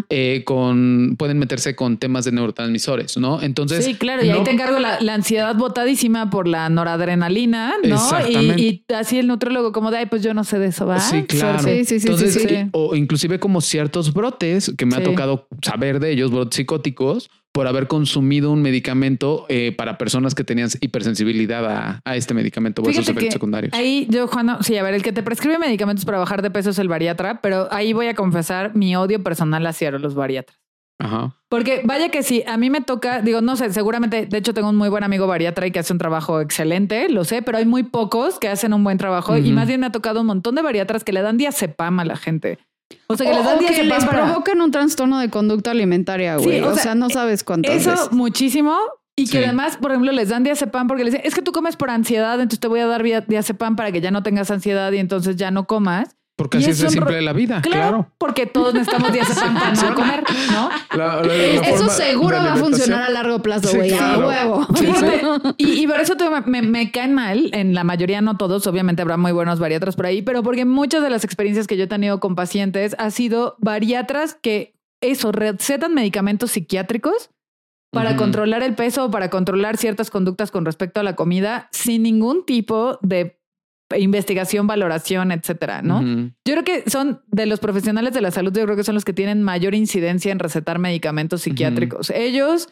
S2: pueden meterse con temas de neurotransmisores, ¿no? Entonces...
S3: Sí, claro. Y ahí te encargo la ansiedad botadísima por la noradrenalina, ¿no? Y así el nutriólogo como de, ay, pues yo no sé de eso, ¿va?
S2: Sí, claro.
S1: Sí.
S2: Entonces, o inclusive como ciertos brotes que me ha tocado saber de ellos, brotes psicóticos, por haber consumido un medicamento para personas que tenían hipersensibilidad a este medicamento o esos efectos secundarios.
S3: Ahí yo, Juan, el que te prescribe medicamentos para bajar de peso es el bariatra, pero ahí voy a confesar mi odio personal hacia los bariatras.
S2: Ajá.
S3: Porque vaya que sí, a mí me toca, no sé, seguramente, de hecho tengo un muy buen amigo bariatra y que hace un trabajo excelente, lo sé, pero hay muy pocos que hacen un buen trabajo y más bien me ha tocado un montón de bariatras que le dan diazepam a la gente. O sea, que les dan
S1: que les provocan un trastorno de conducta alimentaria, güey. Sí, o sea, no sabes cuántas
S3: eso
S1: veces.
S3: Muchísimo. Y que además, por ejemplo, les dan diazepam porque les dicen, es que tú comes por ansiedad, entonces te voy a dar diazepam para que ya no tengas ansiedad y entonces ya no comas.
S2: Porque así es simple la vida, claro.
S3: Porque todos necesitamos diazepam para no comer, ¿no?
S1: Eso seguro va a funcionar a largo plazo, güey. A huevo.
S3: Y por eso me caen mal, en la mayoría, no todos, obviamente habrá muy buenos bariatras por ahí, pero porque muchas de las experiencias que yo he tenido con pacientes ha sido bariatras que recetan medicamentos psiquiátricos para controlar el peso o para controlar ciertas conductas con respecto a la comida sin ningún tipo de investigación, valoración, etcétera, ¿no? Yo creo que son de los profesionales de la salud, yo creo que son los que tienen mayor incidencia en recetar medicamentos psiquiátricos. Ellos,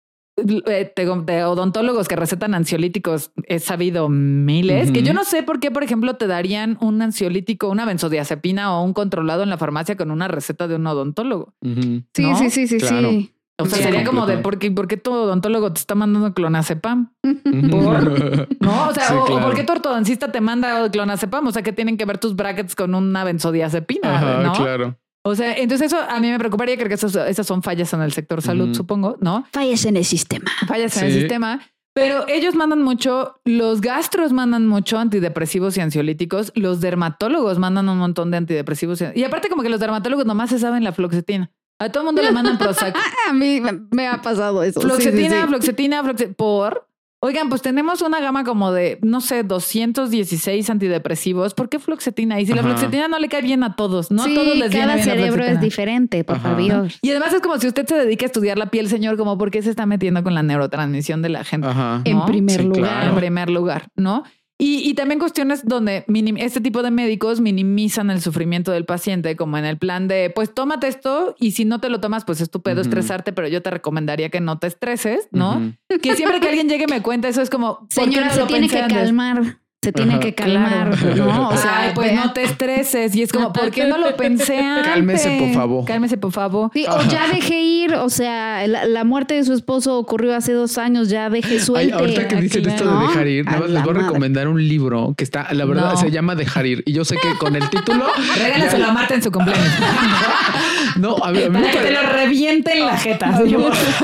S3: de odontólogos que recetan ansiolíticos, he sabido miles, que yo no sé por qué, por ejemplo, te darían un ansiolítico, una benzodiazepina o un controlado en la farmacia con una receta de un odontólogo.
S1: Sí, ¿no? Sí. Claro.
S3: O sea, sería como de ¿por qué tu odontólogo te está mandando clonazepam? ¿No? O sea, o ¿por qué tu ortodoncista te manda clonazepam? O sea, que tienen que ver tus brackets con una benzodiazepina, ¿no?
S2: Claro.
S3: O sea, entonces eso a mí me preocuparía. Creo que esas son fallas en el sector salud, supongo, ¿no?
S1: Fallas en el sistema.
S3: En el sistema. Pero ellos mandan mucho, los gastros mandan mucho antidepresivos y ansiolíticos, los dermatólogos mandan un montón de antidepresivos. Y aparte como que los dermatólogos nomás se saben la fluoxetina. A todo el mundo le mandan Prozac.
S1: A mí me ha pasado eso.
S3: Fluoxetina, fluoxetina, ¿por? oigan, pues tenemos una gama como de, no sé, 216 antidepresivos. ¿Por qué fluoxetina? Y si la fluoxetina no le cae bien a todos, no a todos les viene bien.
S1: Cada cerebro es diferente, por favor.
S3: Y además es como si usted se dedica a estudiar la piel, señor, como por qué se está metiendo con la neurotransmisión de la gente.
S2: Ajá.
S3: ¿no?
S1: En primer lugar.
S2: Claro.
S3: En primer lugar, ¿no? Y también cuestiones donde este tipo de médicos minimizan el sufrimiento del paciente, como en el plan de, pues tómate esto y si no te lo tomas, pues es tu pedo estresarte, pero yo te recomendaría que no te estreses, ¿no? Que siempre que alguien llegue y me cuenta eso es como,
S1: señora,
S3: no
S1: se tiene que calmar. Se tiene que calmar, ¿no?
S3: O sea, pues no te estreses. Y es como, ¿por qué no lo pensé antes?
S2: Cálmese, por favor.
S3: Cálmese, por favor.
S1: Sí, o ya dejé ir, o sea, la muerte de su esposo ocurrió hace 2 años, ya deje suelte.
S2: Ahorita que dicen esto de dejar ir, nada más les voy a recomendar un libro que está, la verdad, se llama Dejar ir. Y yo sé que con el título...
S3: Regálaselo a Marta en su cumpleaños.
S2: No, a mí
S3: para que te lo reviente en la jeta.
S2: A mí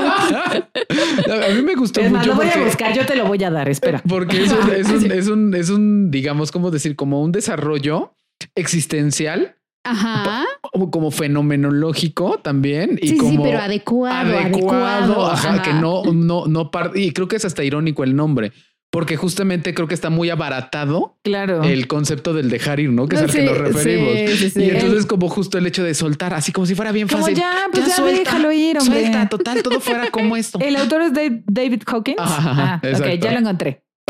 S2: me gustó mucho.
S3: Lo voy a buscar, yo te lo voy a dar, espera.
S2: Porque es un, digamos, ¿cómo decir? Como un desarrollo existencial.
S1: Ajá.
S2: Como fenomenológico también. Y
S1: sí,
S2: como
S1: sí, pero adecuado.
S2: Ajá, que no y creo que es hasta irónico el nombre. Porque justamente creo que está muy abaratado el concepto del dejar ir, ¿no? Que es al que nos referimos. Sí. Y entonces como justo el hecho de soltar, así como si fuera bien fácil.
S3: Como ya suelta, déjalo ir, hombre.
S2: Suelta, total, todo fuera como esto.
S3: El autor es David Hawkins.
S2: Ajá,
S3: ok, ya lo encontré. No,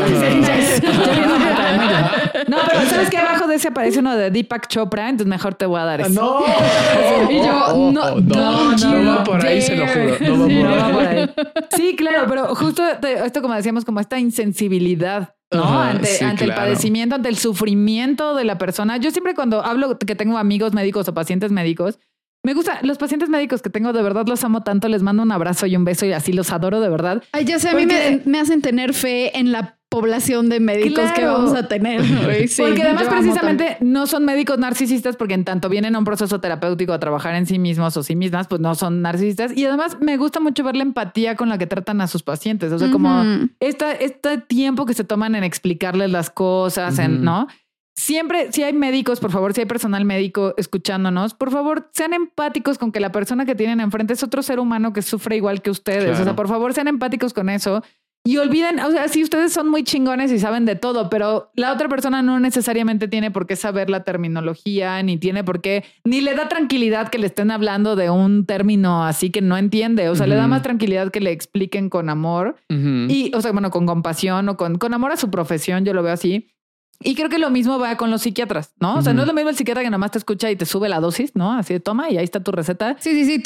S3: pero ¿sabes que abajo de ese aparece uno de Deepak Chopra? Entonces mejor te voy a dar eso.
S2: No.
S3: Y yo, no
S2: va por ahí, se lo juro. No va por ahí.
S3: Sí, claro, pero justo esto, como decíamos, como esta insensibilidad, ¿no? Ante el padecimiento, ante el sufrimiento de la persona. Yo siempre cuando hablo que tengo amigos médicos o pacientes médicos, me gusta, los pacientes médicos que tengo, de verdad los amo tanto, les mando un abrazo y un beso y así los adoro de verdad.
S1: Ay, ya sé, a mí me hacen tener fe en la población de médicos que vamos a tener.
S3: Sí, porque además precisamente no son médicos narcisistas porque en tanto vienen a un proceso terapéutico a trabajar en sí mismos o sí mismas, pues no son narcisistas. Y además me gusta mucho ver la empatía con la que tratan a sus pacientes. O sea, como este tiempo que se toman en explicarles las cosas, ¿no? Siempre, si hay médicos, por favor, si hay personal médico escuchándonos, por favor, sean empáticos con que la persona que tienen enfrente es otro ser humano que sufre igual que ustedes. Claro. O sea, por favor, sean empáticos con eso. Y olviden, o sea, sí, ustedes son muy chingones y saben de todo, pero la otra persona no necesariamente tiene por qué saber la terminología, ni tiene por qué, ni le da tranquilidad que le estén hablando de un término así que no entiende. O sea, le da más tranquilidad que le expliquen con amor y, o sea, bueno, con compasión o con amor a su profesión, yo lo veo así. Y creo que lo mismo va con los psiquiatras, ¿no? O sea, no es lo mismo el psiquiatra que nomás te escucha y te sube la dosis, ¿no? Así de toma y ahí está tu receta.
S1: Sí,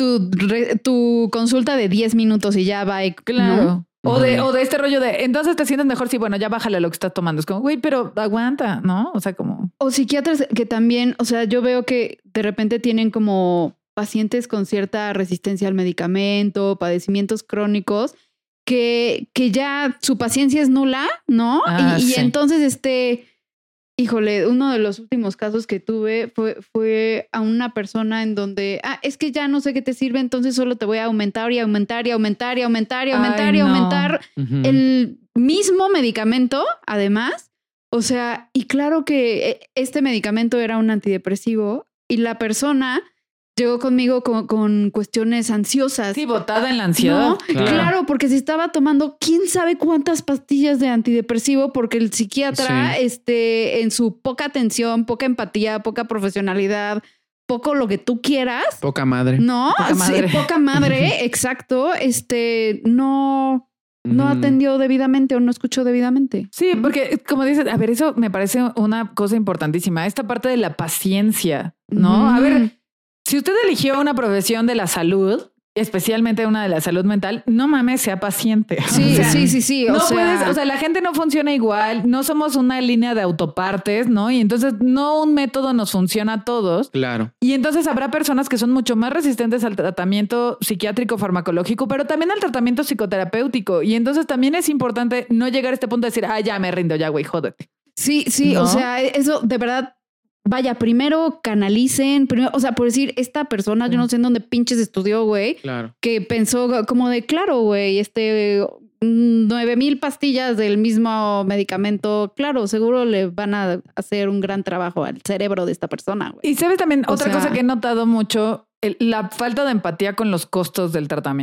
S1: tu consulta de 10 minutos y ya va.
S3: Claro. ¿No? O de este rollo de, entonces te sientes mejor, sí, bueno, ya bájale lo que estás tomando. Es como, güey, pero aguanta, ¿no? O sea, como...
S1: O psiquiatras que también, o sea, yo veo que de repente tienen como pacientes con cierta resistencia al medicamento, padecimientos crónicos, que ya su paciencia es nula, ¿no? Y entonces híjole, uno de los últimos casos que tuve fue a una persona en donde, es que ya no sé qué te sirve, entonces solo te voy a aumentar y aumentar y aumentar y aumentar y aumentar y aumentar el mismo medicamento, además. O sea, y claro que este medicamento era un antidepresivo y la persona llegó conmigo con cuestiones ansiosas.
S3: Sí, botada en la ansiedad.
S1: ¿No? Claro, porque se estaba tomando quién sabe cuántas pastillas de antidepresivo porque el psiquiatra, en su poca atención, poca empatía, poca profesionalidad, poco lo que tú quieras.
S2: Poca madre.
S1: No, poca madre, exacto. No atendió debidamente o no escuchó debidamente.
S3: Sí, porque como dices, a ver, eso me parece una cosa importantísima. Esta parte de la paciencia, ¿no? A ver, si usted eligió una profesión de la salud, especialmente una de la salud mental, no mames, sea paciente.
S1: Sí, sí.
S3: O sea, la gente no funciona igual, no somos una línea de autopartes, ¿no? Y entonces no un método nos funciona a todos.
S2: Claro.
S3: Y entonces habrá personas que son mucho más resistentes al tratamiento psiquiátrico farmacológico, pero también al tratamiento psicoterapéutico. Y entonces también es importante no llegar a este punto de decir, ya me rindo, ya güey, jódete.
S1: Sí, ¿no? O sea, eso de verdad... Vaya, primero canalicen, o sea, por decir, esta persona, yo no sé en dónde pinches estudió, güey,
S2: claro,
S1: que pensó como de, claro, güey, 9,000 pastillas del mismo medicamento, claro, seguro le van a hacer un gran trabajo al cerebro de esta persona, güey.
S3: Y sabes también, otra cosa que he notado mucho, la falta de empatía con los costos del tratamiento.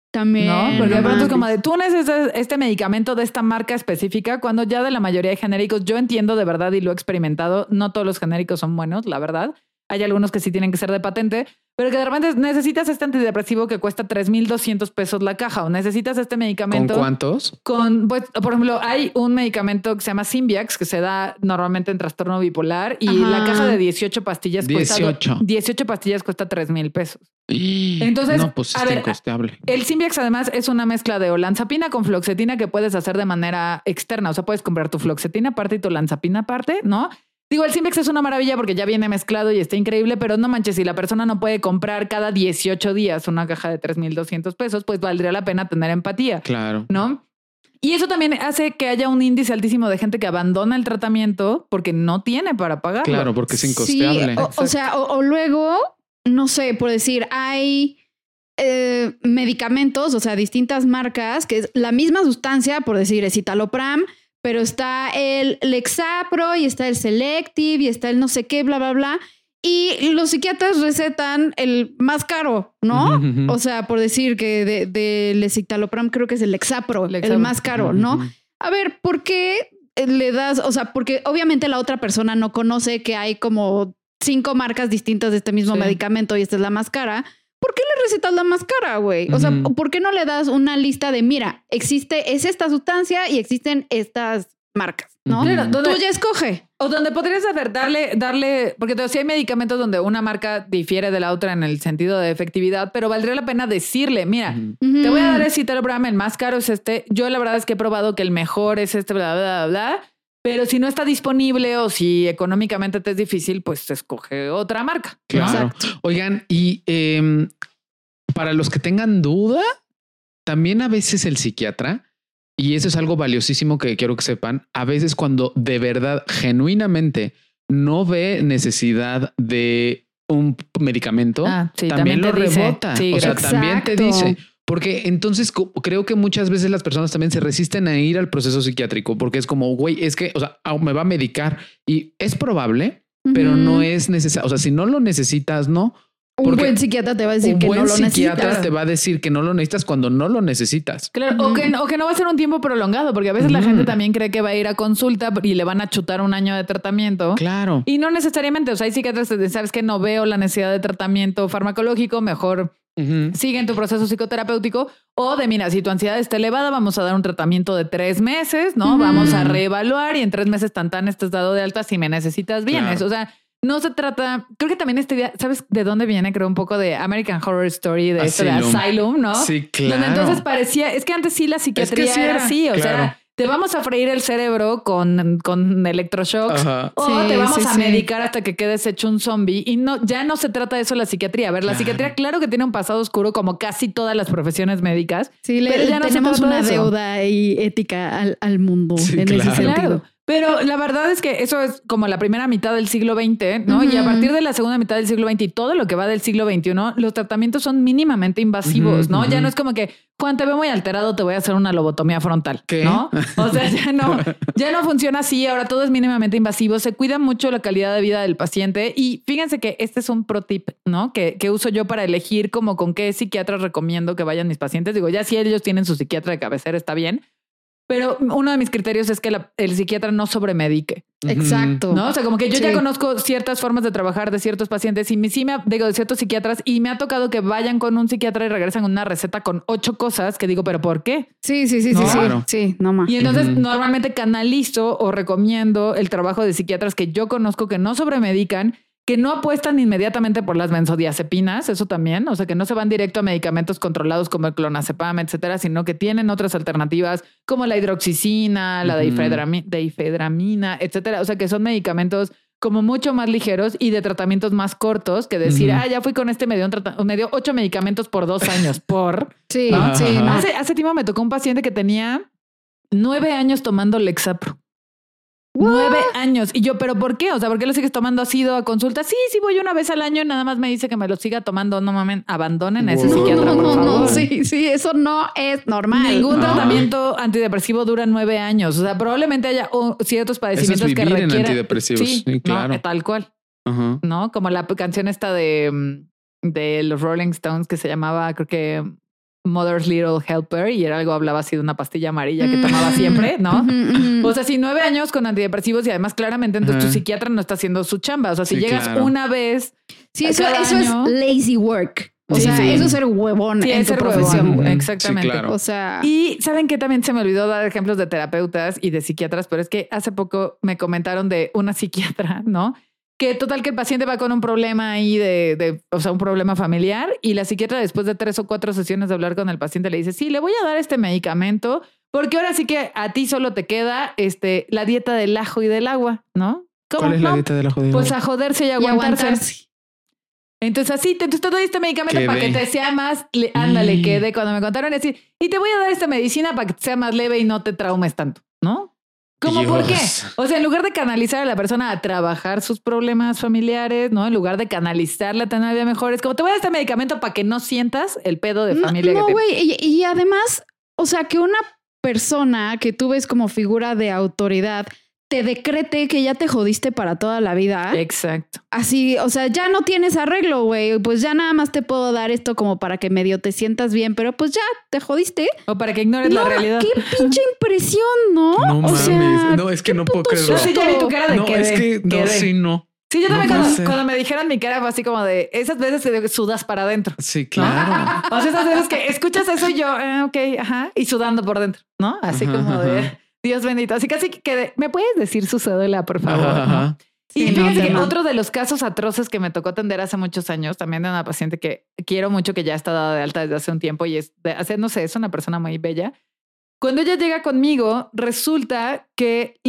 S1: También.
S3: ¿No? Porque de
S1: no
S3: pronto es como
S1: mames.
S3: de tú necesitas este medicamento de esta marca específica, cuando ya de la mayoría de genéricos, yo entiendo de verdad y lo he experimentado, no todos los genéricos son buenos, la verdad. Hay algunos que sí tienen que ser de patente, pero que de repente necesitas este antidepresivo que cuesta 3,200 pesos la caja o necesitas este medicamento.
S2: ¿Con cuántos?
S3: Pues, por ejemplo, hay un medicamento que se llama Symbiax que se da normalmente en trastorno bipolar y
S1: Ajá.
S3: la caja de 18 pastillas
S2: 18.
S3: 18 pastillas cuesta 3,000 pesos. Entonces,
S2: no, pues
S3: a
S2: está
S3: ver,
S2: incosteable.
S3: El Symbiax además es una mezcla de olanzapina con fluoxetina que puedes hacer de manera externa. O sea, puedes comprar tu fluoxetina aparte y tu olanzapina aparte, ¿no? Digo, el Symbiax es una maravilla porque ya viene mezclado y está increíble, pero no manches, si la persona no puede comprar cada 18 días una caja de 3,200 pesos, pues valdría la pena tener empatía,
S2: Claro.
S3: ¿no? Y eso también hace que haya un índice altísimo de gente que abandona el tratamiento porque no tiene para pagarlo.
S2: Claro, porque es incosteable.
S1: Sí, o sea, o luego, no sé, por decir, hay medicamentos, o sea, distintas marcas, que es la misma sustancia, por decir, es citalopram, pero está el Lexapro y está el Selective y está el no sé qué, bla, bla, bla. Y los psiquiatras recetan el más caro, ¿no?
S2: Ujú, ujú.
S1: O sea, por decir que del citalopram creo que es el Lexapro, el más caro, ¿no?
S2: Ujú.
S1: A ver, ¿por qué le das? O sea, porque obviamente la otra persona no conoce que hay como 5 marcas distintas de este mismo
S3: Sí.
S1: medicamento y esta es la más cara. ¿Por qué le recetas la más cara, güey? O sea,
S2: Ujú.
S1: ¿por qué no le das una lista de, mira, es esta sustancia y existen estas marcas, ¿no?
S2: Ujú.
S3: Claro,
S1: Tú
S3: donde-
S1: ya escoge.
S3: O donde podrías hacer, darle, porque si hay medicamentos donde una marca difiere de la otra en el sentido de efectividad, pero valdría la pena decirle, mira,
S2: Ujú.
S3: te voy a dar el citalopram, el más caro es este. Yo la verdad es que he probado que el mejor es este, bla, bla, bla, bla. Pero si no está disponible o si económicamente te es difícil, pues escoge otra marca. ¿no?
S2: Claro. Oigan, y para los que tengan duda, también a veces el psiquiatra, y eso es algo valiosísimo que quiero que sepan, a veces cuando de verdad, genuinamente, no ve necesidad de un medicamento,
S3: Ah, sí,
S2: también lo
S3: te dice.
S2: rebota.
S3: Sí,
S2: o sea,
S3: gracias.
S2: también te
S1: Exacto.
S2: dice. Porque entonces creo que muchas veces las personas también se resisten a ir al proceso psiquiátrico porque es como, güey, es que, o sea, me va a medicar y es probable, pero
S1: Ujú.
S2: no es necesario. O sea, si no lo necesitas, no.
S1: Un
S2: Porque
S1: buen psiquiatra te va a decir
S2: un
S1: que
S2: buen
S1: no lo
S2: psiquiatra
S1: necesitas.
S2: te va a decir que no lo necesitas cuando no lo necesitas.
S3: Claro,
S1: Ujú.
S3: o que no va a ser un tiempo prolongado, porque a veces la
S2: Ujú.
S3: gente también cree que va a ir a consulta y le van a chutar un año de tratamiento.
S2: Claro.
S3: Y no necesariamente, o sea, hay psiquiatras que dicen, sabes que no veo la necesidad de tratamiento farmacológico, mejor
S2: Ujú.
S3: sigue en tu proceso psicoterapéutico o de, mira, si tu ansiedad está elevada, vamos a dar un tratamiento de 3 meses, ¿no?
S1: Ujú.
S3: Vamos a reevaluar y en 3 meses tan estás dado de alta si me necesitas vienes.
S2: Claro.
S3: O sea, no se trata, creo que también esta idea, ¿sabes de dónde viene? Creo un poco de American Horror Story, de esto de Asylum, ¿no?
S2: Sí, claro.
S3: Donde entonces parecía, es que antes sí la psiquiatría
S2: sí
S3: era
S2: era,
S3: así, o sea,
S2: claro.
S3: era, te vamos a freír el cerebro con electroshocks
S2: Ajá.
S3: o
S1: Sí,
S3: te vamos
S1: sí,
S3: a
S1: sí.
S3: medicar hasta que quedes hecho un zombie. Y no, ya no se trata de eso la psiquiatría. A ver, la
S2: Claro.
S3: psiquiatría claro que tiene un pasado oscuro como casi todas las profesiones médicas.
S1: Sí,
S3: Pero ya no se
S1: tenemos
S3: trata de
S1: una
S3: eso.
S1: deuda y ética al mundo
S2: Sí,
S1: en
S2: claro.
S1: ese sentido.
S3: Claro. Pero la verdad es que eso es como la primera mitad del siglo XX, ¿no?
S1: Ujú.
S3: Y a partir de la segunda mitad del siglo XX y todo lo que va del siglo XXI, los tratamientos son mínimamente invasivos,
S2: Ujú,
S3: ¿no?
S2: ujú.
S3: Ya no es como que, Juan, te veo muy alterado, te voy a hacer una lobotomía frontal,
S2: ¿Qué?
S3: ¿no? O sea, ya no funciona así. Ahora todo es mínimamente invasivo. Se cuida mucho la calidad de vida del paciente. Y fíjense que este es un pro tip, ¿no? Que uso yo para elegir como con qué psiquiatra recomiendo que vayan mis pacientes. Digo, ya si ellos tienen su psiquiatra de cabecera, está bien. Pero uno de mis criterios es que el psiquiatra no sobremedique,
S2: Ujú.
S1: Exacto.
S3: ¿no? O sea, como que yo ya
S1: Sí.
S3: conozco ciertas formas de trabajar de ciertos pacientes y de ciertos psiquiatras y me ha tocado que vayan con un psiquiatra y regresan con una receta con 8 cosas que digo, ¿pero por qué?
S1: Sí, sí, sí,
S3: No.
S1: sí, sí.
S2: Claro.
S1: Sí, no más.
S3: Y entonces
S2: Ujú.
S3: normalmente canalizo o recomiendo el trabajo de psiquiatras que yo conozco que no sobremedican, que no apuestan inmediatamente por las benzodiazepinas, eso también, o sea, que no se van directo a medicamentos controlados como el clonazepam, etcétera, sino que tienen otras alternativas como la hidroxicina, la
S2: Ujú.
S3: difedramina, etcétera, o sea, que son medicamentos como mucho más ligeros y de tratamientos más cortos que decir,
S2: Ujú.
S3: ya fui con este, me dio 8 medicamentos por 2 años,
S1: Sí,
S2: Ajá.
S1: sí. no.
S3: Hace tiempo me tocó un paciente que tenía 9 años tomando Lexapro. 9 años. Y yo, ¿pero por qué? O sea, ¿por qué lo sigues tomando? ¿Has ido a consulta? Sí, voy una vez al año y nada más me dice que me lo siga tomando. No mamen, abandonen a ese
S2: Wow.
S3: psiquiatra, por favor.
S1: Sí, sí, eso no es normal.
S3: Ningún
S2: No.
S3: tratamiento antidepresivo dura 9 años. O sea, probablemente haya ciertos padecimientos que
S2: vivir en
S3: requieran
S2: antidepresivos. Sí, claro.
S3: no, tal cual,
S2: Ajá.
S3: ¿no? Como la canción esta de los Rolling Stones que se llamaba, creo que Mother's Little Helper y era algo, hablaba así de una pastilla amarilla que tomaba siempre, ¿no? O sea, si 9 años con antidepresivos y además claramente entonces tu psiquiatra no está haciendo su chamba. O sea, si llegas una vez.
S1: Sí, eso es lazy work. O sea, eso es ser huevón en tu profesión.
S3: Exactamente.
S2: Sí, claro.
S1: O sea,
S3: y saben que también se me olvidó dar ejemplos de terapeutas y de psiquiatras, pero es que hace poco me comentaron de una psiquiatra, ¿no? Que total que el paciente va con un problema ahí o sea, un problema familiar y la psiquiatra después de 3 o 4 sesiones de hablar con el paciente le dice, sí, le voy a dar este medicamento porque ahora sí que a ti solo te queda la dieta del ajo y del agua, ¿no?
S2: ¿Cómo? ¿Cuál es la dieta del ajo y del agua?
S3: Pues a joderse y aguantarse. Entonces así, entonces te doy este medicamento para que te sea más, ándale, quede. Cuando me contaron decir, y te voy a dar esta medicina para que te sea más leve y no te traumes tanto, ¿no? ¿Cómo por qué? O sea, en lugar de canalizar a la persona a trabajar sus problemas familiares, ¿no? En lugar de canalizarla a tener una vida mejor, es como te voy a dar este medicamento para que no sientas el pedo de familia que
S1: güey, y además, o sea, que una persona que tú ves como figura de autoridad te decrete que ya te jodiste para toda la vida.
S3: Exacto.
S1: Así, o sea, ya no tienes arreglo, güey. Pues ya nada más te puedo dar esto como para que medio te sientas bien, pero pues ya te jodiste.
S3: O para que ignores la realidad.
S1: Qué pinche impresión, ¿no?
S2: No mames.
S1: Sea,
S2: no, es que no puedo creerlo.
S3: Yo sí ya vi tu cara de
S2: no, es que no, sí, no.
S3: Sí, yo también cuando me dijeron mi cara fue así como de esas veces que sudas para adentro.
S2: Sí, claro.
S3: O sea, esas veces que escuchas eso y yo, ok, ajá, y sudando por dentro, ¿no? Así como de Dios bendito. Así casi que ¿me puedes decir su cédula, por favor? ¿No? Sí, y fíjense que otro de los casos atroces que me tocó atender hace muchos años, también de una paciente que quiero mucho, que ya está dada de alta desde hace un tiempo y es una persona muy bella. Cuando ella llega conmigo, resulta que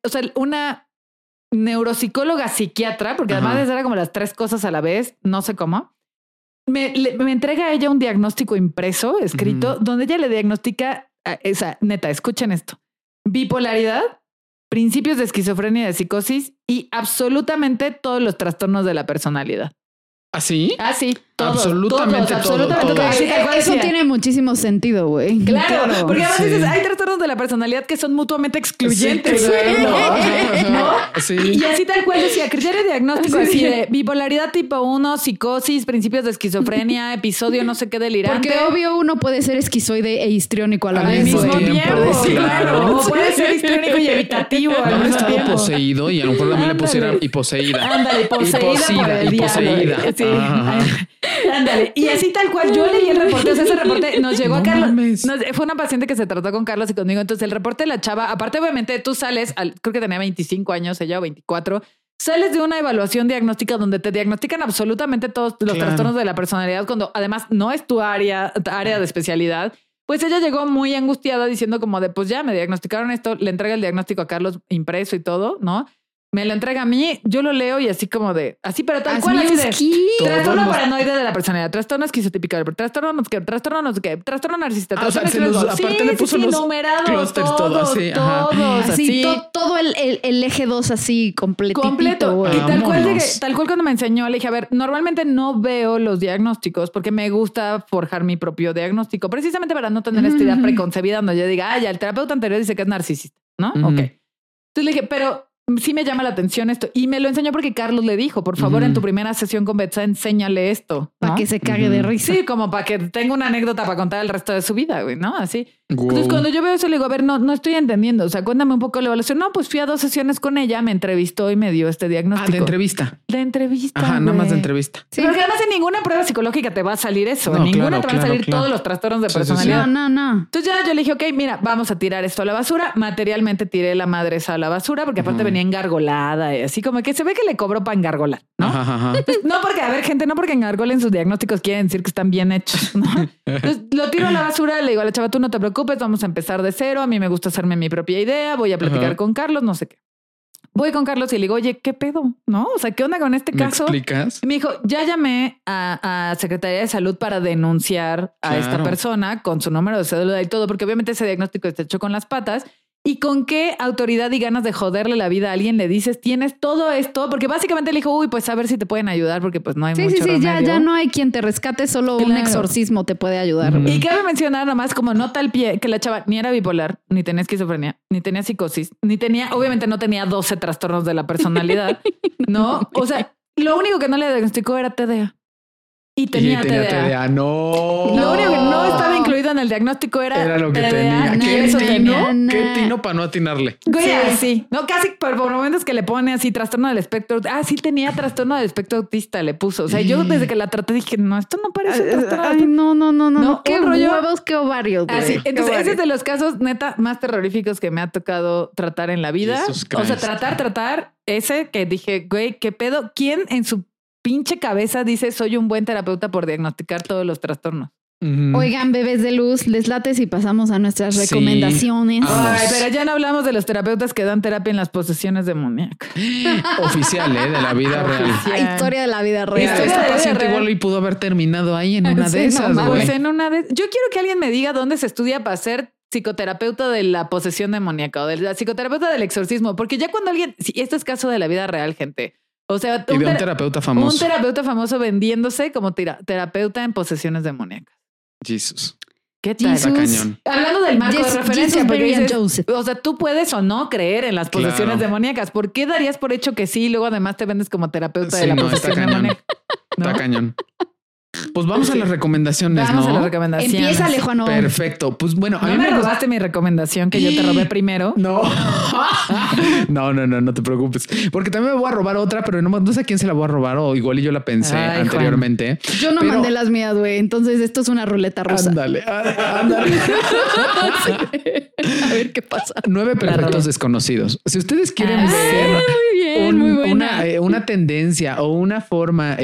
S3: una neuropsicóloga psiquiatra, porque además era como las 3 cosas a la vez, no sé cómo, me entrega a ella un diagnóstico impreso, escrito, donde ella le diagnostica, neta, escuchen esto, bipolaridad, principios de esquizofrenia y de psicosis y absolutamente todos los trastornos de la personalidad.
S2: ¿Así?
S3: Así.
S2: Absolutamente todo.
S1: Eso tiene muchísimo sentido, güey.
S3: Claro, porque además dices, hay trastornos de la personalidad que son mutuamente excluyentes, güey. ¿No?
S2: Sí.
S3: Y así tal cual decía, criterio diagnóstico así de bipolaridad tipo 1, psicosis, principios de esquizofrenia, episodio no sé qué delirante.
S1: Porque obvio uno puede ser esquizoide e histriónico a la vez.
S3: Al mismo tiempo,
S2: sí,
S3: claro. O puede ser histriónico y evitativo al mismo
S2: estado
S3: tiempo.
S2: Poseído y a lo mejor también le pusiera hiposeída.
S3: Ándale, poseída por el diablo. Sí. Ándale. Y así tal cual yo leí el reporte. O sea, ese reporte nos llegó a Carlos. Fue una paciente que se trató con Carlos y conmigo. Entonces el reporte de la chava, aparte obviamente tú sales, creo que tenía 25 años ella o 24, sales de una evaluación diagnóstica donde te diagnostican absolutamente todos los trastornos de la personalidad cuando además no es tu área de especialidad. Pues ella llegó muy angustiada diciendo como de pues ya me diagnosticaron esto, le entrega el diagnóstico a Carlos impreso y todo, ¿no? Me lo entrega a mí, yo lo leo y así como de... Así, pero tal cual, así de... Trastorno paranoide de la personalidad, trastorno esquizotípico, trastorno no sé qué, trastorno narcisista, trastorno...
S2: aparte le puso los
S3: clusters, todos,
S1: así. Todo el eje 2 así completito.
S3: Completo. Y tal cual cuando me enseñó, le dije, a ver, normalmente no veo los diagnósticos porque me gusta forjar mi propio diagnóstico, precisamente para no tener esta idea preconcebida donde yo diga, ya el terapeuta anterior dice que es narcisista, ¿no? Ok. Entonces le dije, pero... sí me llama la atención esto. Y me lo enseñó porque Carlos le dijo, por favor, en tu primera sesión con Betsa, enséñale esto. ¿no?
S1: Para que se cague de risa.
S3: Sí, como para que tenga una anécdota para contar el resto de su vida, güey, ¿no? Así. Wow. Entonces, cuando yo veo eso, le digo, a ver, no estoy entendiendo. O sea, cuéntame un poco la evaluación. No, pues fui a 2 sesiones con ella, me entrevistó y me dio este diagnóstico.
S2: De entrevista.
S3: De entrevista.
S2: Ajá, nada más de entrevista.
S3: Sí, porque además en ninguna prueba psicológica te va a salir eso. En ninguna te van a salir todos los trastornos de personalidad.
S1: No.
S3: Entonces ya yo le dije, ok, mira, vamos a tirar esto a la basura. Materialmente tiré la madre esa a la basura porque aparte venía engargolada. Y así como que se ve que le cobró para engargolar, ¿no? Entonces, no porque, a ver, gente, no porque engargolen sus diagnósticos quieren decir que están bien hechos, ¿no? Entonces lo tiro a la basura, le digo a la chava, tú no te preocupes, vamos a empezar de cero, a mí me gusta hacerme mi propia idea, voy a platicar con Carlos, no sé qué. Voy con Carlos y le digo, oye, ¿qué pedo? ¿No? O sea, ¿qué onda con este caso?
S2: ¿Me explicas?
S3: Y me dijo, ya llamé a Secretaría de Salud para denunciar a esta persona con su número de cédula y todo, porque obviamente ese diagnóstico está hecho con las patas. ¿Y con qué autoridad y ganas de joderle la vida a alguien le dices, tienes todo esto? Porque básicamente le dijo, uy, pues a ver si te pueden ayudar, porque pues no hay mucho remedio.
S1: Ya no hay quien te rescate, solo un exorcismo te puede ayudar.
S3: Y cabe mencionar nomás como nota al pie que la chava ni era bipolar, ni tenía esquizofrenia, ni tenía psicosis, ni tenía, obviamente no tenía 12 trastornos de la personalidad, ¿no? O sea, lo único que no le diagnosticó era TDA. y tenía TDA.
S2: No.
S3: Lo único que no estaba incluido en el diagnóstico era
S2: lo que
S3: TDA.
S2: tenía. ¿Qué tino para no atinarle?
S3: Güey, sí. No, casi por momentos que le pone así trastorno del espectro. Sí tenía trastorno del espectro autista, le puso. O sea, yo desde que la traté dije, no, esto no parece trastorno.
S1: Ay, no. Qué
S3: rollo.
S1: huevos, qué ovarios, güey.
S3: Así. Entonces,
S1: ese
S3: es de los casos neta más terroríficos que me ha tocado tratar en la vida. O sea, tratar ese que dije, güey, ¿qué pedo? ¿Quién en su pinche cabeza dice soy un buen terapeuta por diagnosticar todos los trastornos?
S1: Oigan, bebés de luz, les late si pasamos a nuestras recomendaciones.
S3: Ay, pero ya no hablamos de los terapeutas que dan terapia en las posesiones demoníacas.
S2: Oficial, de la vida real.
S1: Historia de la vida real.
S2: Esta paciente igual y pudo haber terminado ahí en una de esas, güey.
S3: Pues en una de... Yo quiero que alguien me diga dónde se estudia para ser psicoterapeuta de la posesión demoníaca o de la psicoterapeuta del exorcismo, porque ya cuando alguien... Sí, esto es caso de la vida real, gente. O sea,
S2: y de un terapeuta famoso.
S3: Un terapeuta famoso vendiéndose como terapeuta en posesiones demoníacas.
S2: Jesús.
S3: ¿Qué tal?
S2: Está cañón.
S3: Hablando del marco de referencia, porque dices, o sea, tú puedes o no creer en las posesiones demoníacas. ¿Por qué darías por hecho que sí y luego además te vendes como terapeuta de la posesión demoníaca?
S2: Está cañón. Pues vamos a las recomendaciones,
S3: Vamos a las recomendaciones.
S1: Empiézale, Juan.
S2: Perfecto. Pues bueno,
S3: a mí me robaste mi recomendación que yo te robé primero.
S2: No. No te preocupes. Porque también me voy a robar otra, pero no sé a quién se la voy a robar o igual y yo la pensé anteriormente.
S1: Juan. Yo no mandé las mías, güey. Entonces esto es una ruleta rusa.
S2: Ándale.
S1: A ver qué pasa.
S2: 9 perfectos desconocidos. Si ustedes quieren ver una tendencia o una forma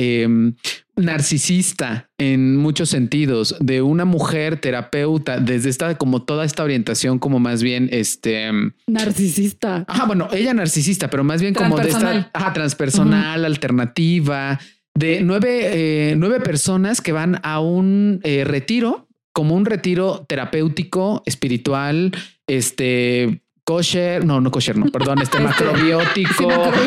S2: narcisista en muchos sentidos de una mujer terapeuta desde esta como toda esta orientación como más bien
S1: narcisista.
S2: Bueno, ella narcisista, pero más bien como de esta transpersonal, alternativa, de 9 personas que van a un retiro, como un retiro terapéutico, espiritual, kosher, no kosher, no, perdón, macrobiótico,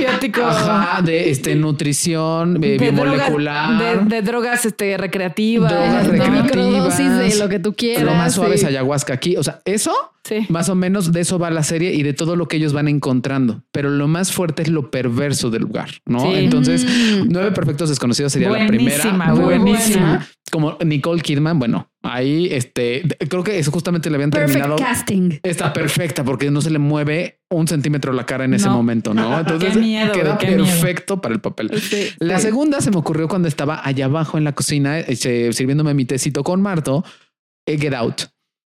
S2: de nutrición biomolecular,
S3: de drogas recreativas,
S1: microdosis de lo que tú quieras,
S2: lo más suave es ayahuasca aquí, o sea, eso más o menos de eso va la serie y de todo lo que ellos van encontrando, pero lo más fuerte es lo perverso del lugar, ¿no? Entonces 9 perfectos desconocidos sería la primera, buenísima. Como Nicole Kidman, bueno, ahí creo que eso justamente le habían terminado.
S1: Casting.
S2: Está perfecta porque no se le mueve 1 centímetro la cara en ese momento, ¿no? Entonces queda perfecto para el papel.
S3: Sí,
S2: la segunda se me ocurrió cuando estaba allá abajo en la cocina sirviéndome mi tecito con Marto. Get Out.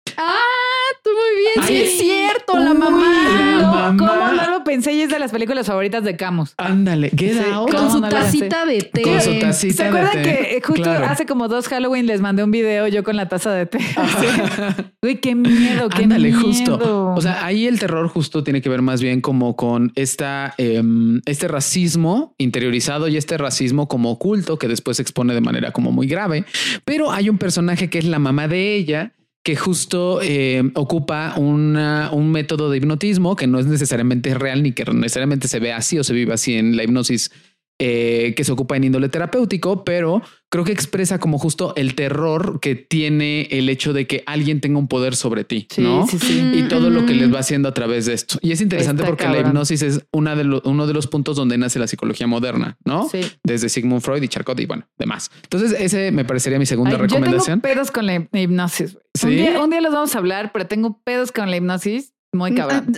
S1: Tú muy bien. Sí, es cierto. La mamá.
S3: ¿Cómo no lo pensé? Y es de las películas favoritas de Camus.
S2: Ándale. Get Out.
S1: Con su tacita de té.
S2: Con su tacita
S3: ¿Se acuerdan que justo hace como 2 Halloween les mandé un video yo con la taza de té? Uy, qué miedo, qué
S2: Ándale,
S3: miedo.
S2: Justo. O sea, ahí el terror justo tiene que ver más bien como con este racismo interiorizado y este racismo como oculto que después se expone de manera como muy grave. Pero hay un personaje que es la mamá de ella, que justo ocupa un método de hipnotismo que no es necesariamente real ni que necesariamente se ve así o se vive así en la hipnosis que se ocupa en índole terapéutico, pero creo que expresa como justo el terror que tiene el hecho de que alguien tenga un poder sobre ti, ¿no? Sí. Y todo lo que les va haciendo a través de esto. Y es interesante porque la hipnosis es uno de los puntos donde nace la psicología moderna, ¿no? Sí. Desde Sigmund Freud y Charcot y bueno, demás. Entonces ese me parecería mi segunda recomendación.
S3: Yo tengo pedos con la hipnosis. ¿Sí? Un día los vamos a hablar, pero tengo pedos con la hipnosis muy cabrón.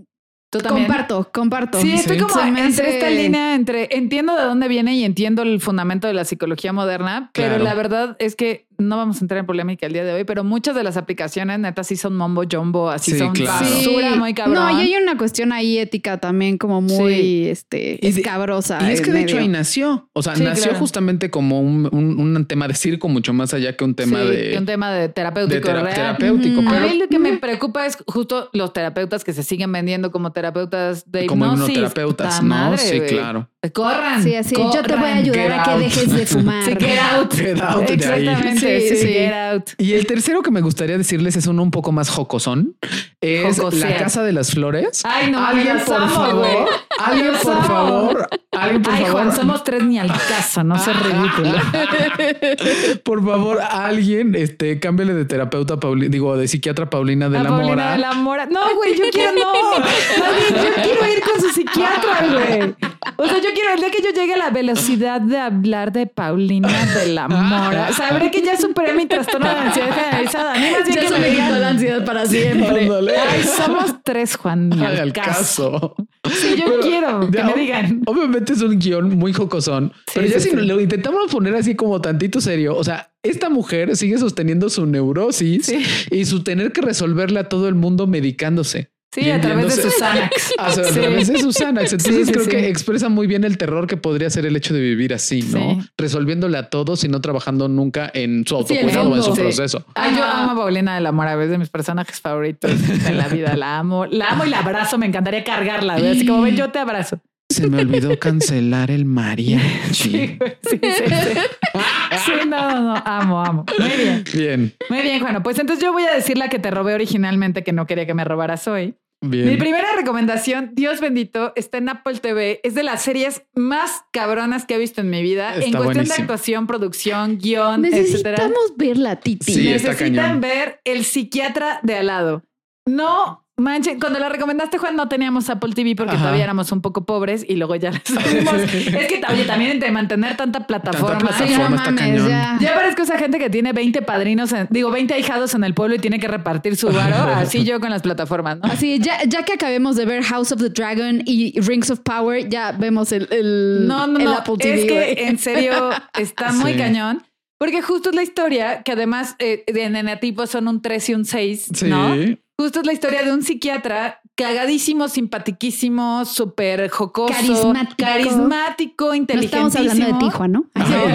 S1: Comparto.
S3: Sí, estoy como entre esta línea entiendo de dónde viene y entiendo el fundamento de la psicología moderna, pero la verdad es que no vamos a entrar en polémica el día de hoy, pero muchas de las aplicaciones neta sí son mombo jumbo, así son basura muy cabrón.
S1: No, y hay una cuestión ahí ética también como muy escabrosa.
S2: Y es que de hecho ahí nació. O sea, nació justamente como un tema de circo mucho más allá que un tema
S3: de terapéutico.
S2: Terapéutico.
S3: Pero a mí lo que me preocupa es justo los terapeutas que se siguen vendiendo como terapeutas de hipnosis.
S2: Como hipnoterapeutas, ¿no?
S3: Madre,
S2: sí, claro.
S3: Corran.
S1: Sí, así. Yo te voy a ayudar a que dejes de fumar.
S3: Sí, get out.
S2: Get out.
S3: Exactamente. Sí, get out.
S2: Y el tercero que me gustaría decirles es uno un poco más jocosón. Es La Casa de las Flores.
S3: Ay, no,
S2: alguien por favor. Alguien por favor.
S3: Juan, somos 3 ni al caso, no seas ridículo.
S2: Por favor, alguien, cámbiale de terapeuta de psiquiatra Paulina de la Mora.
S3: Paulina de la Mora. No, güey, yo quiero ir con su psiquiatra, güey. O sea, yo quiero, el día que yo llegue a la velocidad de hablar de Paulina de la Mora, sabré que ya superé mi trastorno de ansiedad generalizada. A mí más bien
S1: Ya
S3: que
S1: se me quitó la ansiedad para siempre.
S3: Ay, somos tres, Juan. Ni al caso. Sí, yo quiero que me digan.
S2: Obviamente es un guión muy jocosón, pero ya si lo intentamos poner así como tantito serio, o sea, esta mujer sigue sosteniendo su neurosis y su tener que resolverle a todo el mundo medicándose.
S3: Sí, a través de sus Xanax.
S2: A través de sus Xanax. Entonces creo que expresa muy bien el terror que podría ser el hecho de vivir así, ¿no? Resolviéndole a todos y no trabajando nunca en su autocuidado o en su proceso.
S3: Ay, yo amo a Paulina de la Mora, es de mis personajes favoritos en la vida. La amo y la abrazo. Me encantaría cargarla. ¿Ves? Así como ven, yo te abrazo.
S2: Se me olvidó cancelar el mariachi.
S3: Sí, no, amo. Muy bien. Muy bien, Juan. Pues entonces yo voy a decir la que te robé originalmente, que no quería que me robaras hoy.
S2: Bien.
S3: Mi primera recomendación, Dios bendito, está en Apple TV. Es de las series más cabronas que he visto en mi vida.
S2: Está
S3: en cuestión
S2: buenísimo.
S3: de actuación, producción, guión, etcétera.
S1: Necesitamos verla, Titi.
S2: Sí, está
S3: Necesitan
S2: cañón.
S3: ver El psiquiatra de al lado. No manchen, cuando la recomendaste, Juan, no teníamos Apple TV porque todavía éramos un poco pobres y luego ya las tuvimos. Es que oye, también entre mantener tanta plataforma.
S2: Está cañón.
S3: Ya parezco esa gente que tiene 20 padrinos, 20 ahijados en el pueblo y tiene que repartir su varo. Así yo con las plataformas, ¿no?
S1: Así, ya que acabemos de ver House of the Dragon y Rings of Power, ya vemos el Apple TV.
S3: Es que en serio está muy cañón. Porque justo es la historia, que además de eneatipos son un 3 y un 6, ¿no? Justo es la historia de un psiquiatra cagadísimo, simpatiquísimo, súper jocoso, carismático, inteligentísimo.
S1: No estamos hablando de Tijuana, ¿no?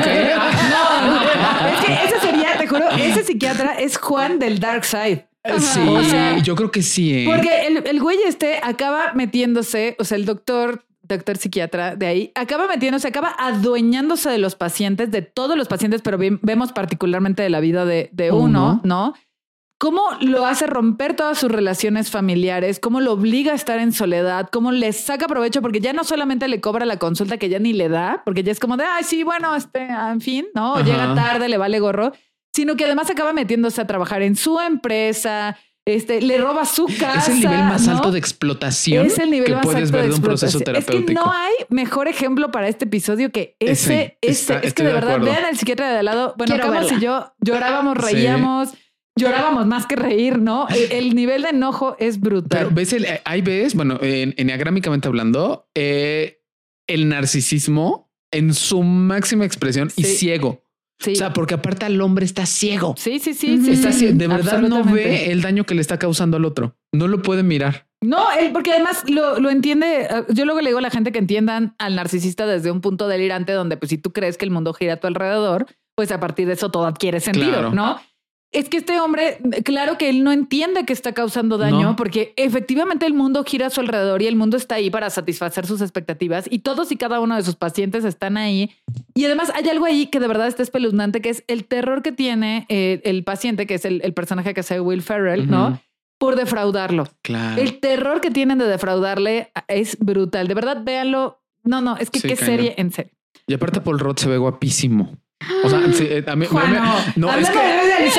S3: No. Es que ese sería, te juro, ese psiquiatra es Juan del Dark Side.
S2: Sí,
S3: o sea,
S2: yo creo que sí.
S3: Porque el güey acaba metiéndose, o sea, el doctor psiquiatra de ahí, acaba adueñándose de los pacientes, de todos los pacientes, pero vemos particularmente de la vida de uno, ¿no? Cómo lo hace romper todas sus relaciones familiares, cómo lo obliga a estar en soledad, cómo le saca provecho, porque ya no solamente le cobra la consulta que ya ni le da, porque ya es como de, ay, sí, bueno, en fin, ¿no? Llega tarde, le vale gorro, sino que además acaba metiéndose a trabajar en su empresa, le roba su casa.
S2: Es el nivel más alto de explotación que puedes ver de un proceso terapéutico.
S3: Es que no hay mejor ejemplo para este episodio que ese. Es que de verdad, vean El psiquiatra de al lado. Bueno, Camus y yo llorábamos, reíamos. Llorábamos más que reír, ¿no? El nivel de enojo es brutal.
S2: Pero ahí ves, bueno, enneagrámicamente hablando, el narcisismo en su máxima expresión y ciego. Sí. O sea, porque aparte el hombre está ciego.
S3: Sí.
S2: Está ciego. De verdad no ve el daño que le está causando al otro. No lo puede mirar.
S3: No, porque además lo entiende. Yo luego le digo a la gente que entiendan al narcisista desde un punto delirante donde pues si tú crees que el mundo gira a tu alrededor, pues a partir de eso todo adquiere sentido, ¿no? Es que este hombre, claro que él no entiende que está causando daño porque efectivamente el mundo gira a su alrededor y el mundo está ahí para satisfacer sus expectativas y todos y cada uno de sus pacientes están ahí. Y además hay algo ahí que de verdad está espeluznante, que es el terror que tiene el paciente, que es el personaje que hace Will Ferrell, ¿no? Por defraudarlo.
S2: Claro.
S3: El terror que tienen de defraudarle es brutal. De verdad, véanlo. No, es que qué serie, en serio.
S2: Y aparte Paul Rudd se ve guapísimo. O sea, a mí no es que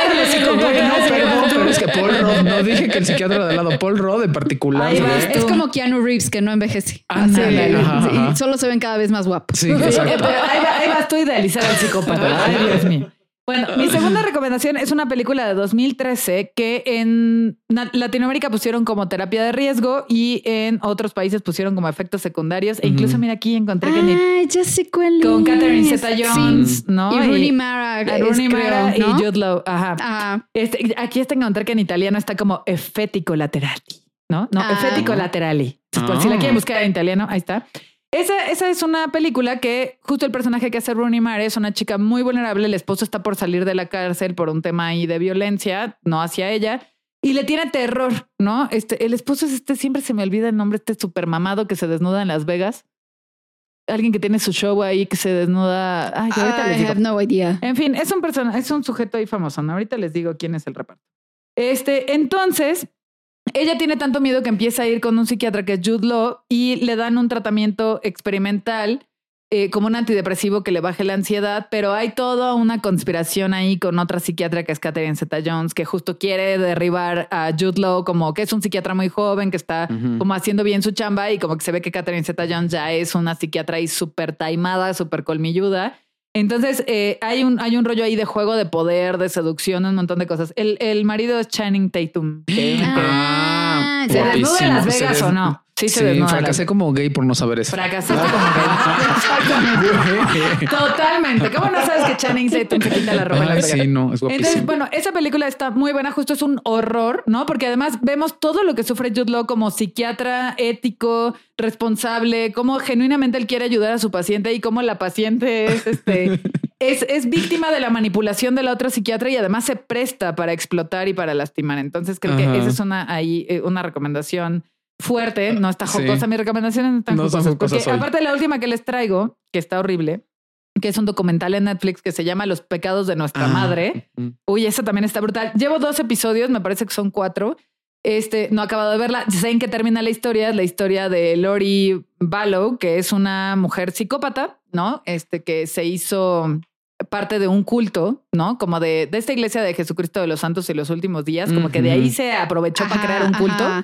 S2: pero es que Paul Rudd, no dije que el psiquiatra de al lado, Paul Rudd en particular.
S1: Es como Keanu Reeves que no envejece. Y solo se ven cada vez más guapos.
S2: Sí, exacto.
S3: Ahí vas tú a idealizar al psicópata. Ay, Dios mío. Bueno, mi segunda recomendación es una película de 2013 que en Latinoamérica pusieron como terapia de riesgo y en otros países pusieron como efectos secundarios. E incluso, mira, aquí encontré que
S1: ya sé cuál
S3: con Catherine Zeta-Jones, ¿no?
S1: Y Rooney Mara.
S3: Y Jude Law. Aquí encontré que en italiano está como effettico laterali, ¿no? No, effettico laterali. Por si la quieren buscar en italiano, ahí está. Esa es una película que justo el personaje que hace Rooney Mara es una chica muy vulnerable. El esposo está por salir de la cárcel por un tema ahí de violencia, no hacia ella, y le tiene terror, ¿no? El esposo es siempre se me olvida el nombre, súper mamado que se desnuda en Las Vegas. Alguien que tiene su show ahí que se desnuda. Ay, ahorita les digo.
S1: I have no idea.
S3: En fin, es un sujeto ahí famoso, ¿no? Ahorita les digo quién es el reparto. Entonces, ella tiene tanto miedo que empieza a ir con un psiquiatra que es Jude Law y le dan un tratamiento experimental como un antidepresivo que le baje la ansiedad, pero hay toda una conspiración ahí con otra psiquiatra que es Catherine Zeta-Jones, que justo quiere derribar a Jude Law, como que es un psiquiatra muy joven, que está como haciendo bien su chamba, y como que se ve que Catherine Zeta-Jones ya es una psiquiatra ahí súper taimada, súper colmilluda. Entonces hay un rollo ahí de juego de poder, de seducción, un montón de cosas. El marido es Channing Tatum. ¿Se desnuda en Las Vegas o no? Sí, se desnuda.
S2: Fracasé como gay por no saber eso.
S3: Fracasaste como gay. Totalmente. ¿Cómo no sabes que Channing Tatum se quita la ropa en Las Vegas?
S2: Sí, no, es guapísimo.
S3: Entonces, bueno, esa película está muy buena. Justo es un horror, ¿no? Porque además vemos todo lo que sufre Jude Law como psiquiatra, ético, responsable, cómo genuinamente él quiere ayudar a su paciente y cómo la paciente es víctima de la manipulación de la otra psiquiatra y además se presta para explotar y para lastimar. Entonces creo que esa es una recomendación fuerte. No está jocosa. Sí. Mis recomendaciones no están jocosas. Porque aparte de la última que les traigo, que está horrible, que es un documental en Netflix que se llama Los pecados de nuestra madre. Uy, esa también está brutal. Llevo 2 episodios, me parece que son 4. No he acabado de verla. Sé en qué termina la historia. Es la historia de Lori Vallow, que es una mujer psicópata, ¿no? Que se hizo parte de un culto, ¿no? Como de esta iglesia de Jesucristo de los Santos y los Últimos Días, como que de ahí se aprovechó para crear un culto.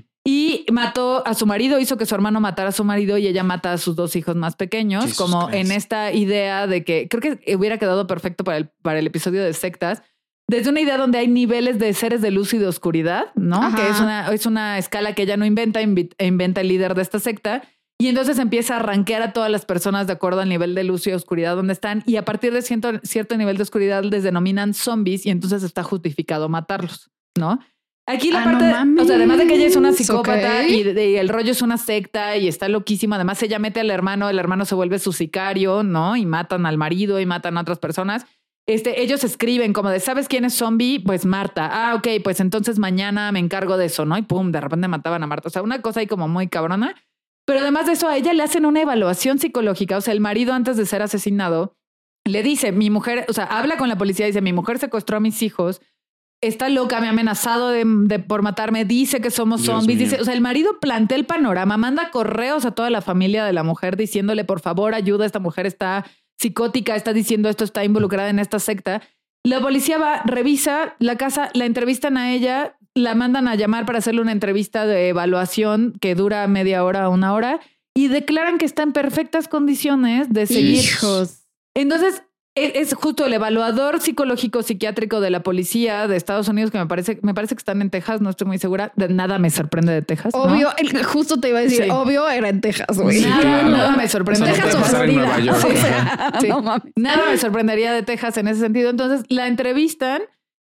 S3: Y mató a su marido, hizo que su hermano matara a su marido y ella mata a sus 2 hijos más pequeños, Jesus como Christ. En esta idea de que creo que hubiera quedado perfecto para el episodio de sectas, desde una idea donde hay niveles de seres de luz y de oscuridad, ¿no? Ajá. Que es una escala que ella no inventa el líder de esta secta. Y entonces empieza a rankear a todas las personas de acuerdo al nivel de luz y oscuridad donde están. Y a partir de cierto nivel de oscuridad les denominan zombies y entonces está justificado matarlos, ¿no? Aquí la parte, o sea, además de que ella es una psicópata y el rollo es una secta y está loquísima. Además ella mete al hermano, el hermano se vuelve su sicario, ¿no? Y matan al marido y matan a otras personas. Ellos escriben como de, ¿sabes quién es zombie? Pues Marta. Ah, ok, pues entonces mañana me encargo de eso, ¿no? Y pum, de repente mataban a Marta. O sea, una cosa ahí como muy cabrona. Pero además de eso, a ella le hacen una evaluación psicológica. O sea, el marido antes de ser asesinado le dice, mi mujer, o sea, habla con la policía y dice, mi mujer secuestró a mis hijos, está loca, me ha amenazado por matarme, dice que somos zombies. Dice, o sea, el marido plantea el panorama, manda correos a toda la familia de la mujer diciéndole, por favor, ayuda, esta mujer está psicótica, está diciendo esto, está involucrada en esta secta. La policía va, revisa la casa, la entrevistan a ella, la mandan a llamar para hacerle una entrevista de evaluación que dura media hora a 1 hora y declaran que está en perfectas condiciones de seguir.
S1: Hijos.
S3: Entonces, es justo el evaluador psicológico psiquiátrico de la policía de Estados Unidos, que me parece que están en Texas, no estoy muy segura. Nada me sorprende de Texas.
S1: Obvio, ¿no? Justo te iba a decir, obvio era en Texas, güey.
S3: Sí, nada me sorprende.
S1: Texas o Florida.
S3: Sí. No mames. Nada me sorprendería de Texas en ese sentido. Entonces la entrevistan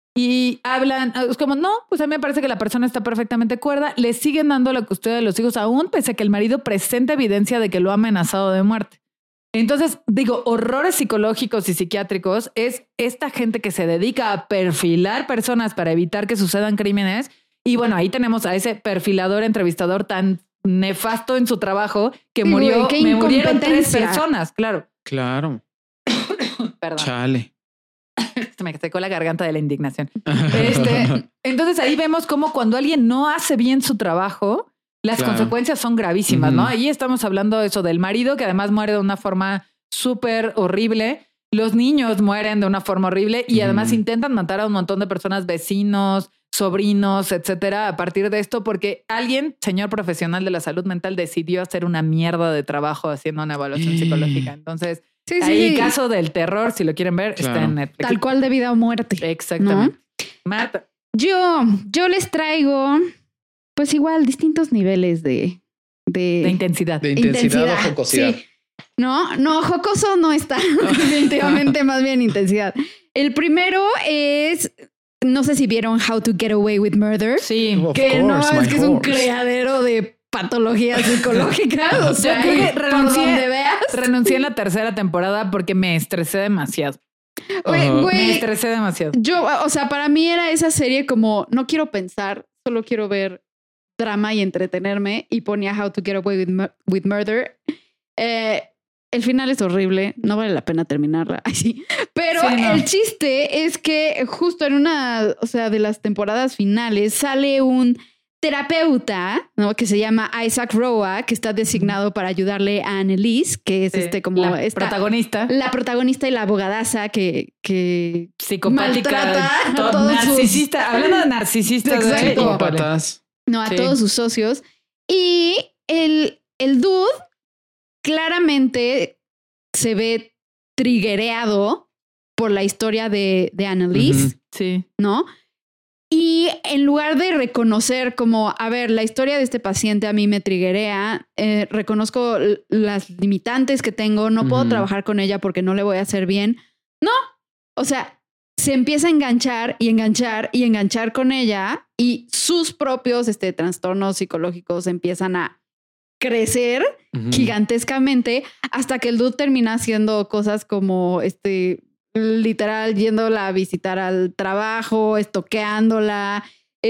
S3: y hablan, es como, no, pues a mí me parece que la persona está perfectamente cuerda. Le siguen dando la custodia de los hijos aún, pese a que el marido presenta evidencia de que lo ha amenazado de muerte. Entonces, digo, horrores psicológicos y psiquiátricos es esta gente que se dedica a perfilar personas para evitar que sucedan crímenes. Y bueno, ahí tenemos a ese perfilador, entrevistador tan nefasto en su trabajo que murieron 3 personas, claro.
S2: Claro.
S3: Perdón.
S2: Chale.
S3: Se me secó la garganta de la indignación. Entonces ahí vemos cómo cuando alguien no hace bien su trabajo, las consecuencias son gravísimas, ¿no? Ahí estamos hablando eso del marido, que además muere de una forma súper horrible. Los niños mueren de una forma horrible y además intentan matar a un montón de personas, vecinos, sobrinos, etcétera, a partir de esto, porque alguien, señor profesional de la salud mental, decidió hacer una mierda de trabajo haciendo una evaluación psicológica. Entonces, ahí caso del terror, si lo quieren ver, está en Netflix.
S1: Tal cual de vida o muerte.
S3: Exactamente.
S1: ¿No?
S3: Marta.
S1: Yo les traigo, pues igual, distintos niveles de
S3: intensidad.
S2: De intensidad o jocosidad.
S1: Sí. No, jocoso no está. Definitivamente más bien intensidad. El primero es, no sé si vieron How to Get Away with Murder.
S3: Sí.
S1: Que no, es que es un criadero de patologías psicológicas. O sea,
S3: yo creo que renuncié en la 3ª temporada porque me estresé demasiado. Me estresé demasiado.
S1: Yo, o sea, para mí era esa serie como, no quiero pensar, solo quiero ver drama y entretenerme, y ponía How to Get Away with Murder. El final es horrible, no vale la pena terminarla así. Pero el chiste es que justo en una, o sea, de las temporadas finales sale un terapeuta, ¿no? Que se llama Isaac Roa, que está designado para ayudarle a Annelise, que es como
S3: la protagonista.
S1: La protagonista y la abogadaza que
S3: psicopática,
S1: maltrata a todos
S3: narcisista. Hablando de narcisistas,
S2: psicópatas.
S1: No, a todos sus socios. Y el dude claramente se ve triggereado por la historia de Annelise,
S3: sí,
S1: ¿no? Y en lugar de reconocer como, a ver, la historia de este paciente a mí me triggerea, reconozco las limitantes que tengo, no puedo trabajar con ella porque no le voy a hacer bien. No, o sea, se empieza a enganchar y enganchar y enganchar con ella y sus propios trastornos psicológicos empiezan a crecer gigantescamente hasta que el dude termina haciendo cosas como literal yéndola a visitar al trabajo, estoqueándola,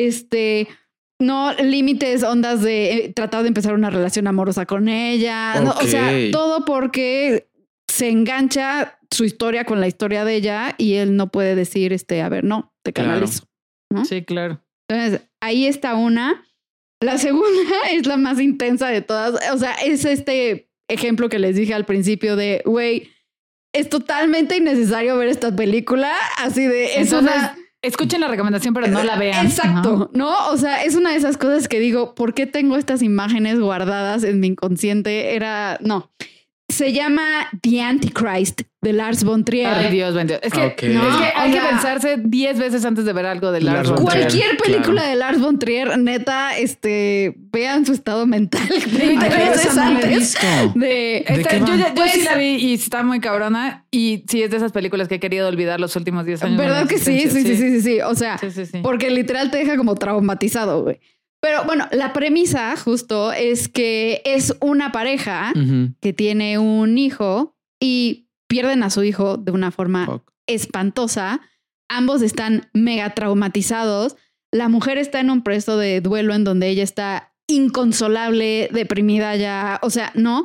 S1: no límites, ondas de tratar de empezar una relación amorosa con ella,
S2: okay.
S1: ¿no? O sea, todo porque se engancha su historia con la historia de ella y él no puede decir, a ver, no, te canalizo.
S3: Claro.
S1: ¿No?
S3: Sí, claro.
S1: Entonces, ahí está una. La segunda es la más intensa de todas. O sea, es este ejemplo que les dije al principio de, güey, es totalmente innecesario ver esta película. Así de...
S3: Entonces, escuchen la recomendación, pero no la vean.
S1: Exacto, ¿no? O sea, es una de esas cosas que digo, ¿por qué tengo estas imágenes guardadas en mi inconsciente? No. Se llama The Antichrist de Lars von Trier.
S3: Ay, Dios bendito. Es que, hay que pensarse 10 veces antes de ver algo de Lars von Trier.
S1: Cualquier película de Lars von Trier, neta, vean su estado mental 20 veces antes
S3: yo sí la vi y está muy cabrona. Y sí, es de esas películas que he querido olvidar los últimos 10 años.
S1: ¿Verdad que sí? Sí. O sea,
S3: sí.
S1: Porque literal te deja como traumatizado, güey. Pero bueno, la premisa justo es que es una pareja que tiene un hijo y pierden a su hijo de una forma espantosa. Ambos están mega traumatizados. La mujer está en un proceso de duelo en donde ella está inconsolable, deprimida ya, o sea, ¿no?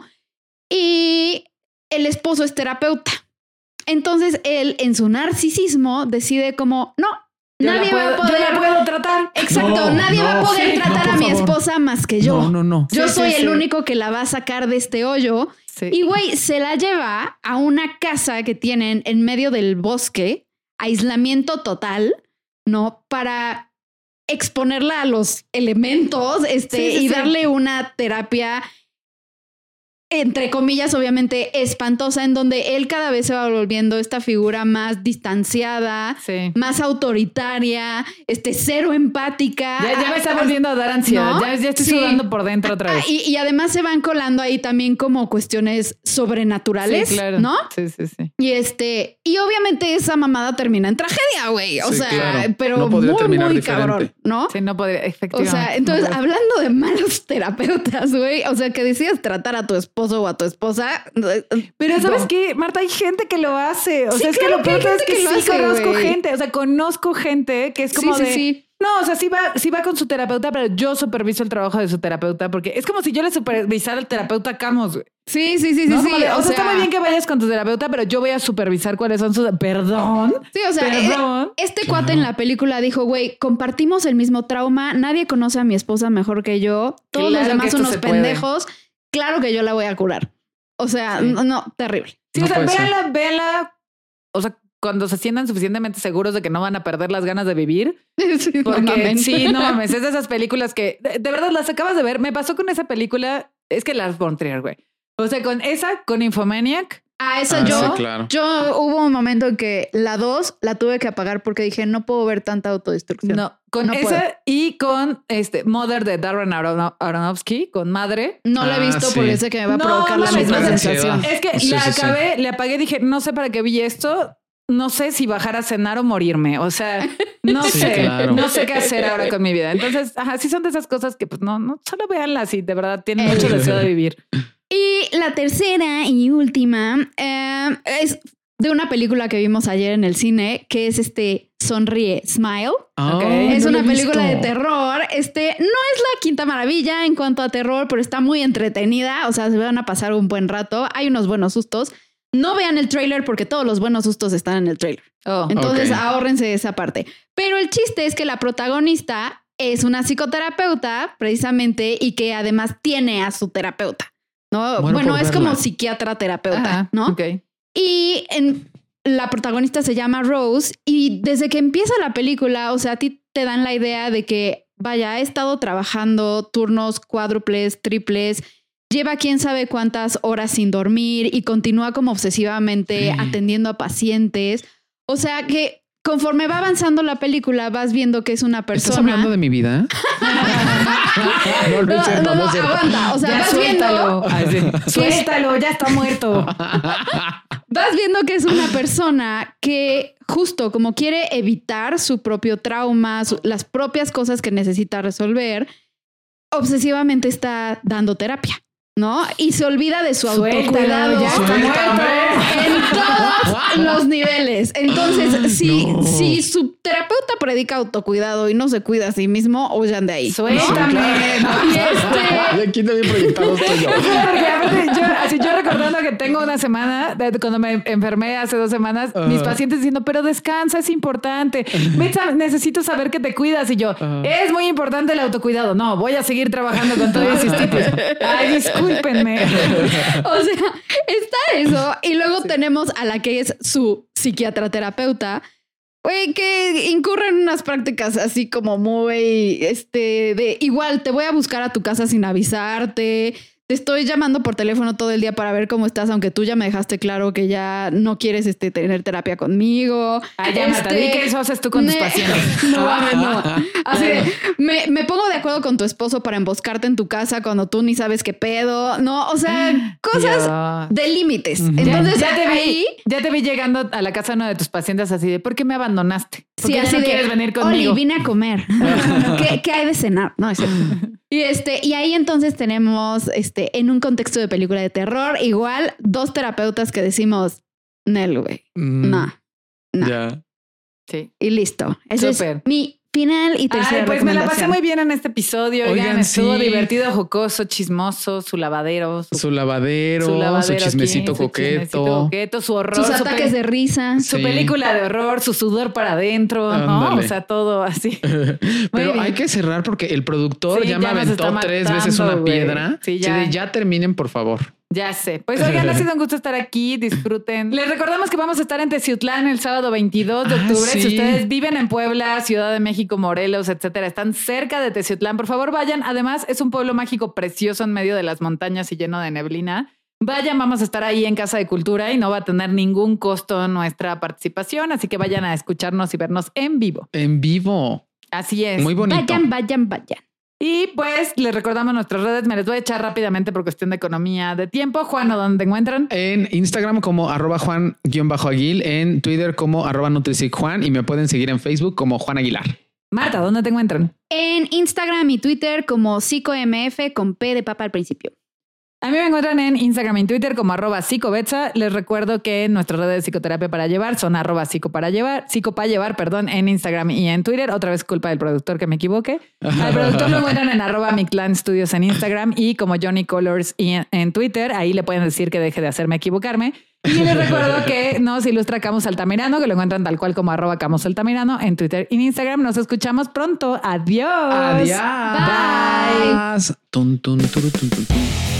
S1: Y el esposo es terapeuta. Entonces él, en su narcisismo, decide como, no, nadie va a poder...
S3: Yo la puedo tratar.
S1: Exacto, nadie va a poder tratar a mi esposa más que yo.
S2: No.
S1: Yo soy el único que la va a sacar de este hoyo.
S3: Sí.
S1: Y güey, se la lleva a una casa que tienen en medio del bosque, aislamiento total, ¿no? Para exponerla a los elementos, y darle una terapia, entre comillas, obviamente espantosa, en donde él cada vez se va volviendo esta figura más distanciada, más autoritaria, cero empática.
S3: Ya me está volviendo a dar ansiedad, ¿no? Ya estoy sudando por dentro otra vez.
S1: Y además se van colando ahí también como cuestiones sobrenaturales,
S3: claro.
S1: ¿no?
S3: Sí.
S1: Y obviamente esa mamada termina en tragedia, güey. O sea, claro. Pero no muy diferente. Cabrón, ¿no?
S3: Sí, no podría, efectivamente.
S1: O sea, entonces, hablando de malos terapeutas, güey, o sea, que decidas tratar a tu esposo o a tu esposa.
S3: Pero ¿sabes qué, Marta? Hay gente que lo hace. O sea, es que lo peor es que sí conozco gente. O sea, conozco gente que es como no, o sea, sí va con su terapeuta, pero yo superviso el trabajo de su terapeuta porque es como si yo le supervisara al terapeuta Camus, güey.
S1: Sí.
S3: ¿No? O sea, está muy bien que vayas con tu terapeuta, pero yo voy a supervisar cuáles son sus... Perdón.
S1: Sí, o sea, cuate en la película dijo, güey, compartimos el mismo trauma, nadie conoce a mi esposa mejor que yo, todos los demás son unos pendejos, claro que yo la voy a curar. O sea, no, terrible.
S3: Sí, o sea, véanla, o sea, cuando se sientan suficientemente seguros de que no van a perder las ganas de vivir. Porque no mames, es de esas películas que de verdad las acabas de ver. Me pasó con esa película, es que Lars von Trier, güey. O sea, con Infomaniac.
S1: Yo hubo un momento en que la 2 la tuve que apagar porque dije, no puedo ver tanta autodestrucción.
S3: No, con esa puedo. Y con Mother de Darren Aronofsky, con Madre.
S1: No la he visto porque sé que me va a provocar la misma sensación.
S3: Es que la acabé, le apagué, dije, no sé para qué vi esto. No sé si bajar a cenar o morirme. O sea, no sé qué hacer ahora con mi vida. Entonces, sí son de esas cosas que pues no, solo véanlas y de verdad tienen mucho deseo de vivir.
S1: Y la tercera y última es de una película que vimos ayer en el cine, que es Sonríe, Smile. Es una película de terror. No es la quinta maravilla en cuanto a terror, pero está muy entretenida. O sea, se van a pasar un buen rato. Hay unos buenos sustos. No vean el tráiler porque todos los buenos sustos están en el tráiler. Entonces ahórrense esa parte. Pero el chiste es que la protagonista es una psicoterapeuta precisamente y que además tiene a su terapeuta, ¿no? Bueno, es como psiquiatra terapeuta, ¿no?
S3: Okay.
S1: Y la protagonista se llama Rose y desde que empieza la película, o sea, a ti te dan la idea de que, vaya, ha estado trabajando turnos cuádruples, triples, lleva quién sabe cuántas horas sin dormir y continúa como obsesivamente atendiendo a pacientes. O sea que conforme va avanzando la película, vas viendo que es una persona...
S2: ¿Estás hablando de mi vida?
S1: No, aguanta. O sea,
S3: ya
S1: vas
S3: suéltalo.
S1: viendo...
S3: Suéltalo, ya está muerto.
S1: Vas viendo que es una persona que justo como quiere evitar su propio trauma, las propias cosas que necesita resolver, obsesivamente está dando terapia, ¿no? Y se olvida de su autocuidado.
S3: Ya está muerto.
S1: En todos los niveles. Entonces, si su terapeuta predica autocuidado y no se cuida a sí mismo, huyan de ahí.
S3: Suéltame.
S2: ¿No? Aquí también proyectado estoy yo.
S3: Porque aparte, yo recordando que tengo una semana, cuando me enfermé hace 2 semanas, mis pacientes diciendo, pero descansa, es importante. Necesito saber que te cuidas. Y yo, es muy importante el autocuidado. No, voy a seguir trabajando con todo ese cistitis. Ay, discúlpenme.
S1: O sea, está eso. Y luego tenemos a la que es su psiquiatra terapeuta, que incurre en unas prácticas así como muy, de igual te voy a buscar a tu casa sin avisarte. Te estoy llamando por teléfono todo el día para ver cómo estás, aunque tú ya me dejaste claro que ya no quieres tener terapia conmigo.
S3: Ya, di que eso haces tú con tus pacientes.
S1: No. Así de, me pongo de acuerdo con tu esposo para emboscarte en tu casa cuando tú ni sabes qué pedo. No, o sea, cosas de límites. Entonces,
S3: ya te vi llegando a la casa de uno de tus pacientes así de, ¿por qué me abandonaste? ¿Por
S1: sí,
S3: qué
S1: así
S3: no quieres venir conmigo?
S1: Oli, vine a comer. ¿Qué hay de cenar? No, es cierto. Y ahí entonces tenemos en un contexto de película de terror, igual 2 terapeutas que decimos, Nel, güey. No.
S2: Ya.
S3: Sí.
S1: Y listo. Ese es mi final y tercera
S3: pues me la pasé muy bien en este episodio. Oigan, estuvo divertido, jocoso, chismoso, su lavadero,
S2: su chismecito coqueto,
S3: su horror,
S1: sus ataques de risa,
S3: su película de horror, su sudor para adentro, ¿no? O sea, todo así.
S2: Pero hay que cerrar porque el productor ya me aventó 3 veces una piedra. Sí, ya terminen, por favor.
S3: Ya sé. Pues oigan, ha sido un gusto estar aquí. Disfruten. Les recordamos que vamos a estar en Teciutlán el sábado 22 de octubre. Sí. Si ustedes viven en Puebla, Ciudad de México, Morelos, etcétera, están cerca de Teciutlán, por favor vayan. Además, es un pueblo mágico precioso en medio de las montañas y lleno de neblina. Vayan, vamos a estar ahí en Casa de Cultura y no va a tener ningún costo nuestra participación. Así que vayan a escucharnos y vernos en vivo.
S2: En vivo.
S3: Así es.
S2: Muy bonito.
S1: Vayan.
S3: Y pues les recordamos nuestras redes. Me les voy a echar rápidamente por cuestión de economía de tiempo. Juan, ¿a dónde te encuentran?
S2: En Instagram como @Juan_Aguil, en Twitter como @NutricicJuan y me pueden seguir en Facebook como Juan Aguilar.
S3: Marta, ¿dónde te encuentran?
S1: En Instagram y Twitter como PsicoMF con P de papa al principio.
S3: A mí me encuentran en Instagram y en Twitter como @psicobetsa. Les recuerdo que nuestras redes de psicoterapia para llevar son @psicopayllevar, en Instagram y en Twitter. Otra vez culpa del productor que me equivoque. Al productor lo encuentran en @miclanstudios en Instagram y como Johnny Colors en Twitter. Ahí le pueden decir que deje de hacerme equivocarme. Y les recuerdo que nos ilustra Camus Altamirano, que lo encuentran tal cual como @Camus Altamirano en Twitter y en Instagram. Nos escuchamos pronto. Adiós.
S2: Adiós.
S1: Bye.
S2: Tun, tun, turu, tun, tun, tun.